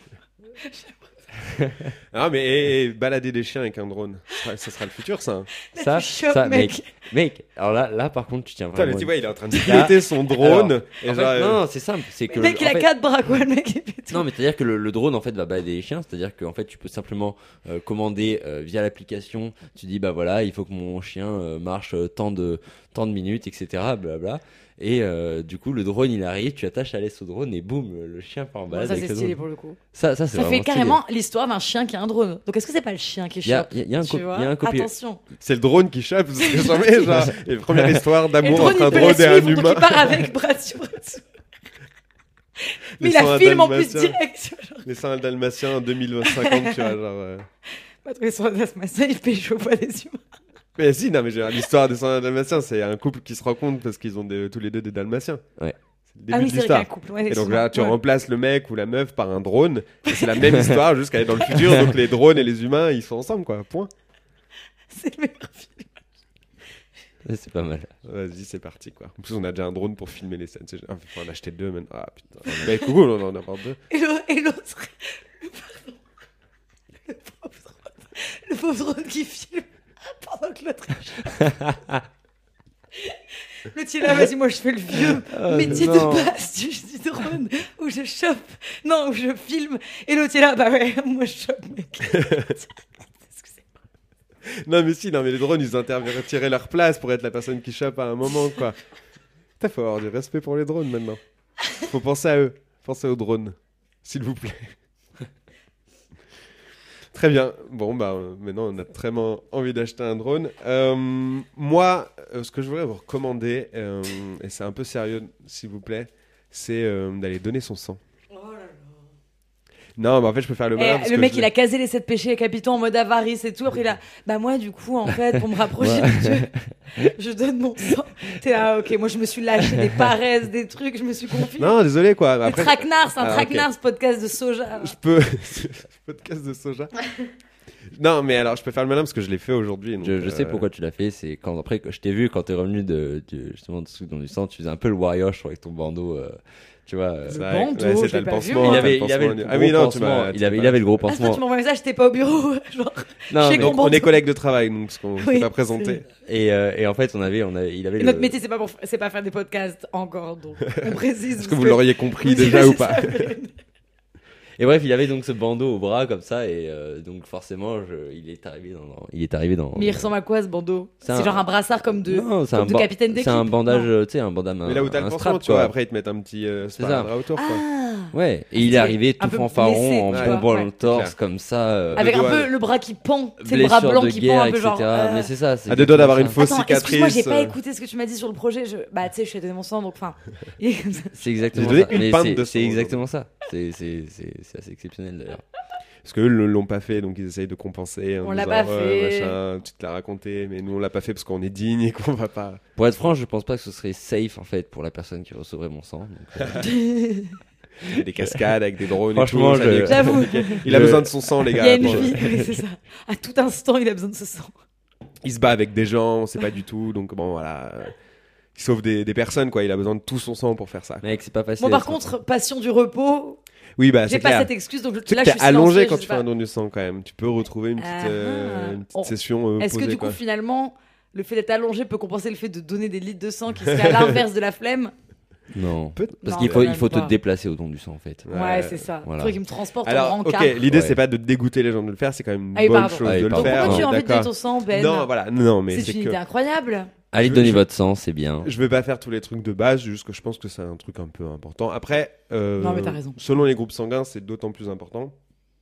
Ah, mais et, et balader des chiens avec un drone, ça sera, ça sera le futur, ça. Là, Ça, tu chopes, ça mec. mec, mec. Alors là, là par contre tu tiens Putain, vraiment. mais tu vois, il est en train de Là- piloter son drone. Alors, et en fait, genre, euh, non, non, c'est simple, c'est que Le mec, il en a fait- quatre bras, quoi, le mec. Il fait tout. Non, mais c'est-à-dire que le, le drone en fait va balader les chiens, c'est-à-dire qu'en fait tu peux simplement euh, commander euh, via l'application. Tu dis bah voilà, il faut que mon chien euh, marche euh, tant de tant de minutes, et cetera. Blablabla. Et euh, du coup le drone il arrive, tu attaches la laisse au drone et boum, le chien part en Bon, balade ça, avec c'est le stylé drone. pour le coup. Ça, ça c'est Ça fait vraiment stylé. carrément l'histoire d'un chien qui a un drone. Donc, est-ce que c'est pas le chien qui Il y a- chope? il y a- il y a un Tu co- vois il y a un copy- Attention. c'est le drone qui chope, c'est jamais, genre, et première histoire Et le d'amour drone, entre un il peut drone et la un suivre, donc humain. il part avec bras dessus, bras dessous. Mais il Laissant la un filme en plus dalmatien. direct. Genre, Laissant un dalmatien en deux mille cinquante, tu vois, genre. euh. pas trouver son dalmatien, il pécho pas des humains. Mais si, non, mais j'ai- l'histoire des cent dalmatiens, c'est un couple qui se rencontre parce qu'ils ont des- tous les deux des dalmatiens. Ouais. C'est le début Ah oui, de c'est vrai qu'il y a l'histoire. un couple. Ouais, Et donc souvent. là, tu Ouais. remplaces le mec ou la meuf par un drone. Et c'est la même histoire jusqu'à aller dans le futur. Donc les drones et les humains, ils sont ensemble, quoi. Point. C'est le meilleur film. Ouais, c'est pas mal. Vas-y, c'est parti, quoi. En plus, on a déjà un drone pour filmer les scènes. C'est... Ah, faut en acheter deux maintenant. Ah putain. Bah, cool, on en a pas deux. Et l'autre, et l'autre, le pardon. Le pauvre drone. Le pauvre drone qui filme pendant que l'autre. L'autre, il est là, vas-y, moi je fais le vieux Oh, métier non. de base du, du drone où je chope, non, où je filme. Et l'autre, il est là, bah ouais, moi je chope, mec. Excusez-moi. Non, mais si, non, mais les drones, ils intervertiraient leur place pour être la personne qui chope à un moment, quoi. Putain, faut avoir du respect pour les drones maintenant. Faut penser à eux. Pensez aux drones, s'il vous plaît. Très bien. Bon, bah, euh, maintenant, on a vraiment envie d'acheter un drone. Euh, moi, euh, ce que je voudrais vous recommander, euh, et c'est un peu sérieux, s'il vous plaît, c'est euh, d'aller donner son sang. Oh là là. Non, mais en fait, je peux faire le malin. Et parce le que mec, je- il a casé les sept péchés capitaux en mode avarice et tout. Après, il a, bah moi, du coup, en fait, pour me rapprocher de Dieu, je donne mon sang. T'es là, ok, moi, je me suis lâché des paresses, des trucs, je me suis confié. Non, désolé quoi. Le Après, traquenard, c'est un Ah, ok. traquenard, ce podcast de soja. je peux. Podcast de soja. Non, mais alors, je peux faire le malin parce que je l'ai fait aujourd'hui. donc, Je, je sais euh, pourquoi tu l'as fait. C'est quand après que je t'ai vu quand t'es revenu de, de justement de ce dans du sang, tu faisais un peu le warrior je crois, avec ton bandeau. euh, tu vois. euh, c'est Le vrai. bandeau, Ouais, je c'était l'ai le pas vu, pansement. moi. il t'as avait, le il avait le pansement. gros Ah oui, non, tu pansement. m'as. Il tu avait, m'as- il avait le gros Ah, c'est toi, pansement. tu m'envoies un message, j'étais pas au bureau. Genre, Non, chez mais- Donc, ton on est bandeau. collègues de travail, donc parce qu'on ne Oui, s'est pas présenté. Et, euh, et en fait, on avait, on avait, il avait Et le. notre métier, c'est pas, pour... c'est pas faire des podcasts encore, donc on précise. Est-ce parce que vous l'auriez compris déjà ou pas? Et bref, il avait donc ce bandeau au bras comme ça, et euh, donc forcément, je, il est arrivé dans, dans- il est arrivé dans. Mais il ressemble à quoi ce bandeau? C'est C'est un- genre un brassard comme de, Non, c'est comme un de ba- capitaine d'équipe. C'est un bandage, Non. euh, tu sais, un bandage. Mais là où t'as un le pansement, strap, tu vois, quoi. après ils te mettent un petit euh, C'est sparadrap autour. quoi. Ah, Ouais, et il est C'est arrivé un tout peu fanfaron blessé, en tu bombant vois. le torse clair. comme ça. euh, avec un doigts, peu ouais. le bras qui pend, c'est le bras blessure blanc de qui guerre, pend un peu et cetera. genre. euh, Mais c'est ça. c'est À deux doigts d'avoir une exactement ça. fausse Attends, excuse-moi, j'ai cicatrice. pas euh. écouté ce que tu m'as dit sur le projet. Je... Bah, tu sais, je suis donné mon sang, donc enfin. il est comme ça. C'est exactement J'ai donné ça. une Mais pinte c'est- de c'est sang, exactement ça. C'est c'est- c'est- c'est assez exceptionnel d'ailleurs. Parce qu'eux ne l'ont pas fait, donc ils essayent de compenser. en On l'a disant, pas ouais, fait. machin, tu te l'as raconté, mais nous on l'a pas fait parce qu'on est digne et qu'on va pas. Pour être franc, je pense pas que ce serait safe en fait pour la personne qui recevrait mon sang. donc, euh, Il y a des cascades avec des drones. Franchement, et tout, ça je- devient J'avoue. compliqué. Il a Je- besoin de son sang, les Il y gars. a une Bon, vie, oui, c'est ça. À tout instant, il a besoin de ce sang. il se bat avec des gens, on sait pas du tout, donc bon voilà. euh, Il sauve des, des personnes, quoi. Il a besoin de tout son sang pour faire ça. Mec, c'est pas facile. Bon, par d'être- contre, passion du repos, Oui, bah j'ai c'est pas clair. cette excuse, donc je- Tu sais là, que je t'es suis allongé silencieuse, quand je tu sais fais pas. un don du sang, quand même. Tu peux retrouver une petite, Ah. euh, une petite On- session euh, Est-ce que posée, du coup, quoi. finalement, le fait d'être allongé peut compenser le fait de donner des litres de sang qui serait à l'inverse de la flemme? Non. Peut- Parce Non, qu'il quand faut, il même faut pas. te déplacer au don du sang en fait. Ouais, Ouais, c'est ça. voilà. Le truc qui me transporte en Alors, rencard. ok, l'idée Ouais. c'est pas de dégoûter les gens de le faire, c'est quand même une Ah oui, bonne pardon. chose Ah oui, de le pardon. faire. Pourquoi tu as on est envie de donner d'accord. ton sang, Ben? Non, voilà, non, mais C'est c'est une que idée incroyable. Allez Je- donner je- votre sang, c'est bien. je vais pas faire tous les trucs de base, juste que je pense que c'est un truc un peu important. Après, euh, Non, mais t'as raison. selon les groupes sanguins, c'est d'autant plus important.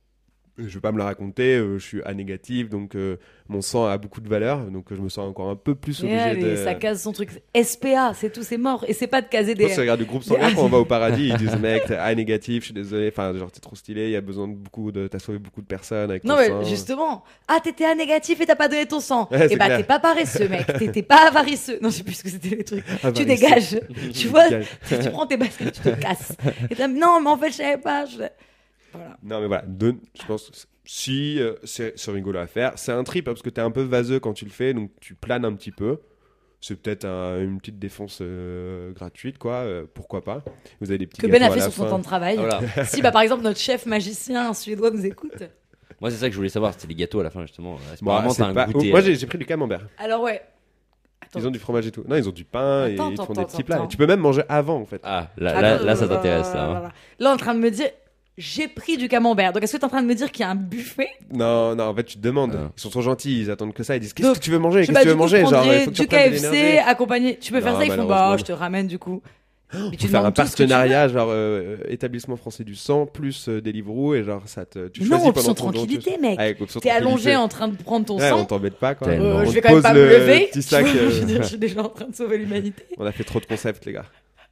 Je vais pas me la raconter, euh, je suis A négatif, donc euh, mon sang a beaucoup de valeur, donc euh, je me sens encore un peu plus Et obligé allez, de. ça case son truc. S P A, c'est tout, c'est mort. Et c'est pas de caser Je des. pense que regarde le groupe sanguin quand on va au paradis, ils disent mec, t'es A négatif, je suis désolé, enfin genre t'es trop stylé, il y a besoin de beaucoup de, t'as sauvé beaucoup de personnes avec Non, ton mais sang. justement. Ah, t'étais A négatif et t'as pas donné ton sang. Ouais, et c'est bah, clair. t'es pas paresseux, mec. T'étais pas avariceux. Non, je sais plus ce que c'était les trucs. Tu Avariceux. dégages. tu vois, Dégage. si tu prends tes baskets, tu te casses. Et t'as non, mais en fait, je savais pas. je- Voilà. Non mais voilà, donne- je pense que c'est- si euh, c'est c'est rigolo à faire, c'est un trip hein, parce que t'es un peu vaseux quand tu le fais, donc tu planes un petit peu. C'est peut-être un- une petite défense euh, gratuite quoi, euh, pourquoi pas. Vous avez des petits Que Ben gâteaux a à fait la sur son fin. temps de travail. Voilà. Si, bah, par exemple, notre chef magicien suédois nous écoute. Moi, c'est ça que je voulais savoir, c'était les gâteaux à la fin justement. Bon, Apparemment, c'est t'as un pas- goûter. Moi euh, j'ai j'ai pris du camembert. Alors, ouais. Attends. Ils ont du fromage et tout. Non, ils ont du pain et Attends, ils te font attends, des petits attends, plats. attends. Et tu peux même manger avant en fait. Ah, là, Attends, là, là, ça euh, t'intéresse là. hein. voilà. Là, en train de me dire, j'ai pris du camembert. Donc, est-ce que t'es en train de me dire qu'il y a un buffet? Non, non, en fait tu te demandes. Ah. Ils sont trop gentils, ils attendent que ça. Ils disent qu'est-ce Donc, que tu veux manger, Je sais qu'est-ce pas, que tu du veux coup, je manger, genre prendrais il faut que tu du reprennes K de F C l'énergie. accompagné. Tu peux faire Non, ça, ils font bah, malheureusement. je te ramène du coup. Mais Faut tu faire un demandes tout ce que tu veux. partenariat genre euh, établissement français du sang plus euh, Deliveroo et genre ça te tu Non, choisis option pendant ton don, tu- tranquillité, mec. Ah, avec option T'es allongé tranquillité. en train de prendre ton Ouais, on sang. t'embête pas quoi. Tellement. Euh, On je te vais quand même pose pas me le lever. petit sac, Tu vois, euh, je, veux dire, je suis déjà en train de sauver l'humanité. On a fait trop de concepts les gars.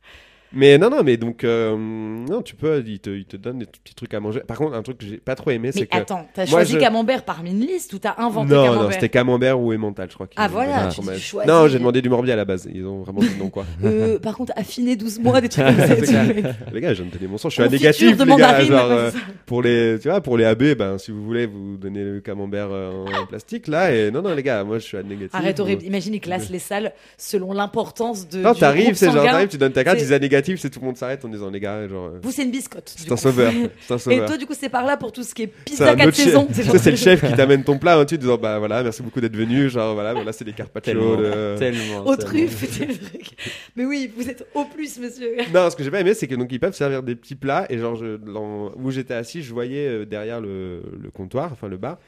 Mais non non mais donc euh, non tu peux ils te ils te donnent des petits trucs à manger. Par contre un truc que j'ai pas trop aimé c'est Mais que attends, t'as moi, choisi je- camembert parmi une liste ou t'as inventé non camembert? non c'était camembert ou emmental je crois. qu'ils Ah ont voilà, donné tu un fromage. dis choisis. Non j'ai demandé du Morbier à la base ils ont vraiment dit non quoi. Euh, par contre, affiné douze mois, des trucs comme ça. C'est tu clair. vois. Les gars, je viens de donner mon sang. Je suis à Confiture négatif, de les gars. mandarine, Genre, ouais, euh, c'est ça. pour les, tu vois, pour les A B, ben, si vous voulez, vous donnez le camembert euh, en plastique, là. Et non, non, les gars, moi, je suis à négatif. Arrête, Vous- horrible. Imagine, ils classent les salles selon l'importance de. Non, du t'arrives, groupe c'est genre, sanguin. t'arrives, tu donnes ta carte, C'est- ils disent à négatif, c'est tout le monde s'arrête en disant, les gars, genre, euh, Vous, c'est une biscotte. c'est du un coup. sauveur. C'est un Et sauveur. toi, du coup, c'est par là pour tout ce qui est C'est pizza un quatre autre chef. saisons. Tu sais, c'est le chef qui t'amène ton plat, hein, tu disant, bah voilà, merci beaucoup d'être venu. Genre, voilà, voilà, c'est les carpaccio. Tellement, de- tellement. Aux tellement. truffes, des trucs. Mais oui, vous êtes au plus, monsieur. Non, ce que j'ai pas aimé, c'est que donc ils peuvent servir des petits plats et genre je, dans- où j'étais assis, je voyais euh, derrière le, le comptoir, enfin le bar,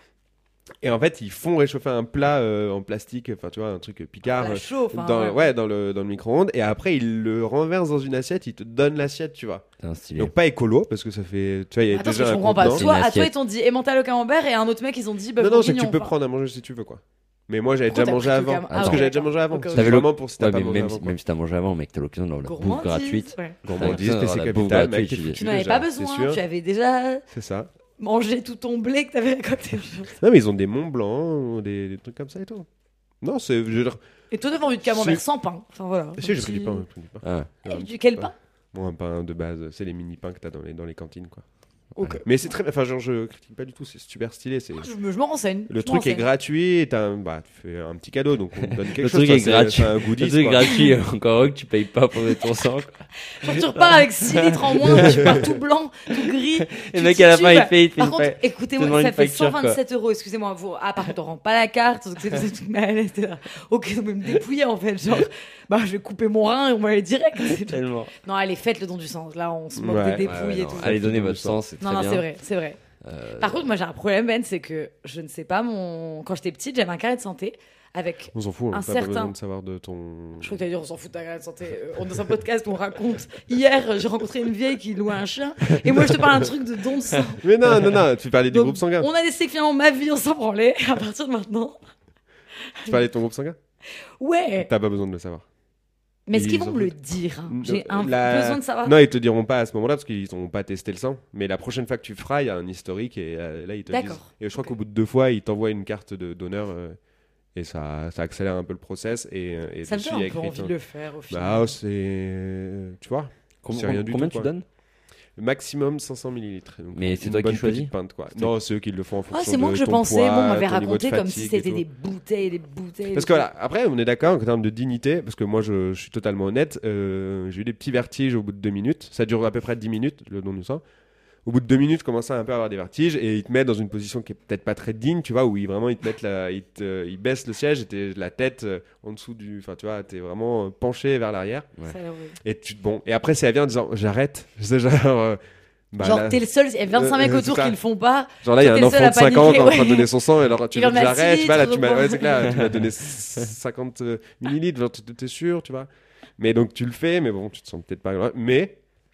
et en fait ils font réchauffer un plat euh, en plastique, enfin tu vois un truc Picard, La euh, chauffe. hein, dans, ouais. ouais dans le dans le micro-ondes, et après ils le renversent dans une assiette, ils te donnent l'assiette, tu vois. Putain, stylé. Donc pas écolo parce que ça fait, tu vois, il y a Attends, déjà je un comprends pas. contenant. C'est Toi, une à toi, assiette. ils t'ont dit emmental au camembert et à un autre mec, ils ont dit bah, Non non, c'est que tu bourguignon, peux enfin. prendre à manger si tu veux quoi. Mais moi, j'avais Pourquoi déjà t'as mangé pris le avant. cam- Parce Ah que ouais, j'avais déjà d'accord. mangé avant. Ok, ok. C'est T'avais le- vraiment pour si t'as Ouais, pas mais mangé même, avant. si, quoi. même si t'as mangé avant, mec, t'as l'occasion d'avoir la bouffe Gourmandise, gratuite. ouais. Gourmandise, T'as spécial la capital, bouffe mec, gratuite, t'es tu- foutu Tu n'en avais déjà, pas c'est besoin, sûr. tu avais déjà C'est ça. mangé tout ton blé que t'avais récolté. Non, mais ils ont des Mont Blanc, des, des trucs comme ça et tout. Non, c'est. Je veux dire. Et toi, t'avais envie de camembert C'est- sans pain. Enfin voilà. Si, j'ai Un pris du petit- pain. j'ai pris du pain. Ah. Et Un du petit quel pain. pain Bon, un pain de base, c'est les mini pains que t'as dans les, dans les cantines, quoi. Ok. Voilà. Mais c'est très. Enfin, genre, je critique pas du tout, c'est super stylé. C'est... Je me, je me renseigne. Le je truc me est renseigne. gratuit, et t'as un... bah, tu fais un petit cadeau, donc on te donne quelque Le chose. truc quoi, est c'est- gratuit. C'est un Le goodies, truc est quoi. gratuit, encore heureux que tu payes pas pour ton sang. Quoi. Genre, tu repars avec six litres en moins, tu pars tout blanc, tout gris. Et tu le mec, te à la tues, fin, il bah. fait, il fait Par une contre, fa- te écoutez-moi, demande ça une fait facture, cent vingt-sept euros, excusez-moi. Vous... Ah, par contre, on rend pas la carte. donc c'est- c'est- mais t'es là. Ok, donc vous me dépouiller en fait. Genre, bah, je vais couper mon rein et on va aller direct. Tellement. Non, allez, faites le don du sang. Là, on se moque Ouais. des Ouais, dépouilles ouais, et non. tout. Allez, donnez Faites votre du sang, c'est Non, très non, bien. c'est vrai, c'est vrai. Euh, Par contre, moi, j'ai un problème, Ben, c'est que je ne sais pas mon. Quand j'étais petite, j'avais un carnet de santé avec. On s'en fout, on Un n'a pas certain- besoin de savoir de ton. Je crois que t'allais dire, on s'en fout de ta carnet de santé. Euh, On est dans un podcast où on raconte. Hier, j'ai rencontré une vieille qui louait un chien. Et moi, je te parle d'un truc de don de sang. Mais non, non, non, tu parlais du Donc, groupe sanguin. On a laissé que finalement ma vie, on s'en branlait. À partir de maintenant. Tu parlais de ton groupe sanguin. Ouais. T'as pas besoin de le savoir. Mais est-ce Ils qu'ils vont ont- me le dire hein J'ai un La- besoin de savoir. Non, ils te diront pas à ce moment-là parce qu'ils n'ont pas testé le sang. Mais la prochaine fois que tu feras, il y a un historique et euh, là ils te disent. D'accord. Et je crois Ok. qu'au bout de deux fois, ils t'envoient une carte de donneur euh, et ça, ça accélère un peu le process et, euh, et Ça me dessus, fait il y a un peu écrit, envie enfin, de le faire au final. Bah, c'est. Tu vois, Combien, c'est rien du combien tout, tu quoi. donnes Maximum cinq cents millilitres. Donc, Mais une c'est toi qui bonne choisis petite pinte, quoi. C'est- Non, c'est eux qui le font en fonction Ah, c'est moi de que je ton pensais. poids, Bon, on m'avait ton niveau de raconté comme si fatigue et c'était tout. des bouteilles, des bouteilles. Parce des que voilà, après, on est d'accord en termes de dignité, parce que moi, je, je suis totalement honnête, euh, j'ai eu des petits vertiges au bout de deux minutes. Ça dure à peu près dix minutes, le don du sang. Au bout de deux minutes, je commençais à un peu à avoir des vertiges et ils te mettent dans une position qui est peut-être pas très digne, tu vois, où ils, vraiment ils te mettent la, ils, te, ils baissent le siège et t'es la tête euh, en dessous du, enfin tu vois, t'es vraiment euh, penché vers l'arrière. Ça a l'air horrible. Et tu bon, et après ça vient en disant j'arrête, c'est genre. euh, bah, Genre, là- t'es le seul, il y a vingt-cinq Euh, mecs euh, autour c'est ça. qui le font pas. Genre là, il y a Toi, un t'es le enfant seul de à cinq ans qui est en paniquer, train de ouais. donner son sang, et alors tu Il veux en que a j'arrête, six tu vois, là, tu litres, m'as, ouais, bon. c'est clair, tu m'as donné cinquante millilitres, genre, t'es- t'es sûr, tu vois. Mais donc tu le fais, mais bon, tu te sens peut-être pas grave. Mais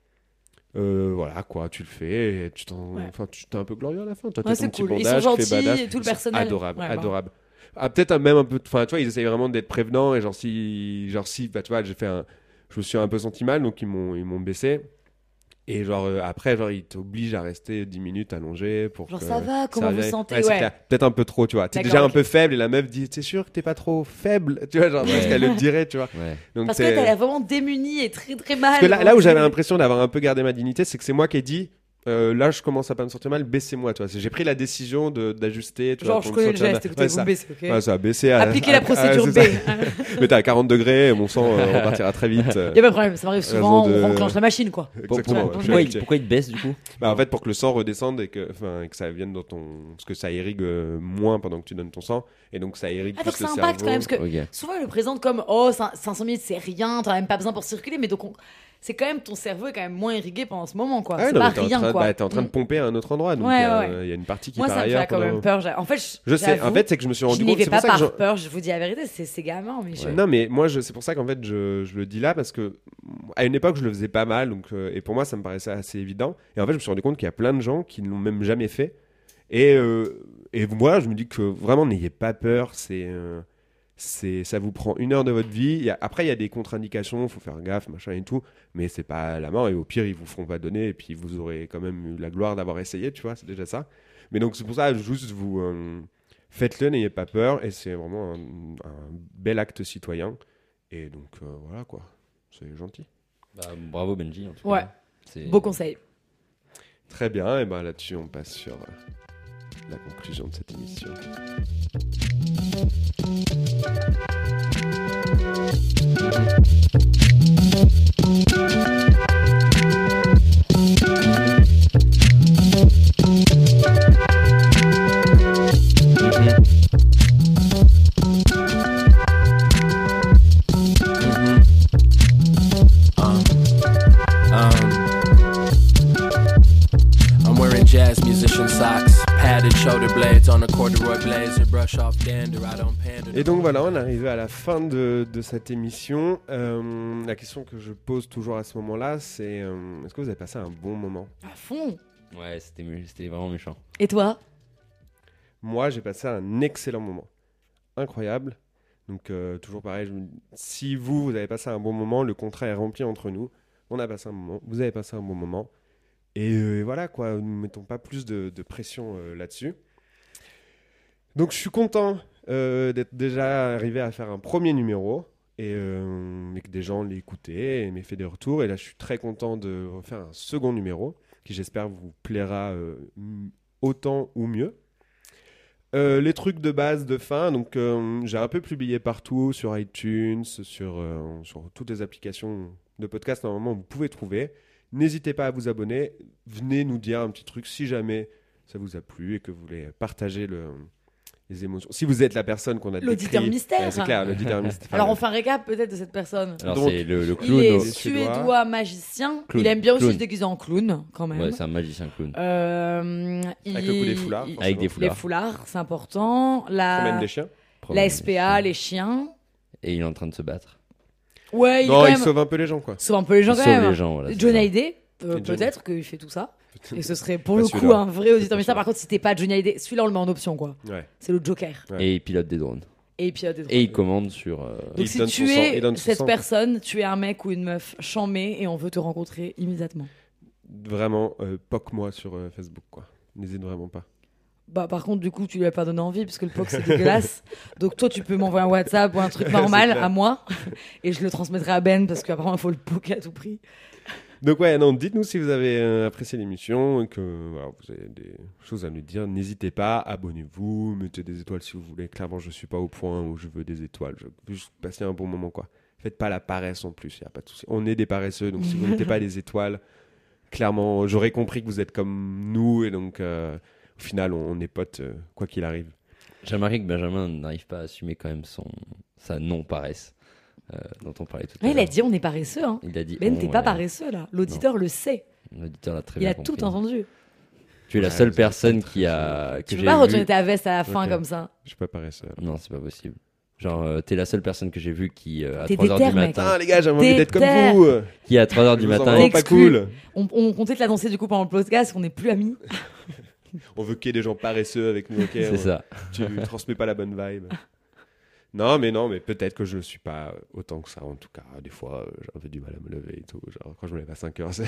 euh, voilà, quoi, tu le fais, et tu t'en, Ouais. enfin, tu t'es un peu glorieux à la fin. Toi, Ouais, t'as c'est ton petit cool. Ils bandage, sont tu fais gentils, badass. et tout le Ils sont personnel. Adorable, Ouais, bah. adorable. Ah, peut-être un- même un peu, enfin, tu vois, ils essayent vraiment d'être prévenants, et genre si, genre si, bah, tu vois, j'ai fait un, je me suis un peu senti mal, donc ils m'ont, ils m'ont baissé. Et genre euh, après, genre ils t'obligent à rester dix minutes allongé pour Genre, que ça va, comment vous aille. sentez, Ouais, c'est ouais. clair. Peut-être un peu trop, tu vois. T'es D'accord, déjà un ok. peu faible et la meuf dit t'es sûr que t'es pas trop faible, tu vois, genre Ouais. parce qu'elle le dirait, tu vois. Ouais. Donc Parce que c'est- t'as l'air vraiment démunie et très très mal. parce que là, là où Donc, j'avais c'est- l'impression d'avoir un peu gardé ma dignité, c'est que c'est moi qui ai dit euh, là je commence à pas me sentir mal, baissez-moi, tu vois. C'est- J'ai pris la décision de d'ajuster, tu vois. Genre, pour je me connais le sentir geste, bien. écoutez, Ouais, vous ça- me baissez, ok ouais, ça a baissé à Appliquez à- la à- procédure ouais, B. c'est ça. Mais t'es à quarante degrés, mon sang euh, repartira très vite. euh. Y a pas de problème, ça m'arrive souvent, Raison de- on enclenche la machine quoi. Pour- Exactement. pour- ouais. pourquoi, Je- il, pourquoi il te baisse du coup Bah, en fait, pour que le sang redescende et que, enfin, et que ça vienne dans ton. Parce que ça irrigue euh, moins pendant que tu donnes ton sang. Et donc ça irrigue Ah, plus donc le ça cerveau. impacte quand même, parce que Ok. souvent ils le présentent comme oh cinq cents mille c'est rien, t'as même pas besoin pour circuler, mais donc on- c'est quand même ton cerveau est quand même moins irrigué pendant ce moment quoi. Ah ouais, c'est non, pas mais t'es en rien train, quoi. bah, t'es en train de Mm. pomper à un autre endroit. Donc Ouais, euh, ouais, il ouais. y a une partie qui Moi part ça me ailleurs. fait quand pendant- même peur. j'ai- En fait, je, Je sais, en j'avoue, fait, c'est que je me suis je rendu n'y compte. vais C'est pas pour ça que par je- peur, je vous dis la vérité, c'est c'est gamin, mais je... Non, mais moi, je... c'est pour ça qu'en fait, je... je le dis là parce que à une époque, je le faisais pas mal. Donc, euh, et pour moi, ça me paraissait assez évident. Et en fait, je me suis rendu compte qu'il y a plein de gens qui ne l'ont même jamais fait. Et, euh, et moi, je me dis que vraiment, n'ayez pas peur. C'est. euh, C'est, ça vous prend une heure de votre vie. Il y a- après, il y a des contre-indications, il faut faire gaffe, machin et tout. Mais c'est pas la mort. Et au pire, ils vous feront pas donner. Et puis, vous aurez quand même eu la gloire d'avoir essayé, tu vois. C'est déjà ça. Mais donc, c'est pour ça, juste vous euh, faites-le, n'ayez pas peur. Et c'est vraiment un, un bel acte citoyen. Et donc, euh, voilà quoi. C'est gentil. Bah, bravo Benji en tout Ouais. cas. C'est- Beau conseil. Très bien. Et ben là-dessus, on passe sur euh, la conclusion de cette émission. I'm wearing jazz musician socks, padded shoulder blades on a corduroy blazer, brush off dander, I don't pander. Et donc voilà, on est arrivé à la fin de, de cette émission. Euh, la question que je pose toujours à ce moment-là, c'est euh, est-ce que vous avez passé un bon moment ? À fond. Ouais, c'était, mu- c'était vraiment méchant. Et toi? Moi, j'ai passé un excellent moment. incroyable. Donc, euh, toujours pareil, je me... si vous, vous avez passé un bon moment, le contrat est rempli entre nous. On a passé un moment, vous avez passé un bon moment. Et euh, voilà, quoi, ne mettons pas plus de, de pression euh, là-dessus. Donc, je suis content euh, d'être déjà arrivé à faire un premier numéro et, euh, et que des gens l'aient écouté et m'aient fait des retours. Et là, je suis très content de refaire un second numéro qui, j'espère, vous plaira euh, autant ou mieux. Euh, les trucs de base de fin, donc euh, j'ai un peu publié partout sur iTunes, sur, euh, sur toutes les applications de podcast, normalement vous pouvez trouver. N'hésitez pas à vous abonner, venez nous dire un petit truc si jamais ça vous a plu et que vous voulez partager le, les émotions. Si vous êtes la personne qu'on a décrit. L'auditeur mystère. Ouais, c'est clair, l'auditeur mystère. Alors on fait un récap peut-être de cette personne. Alors Donc, c'est le, le clown. Il est au- suédois magicien. Clown. Il aime bien aussi Clown. se déguiser en clown quand même. Ouais, c'est un magicien clown. Euh, il- Avec le coup des foulards, il- Avec des Les foulards. foulards, c'est important. La, Promène des chiens. la S P A, les chiens. Et il est en train de se battre. Ouais, il, est Non, quand il même... sauve un peu les gens, quoi. sauve un peu les gens Il quand sauve même. les gens, voilà, c'est Johnny ça. Hallyday, euh, Et Johnny. peut-être qu'il fait tout ça. Et ce serait pour Pas le coup celui-là. un vrai auditeur mystère. Par contre, si t'es pas Johnny Hallyday, celui-là on le met en option quoi. Ouais. C'est le Joker. Ouais. Et il pilote des drones. Et puis il y a des Et il commande sur. euh, Il Donc si donne tu son sang, il es donne son cette sang. personne, tu es un mec ou une meuf chamée et on veut te rencontrer immédiatement. Vraiment, euh, poque-moi sur euh, Facebook, quoi. N'hésite vraiment pas. Bah par contre du coup tu lui as pas donné envie parce que le P O C c'est dégueulasse. Donc toi tu peux m'envoyer un WhatsApp ou un truc normal clair. à moi et je le transmettrai à Ben parce qu'apparemment il faut le poker à tout prix. Donc ouais, non, dites-nous si vous avez euh, apprécié l'émission et que voilà, vous avez des choses à nous dire. N'hésitez pas, abonnez-vous, mettez des étoiles si vous voulez. Clairement, je suis pas au point où je veux des étoiles. Je veux juste passer un bon moment, quoi. Faites pas la paresse en plus, y a pas de souci. On est des paresseux, donc si vous mettez pas des étoiles, clairement, j'aurais compris que vous êtes comme nous et donc euh, au final, on, on est potes euh, quoi qu'il arrive. J'ai remarqué que Benjamin n'arrive pas à assumer quand même son sa non-paresse euh, dont on parlait tout à Ouais, il l'heure. a dit on est paresseux hein. Il a dit. Ben on, t'es pas ouais. paresseux là. L'auditeur le sait. L'auditeur l'a très Il bien a compris. tout entendu. Tu es la Ouais, seule c'est personne très, qui très a. que Tu peux j'ai pas vu- retourner ta veste à la fin Ok. comme ça. Je suis pas paresseux. alors. Non, c'est pas possible. Genre, euh, t'es la seule personne que j'ai vue qui, euh, à T'es trois heures déter, du mec. matin, Ah les gars, j'avais envie d'être comme Déter. vous. qui à trois heures du Je vous en matin, vraiment pas Exclu. cool. On, on comptait te la danser du coup pendant le podcast, on n'est plus amis. On veut qu'il y ait des gens paresseux avec nous, ok. c'est on- ça. Tu transmets pas la bonne vibe. Non, mais non, mais peut-être que je ne suis pas autant que ça. En tout cas, des fois, euh, j'ai un peu du mal à me lever et tout. Genre, quand je me lève à cinq heures, c'est.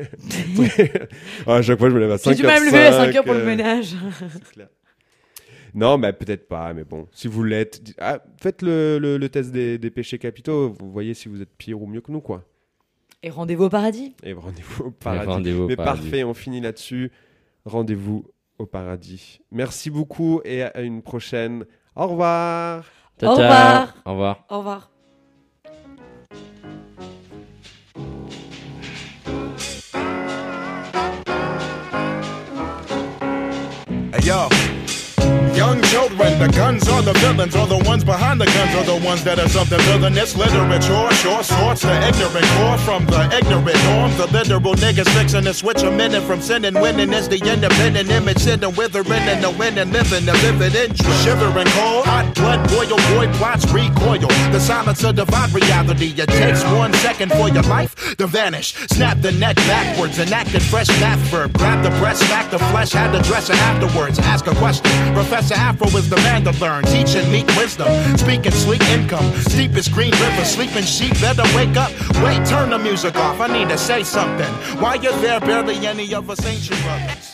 Ah, à chaque fois, je me lève à cinq J'ai heures. du mal à me lever à cinq heures pour le euh, ménage. c'est clair. Non, mais peut-être pas. Mais bon, si vous l'êtes, dites- ah, faites le, le, le test des, des péchés capitaux. Vous voyez si vous êtes pire ou mieux que nous, quoi. Et rendez-vous au paradis. Et rendez-vous au Et paradis. rendez-vous au mais paradis. parfait, on finit là-dessus. Rendez-vous au paradis. Merci beaucoup et à une prochaine. Au revoir. Ciao, Au ciao. revoir. Au revoir. Au revoir. Hey, yo. Young children, the guns are the villains, or the ones behind the guns are the ones that are something villainous. Literature, short sorts, the ignorant core from the ignorant norm. The literal niggas fixing to switch a minute from sinning. Winning is the independent image, sitting withering in the wind and living the vivid interest. Shivering cold, hot blood, boil, boy plots recoil. The silence of divine reality. It takes one second for your life to vanish. Snap the neck backwards, enact a fresh math verb. Grab the breast, smack the flesh, had to dress it afterwards. Ask a question. Professor Afro is the man to learn, teaching meek wisdom, speaking sweet income. Deepest green river, sleeping sheep, better wake up. Wait, turn the music off, I need to say something. While you're there, barely any of us ancient brothers.